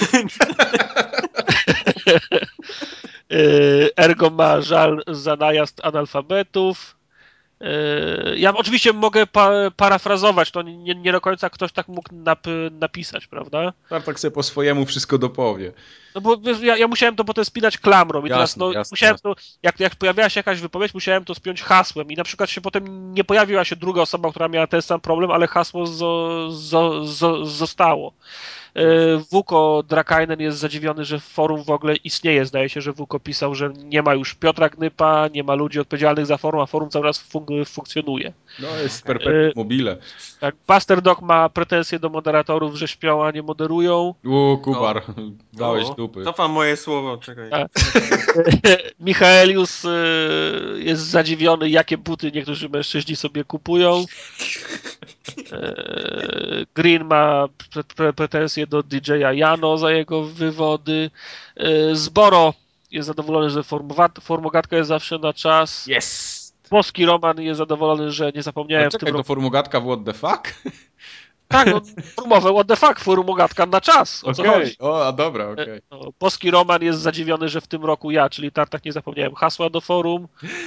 Ergo ma żal za najazd analfabetów. Ja oczywiście mogę pa, parafrazować, to nie, nie do końca ktoś tak mógł nap, napisać, prawda? Tak sobie po swojemu wszystko dopowie. No bo ja, ja musiałem to potem spinać klamrą i jasne, teraz no, jasne, musiałem jasne. to, jak, jak pojawiała się jakaś wypowiedź, musiałem to spiąć hasłem i na przykład się potem nie pojawiła się druga osoba, która miała ten sam problem, ale hasło zo, zo, zo, zostało. Wuko Drakainen jest zadziwiony, że forum w ogóle istnieje. Zdaje się, że Wuko pisał, że nie ma już Piotra Gnypa, nie ma ludzi odpowiedzialnych za forum, a forum cały czas fun- funkcjonuje. No jest perpetuum mobile. Tak, Buster Dog ma pretensje do moderatorów, że śpią, a nie moderują. U, Kubar, o. dałeś o, dupy. Cofam moje słowo, czekaj. Michaelius jest zadziwiony, jakie buty niektórzy mężczyźni sobie kupują. Green ma pretensje do D J-a Jano za jego wywody. Zboro jest zadowolony, że formogatka jest zawsze na czas. Jest! Boski Roman jest zadowolony, że nie zapomniałem Ale w tym czekaj, to roku. Forumogatka w What the fuck? Tak, no, forumowe, what the fuck, forumogatka na czas, o co Okej, chodzi. o, a dobra, okej. E, no, Boski Roman jest zadziwiony, że w tym roku ja, czyli Tartak, nie zapomniałem hasła do forum.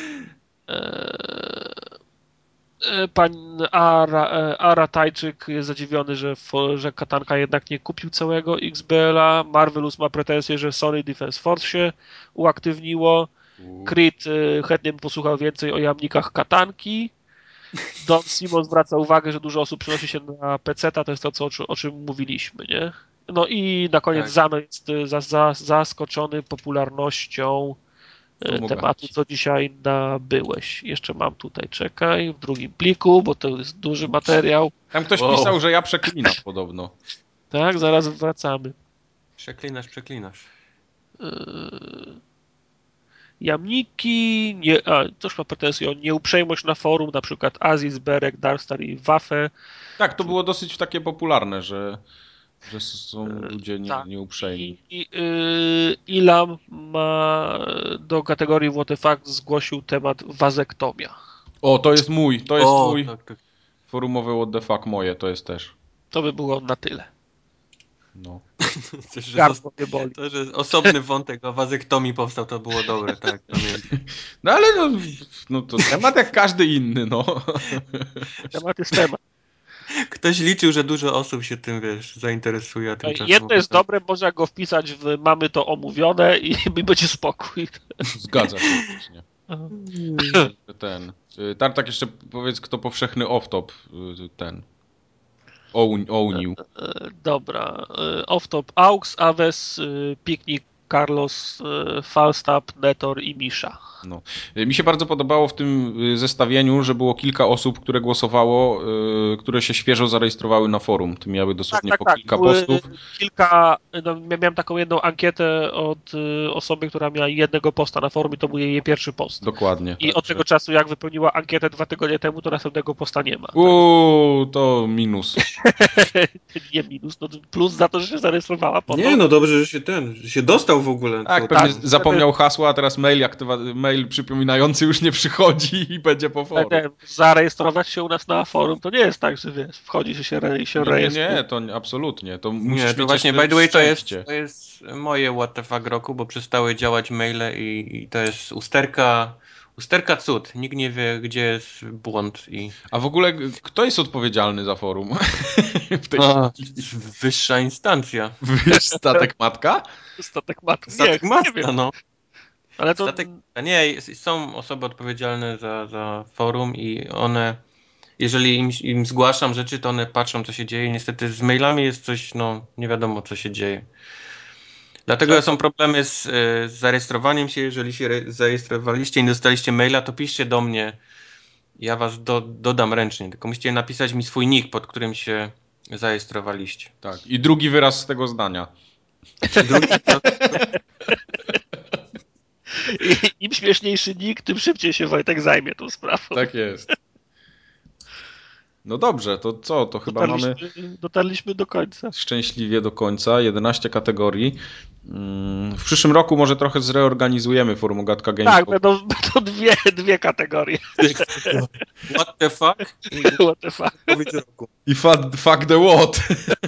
E, e, Pan Ara, e, Ara Tajczyk jest zadziwiony, że, fo, że Katanka jednak nie kupił całego X B L-a. Marvelous ma pretensje, że Sony Defense Force się uaktywniło. U. Creed e, chętnie by posłuchał więcej o jamnikach Katanki. Don Simon zwraca uwagę, że dużo osób przenosi się na peceta, to jest to, co, o czym mówiliśmy, nie? No i na koniec Tak. Zano jest za, za, zaskoczony popularnością e, Forumogatki. tematu, co dzisiaj nabyłeś. Jeszcze mam tutaj, czekaj, w drugim pliku, bo to jest duży materiał. Tam ktoś Wow. pisał, że ja przeklinam podobno. Tak, zaraz wracamy. Przeklinasz, przeklinasz. Yy, Jamniki, nie, a, też ma pretensje o nieuprzejmość na forum, na przykład Aziz, Berek, Darstar i Waffe. Tak, to było dosyć takie popularne, że, że są ludzie nie, Tak. nieuprzejmi. I, i yy, Ilam ma do kategorii What the fuck zgłosił temat wazektomia. O, to jest mój, to jest O, mój tak, tak. forumowy what the fuck moje, to jest też. To by było na tyle. No. To, że, Gardło mnie boli. to, że osobny wątek o wazektomii powstał, to było dobre, tak, pamiętam. No ale no, no to temat jak każdy inny, no. Temat jest temat. Ktoś liczył, że dużo osób się tym, wiesz, zainteresuje, a tymczasem... Jedno jest to... dobre, można go wpisać w mamy to omówione i mi będzie spokój. Zgadza się właśnie. Ten. Tartak, jeszcze powiedz, kto powszechny off-top ten. Ownił. Dobra. Off-top Aux, Aves, Piknik, Carlos, Falstaff, Netor i Misza. No. Mi się bardzo podobało w tym zestawieniu, że było kilka osób, które głosowało, yy, które się świeżo zarejestrowały na forum. Ty miały dosłownie tak, po tak, kilka były postów. Kilka, no, miałem taką jedną ankietę od y, osoby, która miała jednego posta na forum i to był jej pierwszy post. Dokładnie. I tak, od że... tego czasu, jak wypełniła ankietę dwa tygodnie temu, to następnego posta nie ma. Uuu, to minus. Nie minus, no plus za to, że się zarejestrowała po Nie, to. no dobrze, że się ten, że się dostał w ogóle. Tak, To- pewnie tak, zapomniał hasła, a teraz mail, aktywa- mail przypominający już nie przychodzi i będzie po forum. Nie, zarejestrować się u nas na forum to nie jest tak, że wiesz, wchodzi się, się, re, się Nie, nie, rejestruje. nie, to absolutnie. To musisz Nie, mieć to właśnie, jeszcze by the way, to jest, szczęście. to jest moje what the fuck roku, bo przestały działać maile i, i to jest usterka, usterka cud. Nikt nie wie, gdzie jest błąd i... A w ogóle kto jest odpowiedzialny za forum? W tej A, chwili? wyższa instancja. Wiesz, statek matka? Statek matki. Statek Nie, matka, nie wiem. no. Ale to Statek, a nie, jest- są osoby odpowiedzialne za, za forum i one, jeżeli im, im zgłaszam rzeczy, to one patrzą, co się dzieje. Niestety z mailami jest coś, no, nie wiadomo, co się dzieje. Dlatego są problemy z, e, z zarejestrowaniem się. Jeżeli się re- zarejestrowaliście i nie dostaliście maila, to piszcie do mnie. Ja was do, dodam ręcznie. Tylko musicie napisać mi swój nick, pod którym się zarejestrowaliście. Tak. I drugi wyraz z tego zdania. Drugi, to, im śmieszniejszy nick, tym szybciej się Wojtek zajmie tą sprawą. Tak jest. No dobrze, to co? To chyba mamy Dotarliśmy, dotarliśmy do końca. szczęśliwie do końca. jedenaście kategorii. Mm, W przyszłym roku może trochę zreorganizujemy forum Ogatka Games. Tak, bo- będą, będą dwie, dwie kategorie. what the fuck? I What the fuck. odpowiedź roku. I fuck, fuck the what?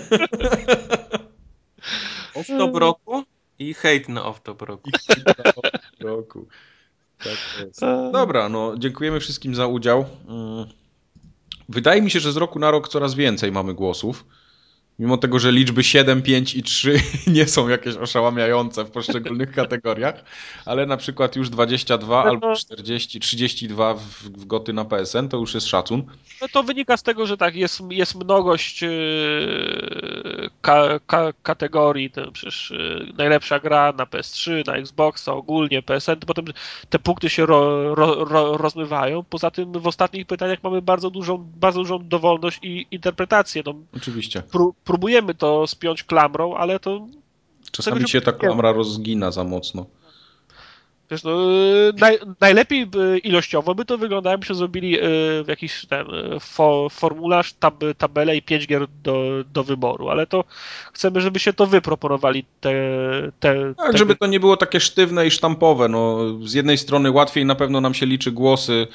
Off-top roku i hejt na off-top roku. roku. Tak jest. Dobra, no dziękujemy wszystkim za udział. Mm, Wydaje mi się, że z roku na rok coraz więcej mamy głosów. Mimo tego, że liczby siedem, pięć i trzy nie są jakieś oszałamiające w poszczególnych kategoriach, ale na przykład już dwadzieścia dwa No albo to- czterdzieści, trzydzieści dwa w, w goty na P S N to już jest szacun. No to wynika z tego, że tak, jest, jest mnogość yy, ka, ka, kategorii, to przecież yy, najlepsza gra na P S trzy, na Xboxa, ogólnie P S N, to potem te punkty się ro, ro, ro, rozmywają. Poza tym w ostatnich pytaniach mamy bardzo dużą, bardzo dużą dowolność i interpretację. No, Oczywiście. pró, próbujemy to spiąć klamrą, ale to Czasami Tego się ta nie- klamra rozgina za mocno. wiesz, no, yy, naj, najlepiej by ilościowo by to wyglądało, jakbyśmy zrobili yy, w jakiś ten yy, fo, formularz, tab, tabelę i pięć gier do, do wyboru, ale to chcemy, żeby się to wy proponowali te, te, Tak, te żeby to nie było takie sztywne i sztampowe. No, z jednej strony łatwiej na pewno nam się liczy głosy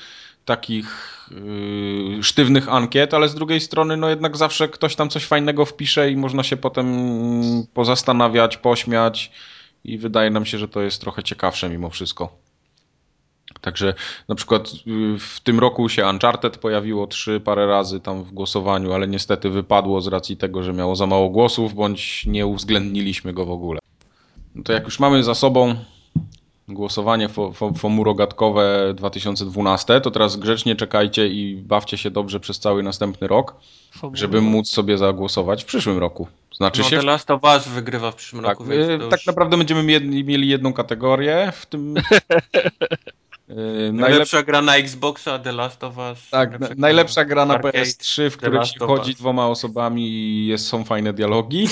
takich yy, sztywnych ankiet, ale z drugiej strony no jednak zawsze ktoś tam coś fajnego wpisze i można się potem pozastanawiać, pośmiać i wydaje nam się, że to jest trochę ciekawsze mimo wszystko. Także na przykład w tym roku się Uncharted pojawiło trzy parę razy tam w głosowaniu, ale niestety wypadło z racji tego, że miało za mało głosów, bądź nie uwzględniliśmy go w ogóle. No to jak już mamy za sobą głosowanie fo, fo, fomurogatkowe dwa tysiące dwanaście, to teraz grzecznie czekajcie i bawcie się dobrze przez cały następny rok, Formuła. żeby móc sobie zagłosować w przyszłym roku. Znaczy No się... The Last of Us wygrywa w przyszłym Tak, roku, więc to tak już... naprawdę będziemy mieli, mieli jedną kategorię w tym... Najlepsza gra na Xboxa, The Last of Us. Tak, najlepsza, najlepsza gra na Arcade, P S trzy, w The której się Last of chodzi Us. dwoma osobami i jest, są fajne dialogi.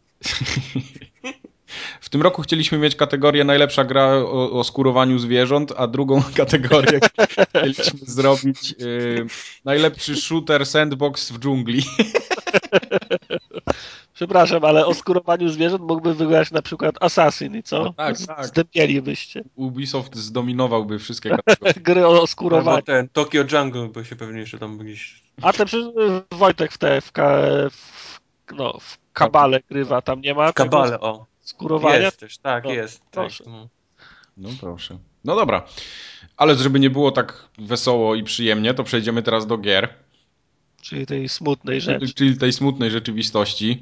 W tym roku chcieliśmy mieć kategorię najlepsza gra o, o skórowaniu zwierząt, a drugą kategorię chcieliśmy zrobić y, najlepszy shooter sandbox w dżungli. Przepraszam, ale o skórowaniu zwierząt mógłby wygrać na przykład Assassin i co? No tak, Z- tak. Zdępielibyście. Ubisoft zdominowałby wszystkie kategorie. Gry o Albo skórowaniu. ten Tokyo Jungle, bo się pewnie jeszcze tam gdzieś... A ten przecież y, Wojtek w te, w, ka, w, no, w kabale grywa, tam nie ma W Kabale, o. skórowania? Jest też, tak, No, jest. proszę. Tak, no. No proszę. No dobra. Ale żeby nie było tak wesoło i przyjemnie, to przejdziemy teraz do gier. Czyli tej smutnej rzeczy. Czyli tej smutnej rzeczywistości.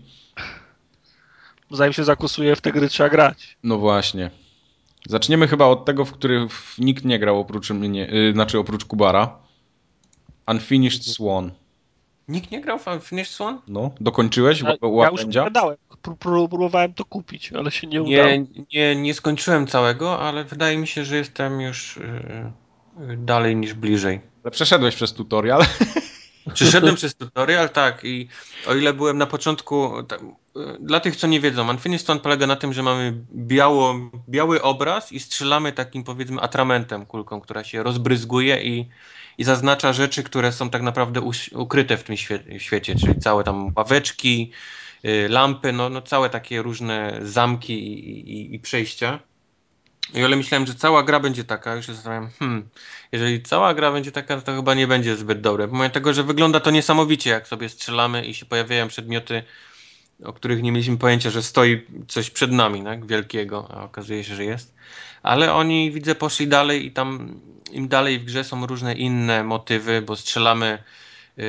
Bo zanim się zakusuje, w te gry trzeba grać. No właśnie. Zaczniemy chyba od tego, w którym nikt nie grał oprócz mnie, yy, znaczy oprócz Kubara. Unfinished Swan. Nikt nie grał w Unfinished Swan? No, dokończyłeś Ja, u ja już łabędzia? gadałem, pró- pró- próbowałem to kupić, ale się nie udało. Nie, nie, nie skończyłem całego, ale wydaje mi się, że jestem już yy, dalej niż bliżej. Ale przeszedłeś przez tutorial. Przyszedłem przez tutorial, tak, i o ile byłem na początku, tak, y, dla tych, co nie wiedzą, Unfinished Swan polega na tym, że mamy biało, biały obraz i strzelamy takim, powiedzmy, atramentem, kulką, która się rozbryzguje i, i zaznacza rzeczy, które są tak naprawdę uś, ukryte w tym świe, świecie, czyli całe tam ławeczki, y, lampy, no, no całe takie różne zamki i, i, i przejścia. I ale myślałem, że cała gra będzie taka, już się zastanawiam, hmm, jeżeli cała gra będzie taka, to chyba nie będzie zbyt dobre. Pomimo tego, że wygląda to niesamowicie, jak sobie strzelamy i się pojawiają przedmioty, o których nie mieliśmy pojęcia, że stoi coś przed nami, tak, wielkiego, a okazuje się, że jest. Ale oni, widzę, poszli dalej i tam im dalej w grze są różne inne motywy, bo strzelamy yy,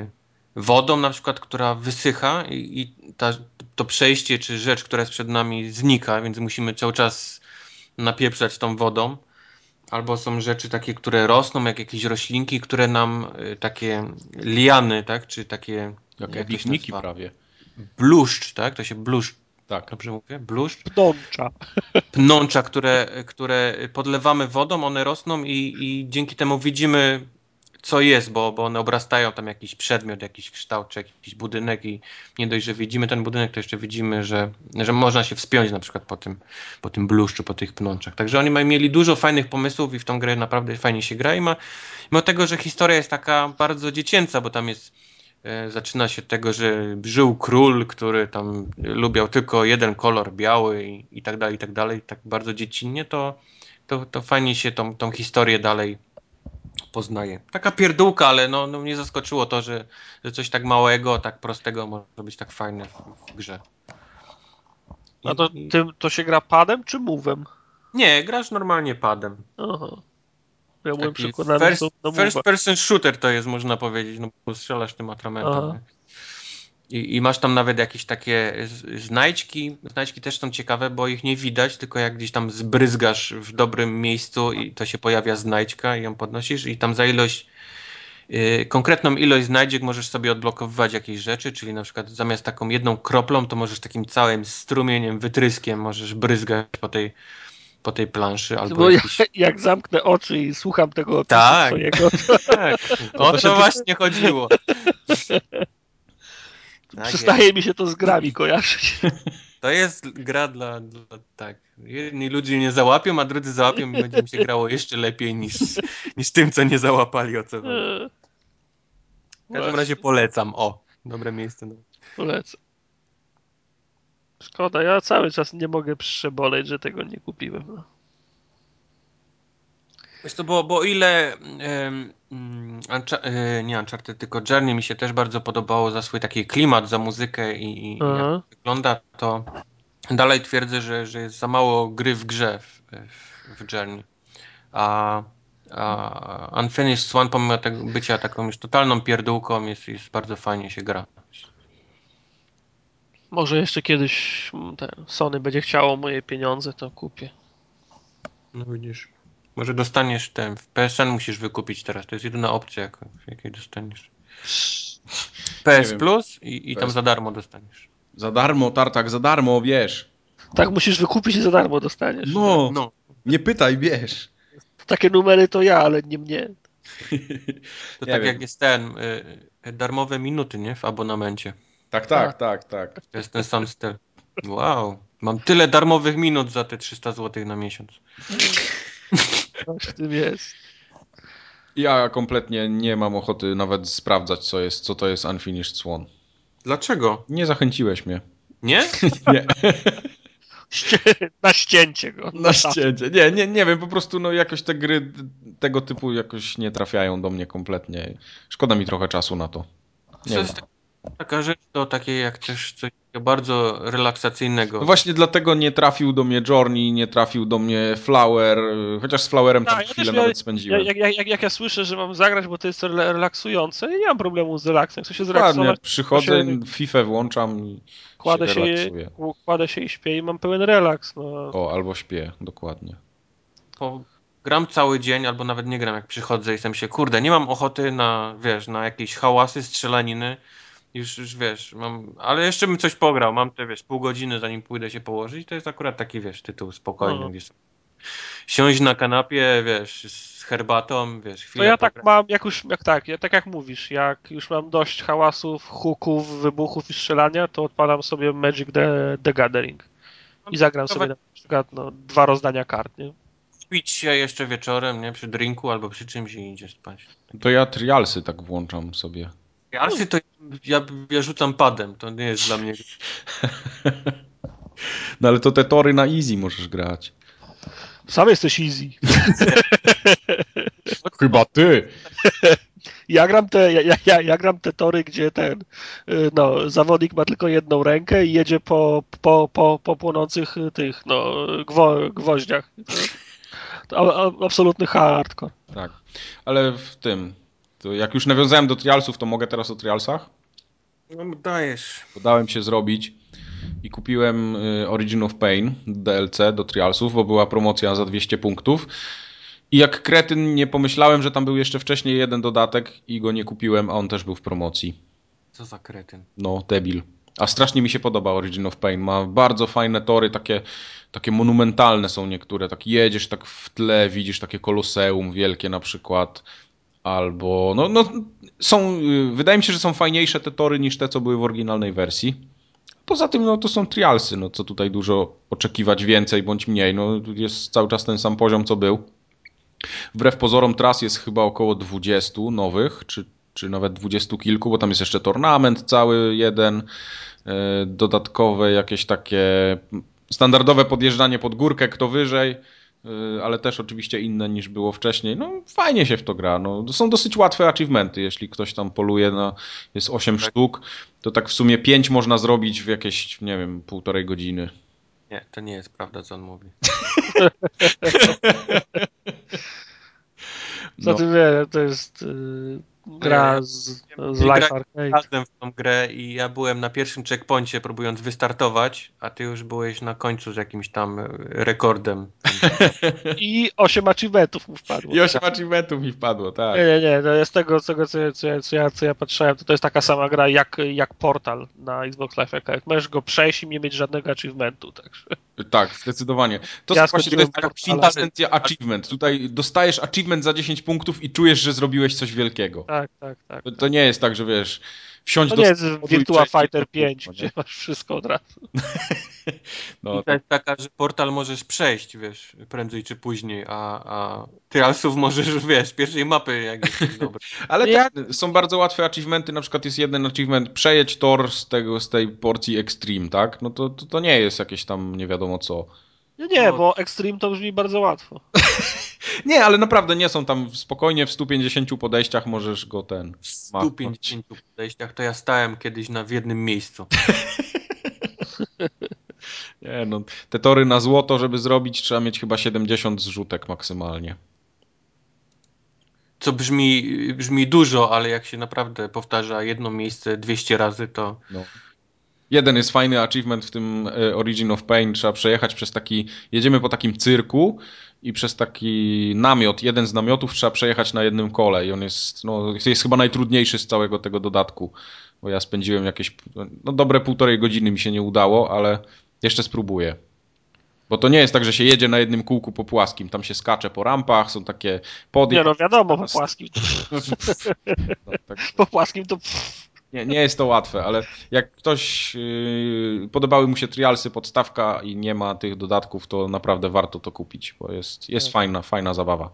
wodą na przykład, która wysycha i, i ta, to przejście czy rzecz, która jest przed nami znika, więc musimy cały czas napieprzać tą wodą. Albo są rzeczy takie, które rosną, jak jakieś roślinki, które nam y, takie liany, tak, czy takie, Jak jak to się epigniki nazywa? prawie. Bluszcz, tak, to się bluszcz, Tak. dobrze mówię? Bluszcz? Pnącza. Pnącza, które, które podlewamy wodą, one rosną i, i dzięki temu widzimy, co jest, bo, bo one obrastają tam jakiś przedmiot, jakiś kształt, czy jakiś budynek i nie dość, że widzimy ten budynek, to jeszcze widzimy, że, że można się wspiąć na przykład po tym, po tym bluszczu, po tych pnączach. Także oni mają, mieli dużo fajnych pomysłów i w tą grę naprawdę fajnie się gra i ma, mimo tego, że historia jest taka bardzo dziecięca, bo tam jest e, zaczyna się od tego, że żył król, który tam lubiał tylko jeden kolor biały i, i tak dalej, i tak dalej, tak bardzo dziecinnie, to, to, to fajnie się tą, tą historię dalej poznaje. Taka pierdółka, ale no, no mnie zaskoczyło to, że, że coś tak małego, tak prostego może być tak fajne w, w grze. I, A to, i... tym, to się gra padem czy move'em? Nie, grasz normalnie padem. Aha. Ja byłem Taki przekonany, że to first, na first move'a. person shooter to jest, można powiedzieć, no bo strzelasz tym atramentem. Aha. Nie? I, I masz tam nawet jakieś takie z- znajdźki. Znajdźki też są ciekawe, bo ich nie widać, tylko jak gdzieś tam zbryzgasz w dobrym miejscu i to się pojawia znajdźka i ją podnosisz i tam za ilość yy, konkretną ilość znajdziek możesz sobie odblokowywać jakieś rzeczy, czyli na przykład zamiast taką jedną kroplą, to możesz takim całym strumieniem, wytryskiem możesz bryzgać po tej, po tej planszy albo Bo ja, jakiś... jak zamknę oczy i słucham tego opisu Tak, twojego, to, tak. O to to się właśnie chodziło. Tak przestaje jest. mi się to z grami kojarzyć. To jest gra dla, dla... Tak. Jedni ludzie nie załapią, a drudzy załapią i będzie mi się grało jeszcze lepiej niż, niż tym, co nie załapali, o co chodzi. W każdym razie Właśnie, polecam. O, dobre miejsce. No. polecam. Szkoda, ja cały czas nie mogę przeboleć, że tego nie kupiłem. No. Wiesz to, bo, bo o ile em, mm, Uncha- e, nie Uncharted, tylko Journey mi się też bardzo podobało za swój taki klimat, za muzykę i, i, i jak Aha. wygląda, to dalej twierdzę, że, że jest za mało gry w grze w, w, w Journey. A, a Unfinished Swan, pomimo tego bycia taką już totalną pierdółką, jest, jest bardzo fajnie się gra. Może jeszcze kiedyś mm, ten Sony będzie chciało moje pieniądze, to kupię. No widzisz. Może dostaniesz ten. W P S N musisz wykupić teraz. To jest jedyna opcja, jaką, jakiej dostaniesz. Nie P S wiem. Plus i, i tam P S. za darmo dostaniesz. Za darmo, Tartak, za darmo, wiesz. Tak musisz wykupić i za darmo dostaniesz. No, No. nie pytaj, wiesz. Takie numery to ja, ale nie mnie. To Nie tak wiem. jak jest ten. Y, darmowe minuty, nie? W abonamencie. Tak, tak, tak, tak. To jest ten sam styl. Wow. Mam tyle darmowych minut za te trzysta złotych na miesiąc. Coś w tym jest. Ja kompletnie nie mam ochoty nawet sprawdzać, co jest, co to jest Unfinished Swan. Dlaczego? Nie zachęciłeś mnie. Nie? Nie. Ście- na ścięcie go. Na ścięcie. Nie, nie, nie wiem, po prostu no jakoś te gry tego typu jakoś nie trafiają do mnie kompletnie. Szkoda mi trochę czasu na to. Nie To wiem. jest taka rzecz, to takie jak też coś takiego bardzo relaksacyjnego. No właśnie dlatego nie trafił do mnie Journey, nie trafił do mnie Flower, chociaż z Flowerem tam Tak, ja chwilę też, ja, nawet spędziłem. jak, jak, jak, jak ja słyszę, że mam zagrać, bo to jest rela- relaksujące, ja nie mam problemu z relaksem. Chcę się Dokładnie, zrelaksować, to przychodzę, się, FIFA włączam i się kładę, się, relaksuję. kładę się i śpię i mam pełen relaks. No. O, albo śpię, dokładnie. Po, gram cały dzień, albo nawet nie gram, jak przychodzę i jestem się, kurde, nie mam ochoty na, wiesz, na jakieś hałasy, strzelaniny. Już, już wiesz, mam, ale jeszcze bym coś pograł. Mam te, wiesz, pół godziny, zanim pójdę się położyć. To jest akurat taki, wiesz, tytuł spokojny, No. gdzieś siąść na kanapie, wiesz, z herbatą, wiesz, To chwilę ja tak pograć. mam, jak już, jak tak, ja, tak jak mówisz, jak już mam dość hałasów, huków, wybuchów i strzelania, to odpalam sobie Magic the, the Gathering i zagram sobie na przykład no, dwa rozdania kart, nie? Pić się jeszcze wieczorem, nie, przy drinku albo przy czymś i idzie spać. To ja trialsy tak włączam sobie. Alsy to ja, ja rzucam padem, to nie jest dla mnie. No ale to te tory na easy możesz grać. Sam jesteś easy. Chyba ty. Ja gram te, ja, ja, ja gram te tory, gdzie ten y, no, zawodnik ma tylko jedną rękę i jedzie po, po, po, po płonących y, tych no, gwo, gwoździach. To, to a, a, absolutny hardcore. Tak, ale w tym, to jak już nawiązałem do trialsów, to mogę teraz o trialsach? No dajesz. Podałem się zrobić i kupiłem y, Origin of Pain D L C do trialsów, bo była promocja za dwieście punktów. I jak kretyn nie pomyślałem, że tam był jeszcze wcześniej jeden dodatek i go nie kupiłem, a on też był w promocji. Co za kretyn. No, debil. A strasznie mi się podoba Origin of Pain. Ma bardzo fajne tory, takie, takie monumentalne są niektóre. Tak jedziesz tak w tle, widzisz takie koloseum wielkie na przykład. Albo, no, no są, wydaje mi się, że są fajniejsze te tory niż te, co były w oryginalnej wersji. Poza tym, no to są trialsy, no co tutaj dużo oczekiwać więcej bądź mniej. No jest cały czas ten sam poziom, co był. Wbrew pozorom tras jest chyba około dwudziestu nowych, czy, czy nawet dwudziestu kilku, bo tam jest jeszcze tornament cały jeden, dodatkowe jakieś takie standardowe podjeżdżanie pod górkę, kto wyżej, ale też oczywiście inne niż było wcześniej. No fajnie się w to gra. No, to są dosyć łatwe achievementy, jeśli ktoś tam poluje na, jest osiem sztuk, to tak w sumie pięć można zrobić w jakieś, nie wiem, półtorej godziny. Nie, to nie jest prawda, co on mówi. Co No. ty wie, to jest y, gra z, z Life Arcade. Razem w tą grę i ja byłem na pierwszym checkpoincie, próbując wystartować, a ty już byłeś na końcu z jakimś tam rekordem. I osiem achievementów mu wpadło. I osiem achievementów mi wpadło, tak. Nie, nie, nie, to jest tego, tego co, ja- co, ja, co, ja, co ja patrzyłem, to to jest taka sama gra jak, jak Portal na Xbox Live Arcade. Możesz go przejść i nie mieć żadnego achievementu, także. Tak, zdecydowanie. To Ja właśnie to jest taka skończyłem kwintesencja achievement. Tutaj dostajesz achievement za dziesięć punktów i czujesz, że zrobiłeś coś wielkiego. Tak, tak, tak. To, to nie jest tak, że wiesz, wsiąść To do nie jest samochodu i Virtua przejść Fighter jedno pięć, kółko, gdzie nie? masz wszystko od razu. No, I to jest taka, że portal możesz przejść, wiesz, prędzej czy później, a, a Trialsów możesz, wiesz, pierwszej mapy, jak jesteś dobry. ale Ja- te, są bardzo łatwe achievementy, na przykład jest jeden achievement, przejedź tor z, tego, z tej porcji Extreme, tak? No to, to, to nie jest jakieś tam nie wiadomo co. Nie, nie, No. bo Extreme to brzmi bardzo łatwo. Nie, ale naprawdę nie są tam spokojnie w stu pięćdziesięciu podejściach możesz go ten... W stu pięćdziesięciu podejściach to ja stałem kiedyś na, w jednym miejscu. Nie, no, te tory na złoto, żeby zrobić, trzeba mieć chyba siedemdziesiąt zrzutek maksymalnie. Co brzmi, brzmi dużo, ale jak się naprawdę powtarza jedno miejsce dwieście razy, to... No. Jeden jest fajny achievement w tym Origin of Pain. Trzeba przejechać przez taki... Jedziemy po takim cyrku i przez taki namiot. Jeden z namiotów trzeba przejechać na jednym kole i on jest, no, jest chyba najtrudniejszy z całego tego dodatku. Bo ja spędziłem jakieś... No dobre półtorej godziny mi się nie udało, ale jeszcze spróbuję. Bo to nie jest tak, że się jedzie na jednym kółku po płaskim. Tam się skacze po rampach, są takie podjazdy. Nie no, wiadomo, po płaskim. No, tak. Po płaskim to... Nie, nie jest to łatwe, ale jak ktoś yy, podobały mu się trialsy, podstawka i nie ma tych dodatków, to naprawdę warto to kupić, bo jest, jest fajna, fajna zabawa.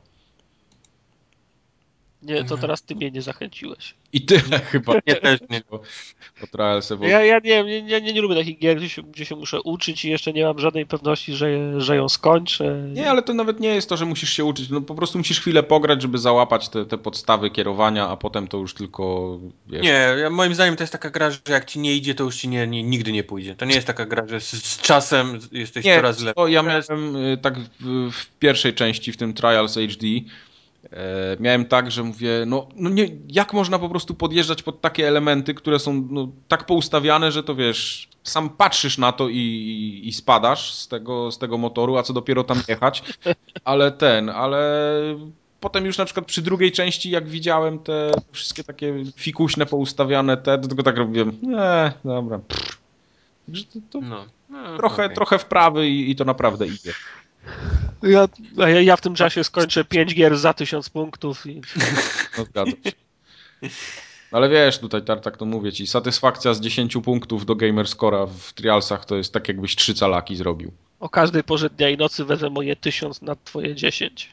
Nie, to teraz ty mnie nie zachęciłeś. I tyle chyba. Nie, też nie. Bo, bo trialsy, bo... Ja, ja nie, nie, nie, nie lubię takich gier, gdzie się, gdzie się muszę uczyć i jeszcze nie mam żadnej pewności, że, że ją skończę. Nie, ale to nawet nie jest to, że musisz się uczyć. No po prostu musisz chwilę pograć, żeby załapać te, te podstawy kierowania, a potem to już tylko, wiesz... Nie, ja, moim zdaniem to jest taka gra, że jak ci nie idzie, to już ci nie, nie, nigdy nie pójdzie. To nie jest taka gra, że z, z czasem jesteś Nie, coraz lepszy. to ja miałem y, tak w, w pierwszej części, w tym Trials H D, e, miałem tak, że mówię, no, no nie, jak można po prostu podjeżdżać pod takie elementy, które są no, tak poustawiane, że to wiesz, sam patrzysz na to i, i, i spadasz z tego, z tego motoru, a co dopiero tam jechać, ale ten, ale potem już na przykład przy drugiej części, jak widziałem te wszystkie takie fikuśne, poustawiane te, to tylko tak robiłem, nie, dobra, pff. Także to, to No. No, trochę, okay. trochę w prawy i, i to naprawdę idzie. Ja, ja, ja w tym czasie skończę pięć gier za tysiąc punktów. I... No zgadzam się. No ale wiesz, tutaj Tartak, to mówię ci, satysfakcja z dziesięciu punktów do Gamerscora w Trialsach to jest tak, jakbyś trzy calaki zrobił. O każdej porze dnia i nocy wezmę moje tysiąc na twoje dziesięć.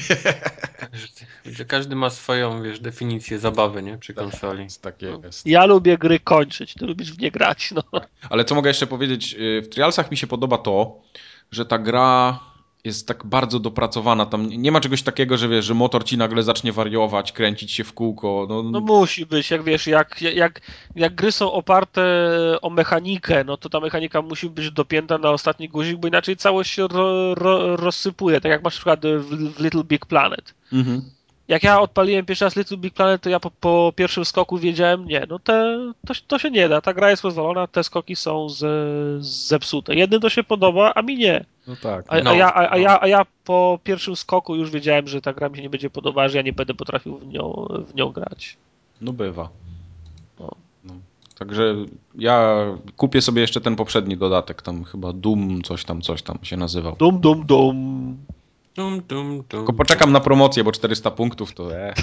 Widzę, każdy ma swoją, wiesz, definicję zabawy, nie? Przy konsoli. Takie jest. Ja lubię gry kończyć, ty lubisz w nie grać, no. Ale co mogę jeszcze powiedzieć, w Trialsach mi się podoba to, że ta gra jest tak bardzo dopracowana. Tam nie ma czegoś takiego, że wiesz, że motor ci nagle zacznie wariować, kręcić się w kółko. No, No musi być, jak wiesz, jak, jak, jak gry są oparte o mechanikę, no to ta mechanika musi być dopięta na ostatni guzik, bo inaczej całość się ro, ro, rozsypuje, tak jak masz na przykład w, w Little Big Planet. Mhm. Jak ja odpaliłem pierwszy raz Little Big Planet, to ja po, po pierwszym skoku wiedziałem, nie, no te, to, to się nie da, ta gra jest rozwalona, te skoki są z, zepsute. Jednym to się podoba, a mi nie. No tak. A, No, a, ja, a, no. a, ja, a ja po pierwszym skoku już wiedziałem, że ta gra mi się nie będzie podobała, że ja nie będę potrafił w nią, w nią grać. No bywa. No. No. Także ja kupię sobie jeszcze ten poprzedni dodatek, tam chyba Doom coś tam, coś tam się nazywał. Dum, dum, dum. Dum, dum, dum. Tylko poczekam na promocję, bo czterysta punktów to e.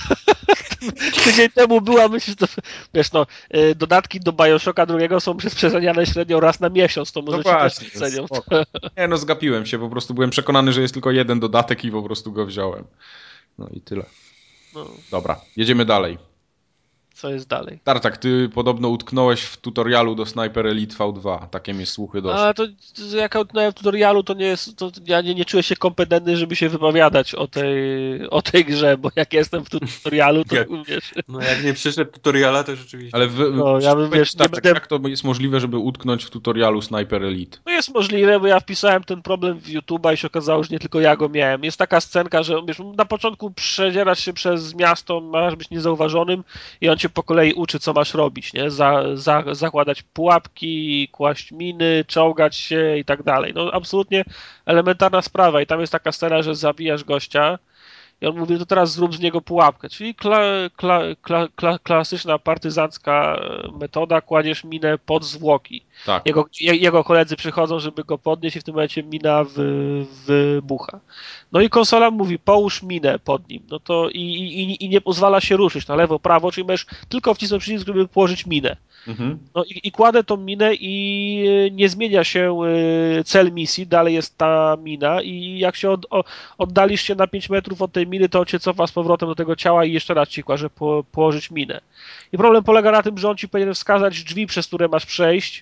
Tydzień temu była myśl, że wiesz no, dodatki do Bioshocka drugiego są przez przeceniane średnio raz na miesiąc, to może No ci właśnie, też cenią. Nie no, zgapiłem się, po prostu byłem przekonany, że jest tylko jeden dodatek i po prostu go wziąłem. No i tyle. No. Dobra, jedziemy dalej. Co jest dalej? Tartak, ty podobno utknąłeś w tutorialu do Sniper Elite V dwa, takie mnie słuchy doszły. A to jak utknąłem w tutorialu, to nie jest, to ja nie, nie czuję się kompetentny, żeby się wypowiadać o tej, o tej grze, bo jak jestem w tutorialu, to jak, wiesz... No jak nie przyszedł tutoriala, to rzeczywiście... Ale w, no, ja bym, wiesz, Tartak, będę... jak to jest możliwe, żeby utknąć w tutorialu Sniper Elite? No jest możliwe, bo ja wpisałem ten problem w YouTube'a i się okazało, że nie tylko ja go miałem. Jest taka scenka, że wiesz, na początku przedzierasz się przez miasto, masz być niezauważonym i on cię po kolei uczy, co masz robić, nie? Za, za, zakładać pułapki, kłaść miny, czołgać się i tak dalej. No absolutnie elementarna sprawa i tam jest taka scena, że zabijasz gościa i on mówi, to teraz zrób z niego pułapkę, czyli kla, kla, kla, kla, klasyczna partyzancka metoda, kładziesz minę pod zwłoki. Tak. Jego, jego koledzy przychodzą, żeby go podnieść i w tym momencie mina wy, wybucha. No i konsola mówi, połóż minę pod nim. No to i, i, i nie pozwala się ruszyć na lewo, prawo, czyli możesz tylko wcisnąć przycisk, żeby położyć minę. Mhm. No i, i kładę tą minę i nie zmienia się cel misji, dalej jest ta mina i jak się od, o, oddalisz się na pięć metrów od tej miny, to on cię cofa z powrotem do tego ciała i jeszcze raz ci każe po, położyć minę. I problem polega na tym, że on ci powinien wskazać drzwi, przez które masz przejść,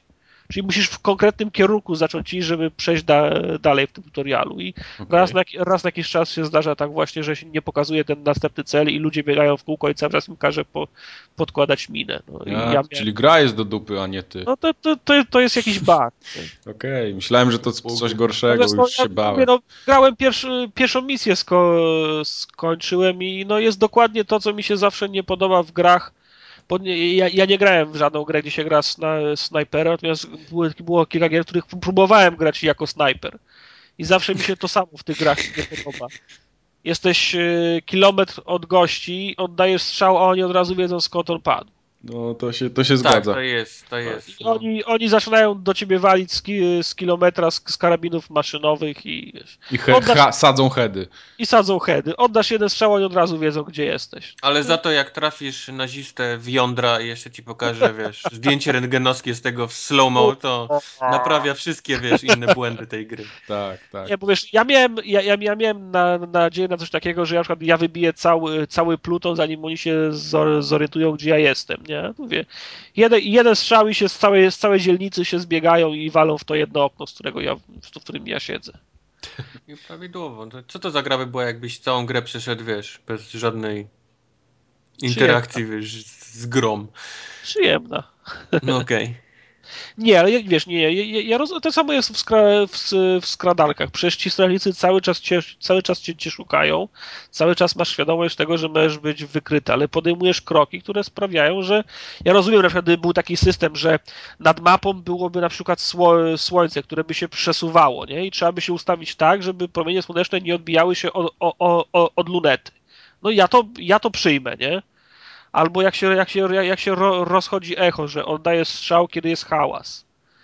Czyli musisz w konkretnym kierunku zacząć iść, żeby przejść da, dalej w tym tutorialu. I Okay. raz, na, raz na jakiś czas się zdarza tak właśnie, że się nie pokazuje ten następny cel i ludzie biegają w kółko i cały czas im każe po, podkładać minę. No, i A, ja miałem... Czyli gra jest do dupy, a nie ty. No to, to, to, to jest jakiś bug. Okej, okay. Myślałem, że to coś gorszego, Natomiast, no, już się ja bałem. mówię, no, grałem pierwszy, pierwszą misję, sko, skończyłem i no, jest dokładnie to, co mi się zawsze nie podoba w grach. Bo nie, ja, ja nie grałem w żadną grę, gdzie się gra sna, snajpera, natomiast było, było kilka gier, w których próbowałem grać jako snajper. I zawsze mi się to samo w tych grach nie podoba. Jesteś y, kilometr od gości, oddajesz strzał, a oni od razu wiedzą, skąd on padł. No to się, to się tak, zgadza. to jest, to jest. I no. oni, oni zaczynają do ciebie walić z, ki, z kilometra, z, z karabinów maszynowych i wiesz, I he, oddasz, ha, sadzą heady. i sadzą heady. Oddasz jeden strzał, i od razu wiedzą, gdzie jesteś. Ale za to jak trafisz nazistę w jądra i jeszcze ci pokażę, wiesz, zdjęcie rentgenowskie z tego w slow-mo, to naprawia wszystkie, wiesz, inne błędy tej gry. Tak, tak. Nie, bo wiesz, ja miałem, ja, ja, ja miałem na, nadzieję na coś takiego, że ja, na przykład ja wybiję cały, cały pluton, zanim oni się zor, zorientują, gdzie ja jestem, nie? Mówię, jeden, jeden strzał i się z całej, z całej dzielnicy się zbiegają i walą w to jedno okno, z którego ja, w którym ja siedzę. I prawidłowo. To co to za gra by była, jakbyś całą grę przeszedł, wiesz, bez żadnej interakcji, wiesz, z grą. Przyjemna. No okej. Okay. Nie, ale jak wiesz, nie, ja, ja roz... to samo jest w, skra... w, w skradankach. Przecież ci strażnicy cały czas, cię, cały czas cię, cię szukają, cały czas masz świadomość tego, że możesz być wykryty, ale podejmujesz kroki, które sprawiają, że ja rozumiem, na przykład gdyby był taki system, że nad mapą byłoby na przykład sło... słońce, które by się przesuwało, nie? I trzeba by się ustawić tak, żeby promienie słoneczne nie odbijały się od, o, o, od lunety. No ja to, ja to przyjmę, nie? Albo jak się, jak się, jak się ro, rozchodzi echo, że oddaje strzał, kiedy jest hałas.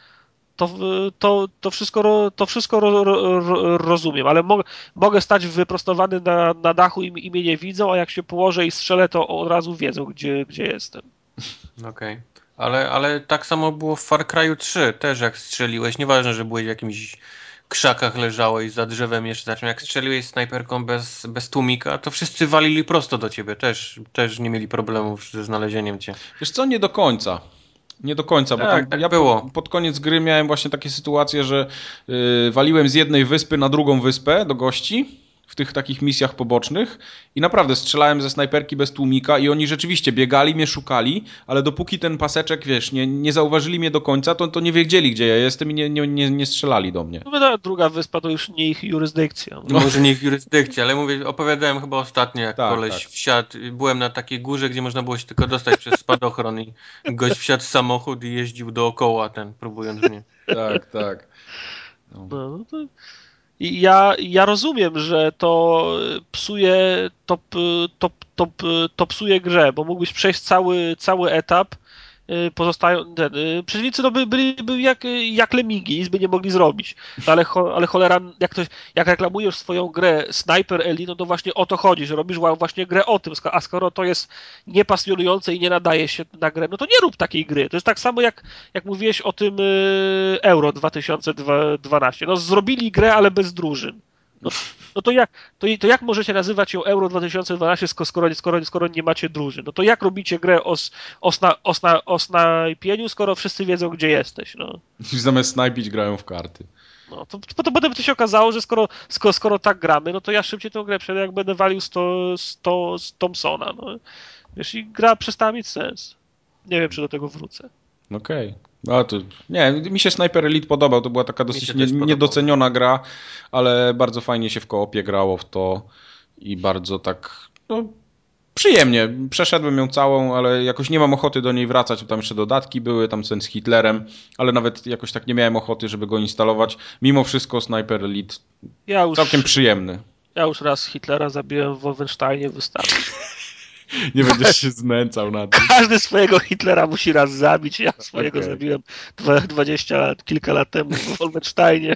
To, to, to wszystko, to wszystko ro, ro, rozumiem, ale mo, mogę stać wyprostowany na, na dachu i, i mnie nie widzą, a jak się położę i strzelę, to od razu wiedzą, gdzie, gdzie jestem. Okej. Okay. Ale, ale tak samo było w Far Cry'u trzy też, jak strzeliłeś. Nieważne, że byłeś w jakimś krzakach leżałeś, za drzewem jeszcze zaczął. Jak strzeliłeś snajperką bez, bez tłumika, to wszyscy walili prosto do ciebie. Też, też nie mieli problemów ze znalezieniem cię. Wiesz co, nie do końca. Nie do końca, bo tak, tam tak ja było. Pod, pod koniec gry miałem właśnie takie sytuacje, że yy, waliłem z jednej wyspy na drugą wyspę do gości w tych takich misjach pobocznych i naprawdę strzelałem ze snajperki bez tłumika i oni rzeczywiście biegali, mnie szukali, ale dopóki ten paseczek, wiesz, nie, nie zauważyli mnie do końca, to, to nie wiedzieli, gdzie ja jestem i nie, nie, nie, nie strzelali do mnie. No, druga wyspa to już nie ich jurysdykcja. No. Może nie ich jurysdykcja, ale mówię, opowiadałem chyba ostatnio, jak tak, koleś tak. wsiadł, byłem na takiej górze, gdzie można było się tylko dostać przez spadochron i gość wsiadł w samochód i jeździł dookoła ten, próbując mnie. Tak, tak. No. No, no to... I ja, ja rozumiem, że to psuje, to, to, to, to psuje grę, bo mógłbyś przejść cały, cały etap, pozostają, ten, przeciwnicy no by, byliby jak, jak lemigi, nic by nie mogli zrobić. No ale, cho, ale cholera, jak, ktoś, jak reklamujesz swoją grę Sniper Elite, no to właśnie o to chodzi, że robisz właśnie grę o tym, a skoro to jest niepasjonujące i nie nadaje się na grę, no to nie rób takiej gry. To jest tak samo jak, jak mówiłeś o tym Euro dwa tysiące dwanaście. No zrobili grę, ale bez drużyn. No, no to, jak, to, to jak możecie nazywać ją Euro dwa tysiące dwanaście, skoro, skoro, skoro nie macie drużyn? No to jak robicie grę o, o, sna, o, sna, o snajpieniu, skoro wszyscy wiedzą, gdzie jesteś? No. Zamiast snajpić grają w karty. No, to, to, to potem to się okazało, że skoro, skoro, skoro tak gramy, no to ja szybciej tę grę przejdę, jak będę walił z, to, z, to, z Thompsona. No. Wiesz, i gra przestała mieć sens. Nie wiem, czy do tego wrócę. Okej. Okay. No to, nie, mi się Sniper Elite podobał, to była taka dosyć nie, niedoceniona gra, ale bardzo fajnie się w koopie grało w to i bardzo tak, no, przyjemnie. Przeszedłem ją całą, ale jakoś nie mam ochoty do niej wracać, bo tam jeszcze dodatki były, tam ten z Hitlerem, ale nawet jakoś tak nie miałem ochoty, żeby go instalować. Mimo wszystko Sniper Elite ja już, całkiem przyjemny. Ja już raz Hitlera zabiłem w Wolfensteinie, wystarczy. Nie będziesz się znęcał na tym. Każdy swojego Hitlera musi raz zabić. Ja swojego okay. zabiłem dwadzieścia lat, kilka lat temu w Wolfensteinie.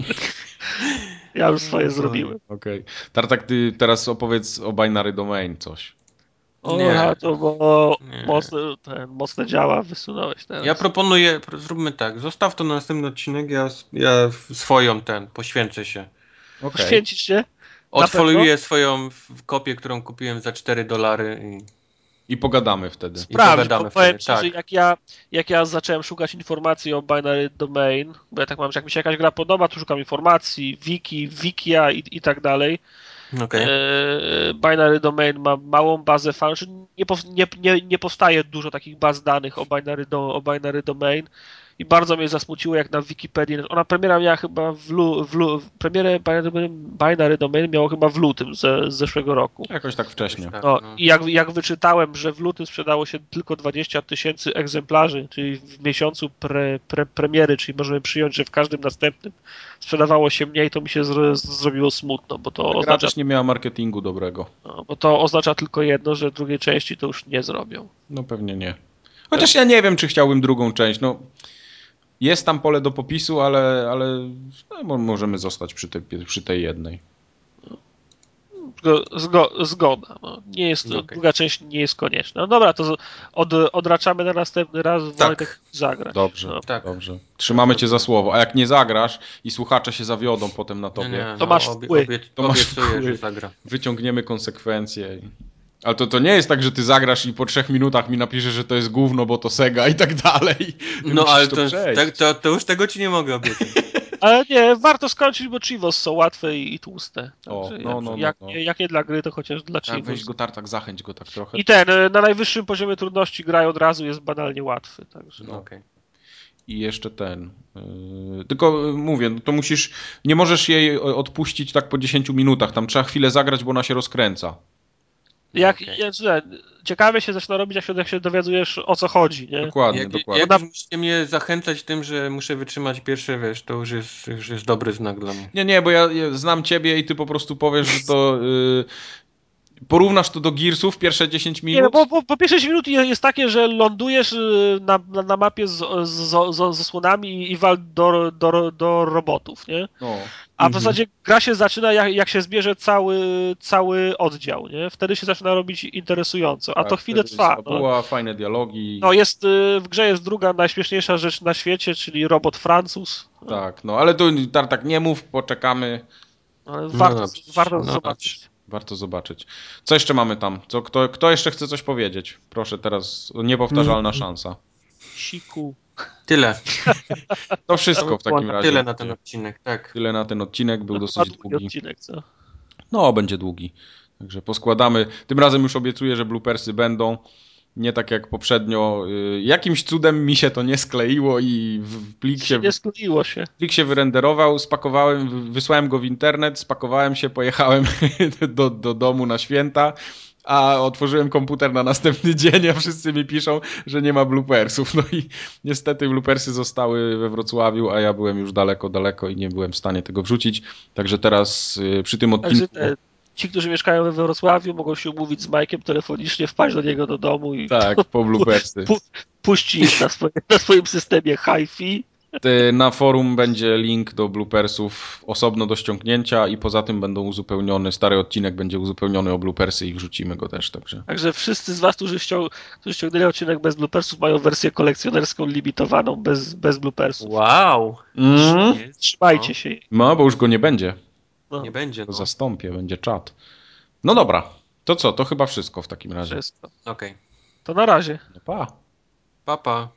Ja już swoje zrobiłem. Okej. Okay. Tartak, ty teraz opowiedz o Binary Domain coś. O, nie. To było mocne, ten, mocne działa wysunąłeś teraz. Ja proponuję, zróbmy tak, zostaw to na następny odcinek, ja, ja swoją ten, poświęcę się. Okay. Poświęcisz się? Odfoluję swoją kopię, którą kupiłem za cztery dolary i... I pogadamy wtedy. Sprawdź, bo powiem wtedy, ci, tak. że jak ja, jak ja zacząłem szukać informacji o Binary Domain, bo ja tak mam, że jak mi się jakaś gra podoba, to szukam informacji, wiki, wikia i, i tak dalej. Okay. E, Binary Domain ma małą bazę fanów, nie, nie, nie, nie powstaje dużo takich baz danych o Binary, do, o Binary Domain i bardzo mnie zasmuciło, jak na Wikipedii, ona premiera miała chyba w, lu, w, lu, premierę Binary, Binary Domain miało chyba w lutym ze, z zeszłego roku. Jakoś tak wcześnie. No, i jak, jak wyczytałem, że w lutym sprzedało się tylko dwadzieścia tysięcy egzemplarzy, czyli w miesiącu pre, pre, premiery, czyli możemy przyjąć, że w każdym następnym sprzedawało się mniej, to mi się zro, zrobiło smutno, bo to Ta gra oznacza... też nie miała marketingu dobrego. No, bo to oznacza tylko jedno, że drugiej części to już nie zrobią. No pewnie nie. Chociaż ja nie wiem, czy chciałbym drugą część. No, jest tam pole do popisu, ale, ale no, możemy zostać przy tej, przy tej jednej. Zgo, zgoda. No, nie jest, okay. Druga część nie jest konieczna. No dobra, to od, odraczamy na następny raz, Wojtek, tak. zagrać. Dobrze, no. tak. Dobrze. Trzymamy cię za słowo. A jak nie zagrasz i słuchacze się zawiodą potem na tobie, nie, nie, to no, masz obie, wpływ. obie, to masz obiecuję, wpływ. że zagra. Wyciągniemy konsekwencje. Ale to, to nie jest tak, że ty zagrasz i po trzech minutach mi napiszesz, że to jest gówno, bo to Sega i tak dalej. Ty no ale to, to, to, to, to już tego ci nie mogę obiecać. Ale nie, warto skończyć, bo Chivos są łatwe i, i tłuste. O, Także no, jak, no, no, jak, no. Nie, jak nie dla gry, to chociaż dla Tak, Chivos. weź go tartak, zachęć go tak trochę. I ten, na najwyższym poziomie trudności graj od razu jest banalnie łatwy. Także. No. Okay. I jeszcze ten. Yy, tylko mówię, no to musisz, nie możesz jej odpuścić tak po dziesięciu minutach. Tam trzeba chwilę zagrać, bo ona się rozkręca. Jak, okay. ja, ciekawie się zaczyna robić, jak się, jak się dowiadujesz, o co chodzi, nie? Dokładnie, jak, dokładnie. Jak już musicie mnie zachęcać tym, że muszę wytrzymać pierwsze, wiesz, to już jest, już jest dobry znak dla mnie. Nie, nie, bo ja, ja znam ciebie i ty po prostu powiesz, że to... Yy, porównasz to do Gearsów pierwsze dziesięć minut? Nie, bo po, po pierwsze dziesięć minut jest takie, że lądujesz na, na, na mapie z, z, z, z osłonami i wal do, do, do robotów, nie? No. A w zasadzie gra się zaczyna, jak, jak się zbierze cały, cały oddział, nie? Wtedy się zaczyna robić interesująco, a tak, to chwilę trwa. Była no. fajne dialogi. No jest, w grze jest druga najśmieszniejsza rzecz na świecie, czyli robot Francuz. Tak, no ale tu Tartak nie mów, poczekamy. Ale warto no, warto no, zobaczyć. Warto zobaczyć. Co jeszcze mamy tam? Co, kto, kto jeszcze chce coś powiedzieć? Proszę teraz, niepowtarzalna Mm. szansa. Siku. Tyle. To wszystko w takim razie. Tyle na ten odcinek, tak. Tyle na ten odcinek, był No, dosyć długi. Odcinek, co? No, będzie długi. Także poskładamy. Tym razem już obiecuję, że bloopersy będą. Nie tak jak poprzednio. Jakimś cudem mi się to nie skleiło i w plik się... Nie skleiło się. Plik się wyrenderował, spakowałem, wysłałem go w internet, spakowałem się, pojechałem do, do domu na święta, a otworzyłem komputer na następny dzień, a wszyscy mi piszą, że nie ma bloopersów. No i niestety bloopersy zostały we Wrocławiu, a ja byłem już daleko, daleko i nie byłem w stanie tego wrzucić. Także teraz przy tym odcinku... Także ci, którzy mieszkają we Wrocławiu, mogą się umówić z Majkiem telefonicznie, wpaść do niego do domu i tak, po bloopersy. Pu, puści ich na, swoje, na swoim systemie hi-fi. Na forum będzie link do bloopersów osobno do ściągnięcia i poza tym będą uzupełnione, stary odcinek będzie uzupełniony o bloopersy i wrzucimy go też. Także, także wszyscy z was, którzy, ściąg, którzy ściągnęli odcinek bez bloopersów, mają wersję kolekcjonerską limitowaną bez, bez bloopersów. Wow! Mm? Trzymajcie się. No, bo już go nie będzie. No. Nie będzie. To No. zastąpię, będzie czat. No dobra, to co? To chyba wszystko w takim razie. Wszystko. Okej. Okay. To na razie. No pa. Pa, pa.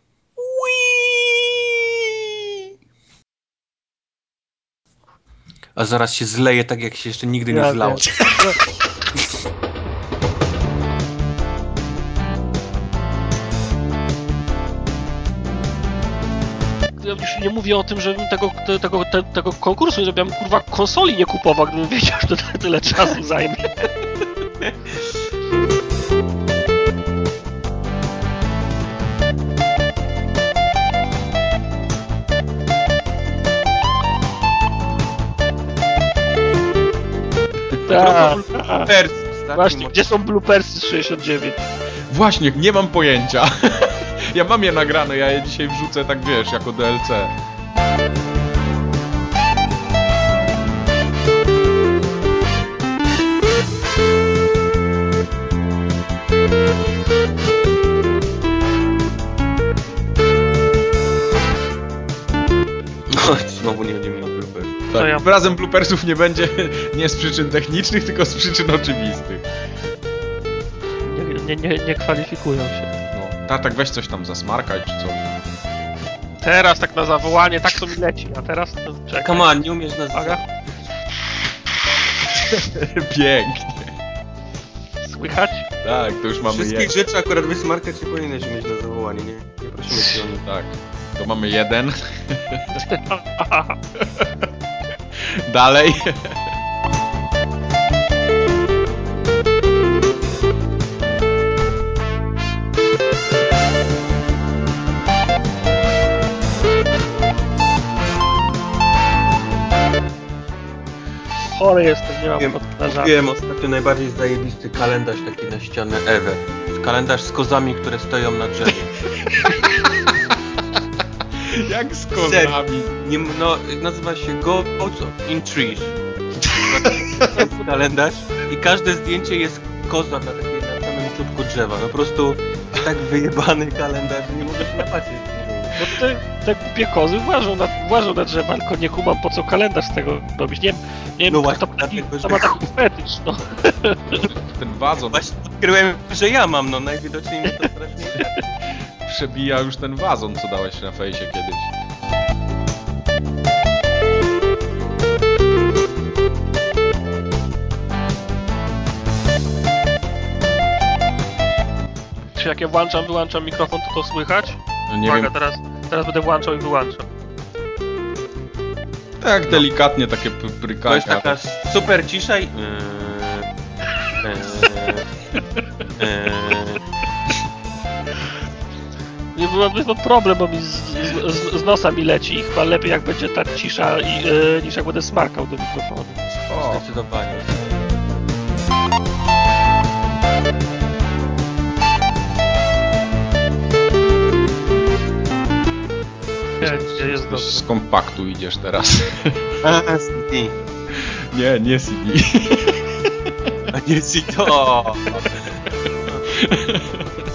A zaraz się zleje tak, jak się jeszcze nigdy nie Ja zlało. Ja już nie mówię o tym, żebym tego, tego, te, tego konkursu, żebym kurwa konsoli nie kupował, gdybym wiedział, że to tyle, tyle czasu zajmie. Tak, Bloopersy, właśnie, gdzie są bloopersy z sześćdziesiąt dziewięć? Właśnie, nie mam pojęcia. Ja mam je nagrane, ja je dzisiaj wrzucę, tak wiesz, jako D L C. No, znowu nie będziemy miał bloopersów. Tak, ja... tym razem bloopersów nie będzie nie z przyczyn technicznych, tylko z przyczyn oczywistych. Nie, nie, nie, nie kwalifikują się. No, Tartak weź coś tam zasmarkaj czy coś. Teraz tak na zawołanie, tak to mi leci, a teraz to czekaj. Come on, nie umiesz nas... Uwaga. Pięknie. Słychać? Tak, to już mamy Wszystkich jeden. rzeczy akurat wysmarkać nie powinieneś umieć na zawołanie, nie, nie prosimy cię o nie. Tak, to mamy jeden. Dalej. Chory jestem, nie mam Wiem, podklarza. Kupiłem ostatnio najbardziej zajebisty kalendarz taki na ścianę ever. Kalendarz z kozami, które stoją na drzewie. Jak z kozami. Nie, no, nazywa się Goats in Trees. Jest kalendarz i każde zdjęcie jest koza na takiej na samym czubku drzewa. No po prostu tak wyjebany kalendarz, nie mogę się napatrzeć. Bo te, te głupie kozy włażą na, włażą na drzewa, tylko nie kumam po co kalendarz z tego robić. Nie wiem, nie wiem No kto, właśnie, to, taki, dlatego, to że- ma taki fetysz, no. Ten wazon Właśnie odkryłem, że ja mam, no najwidoczniej mnie to strasznie przebija już ten wazon, co dałeś na fejsie kiedyś. Czy jak ja włączam, wyłączam mikrofon, to to słychać? No nie Uwaga, wiem, teraz, teraz będę włączał i wyłączał. tak delikatnie takie p- To jest prykania. taka super cisza i... Eee, eee, Nie byłoby to problem, bo mi z, z, z, z nosa mi leci i chyba lepiej jak będzie tak cisza i, yy, niż jak będę smarkał do mikrofonu. O, Zdecydowanie. Nie, nie jest coś dobrze. z kompaktu idziesz teraz. A, C D. Nie, nie C D. A nie C D. O!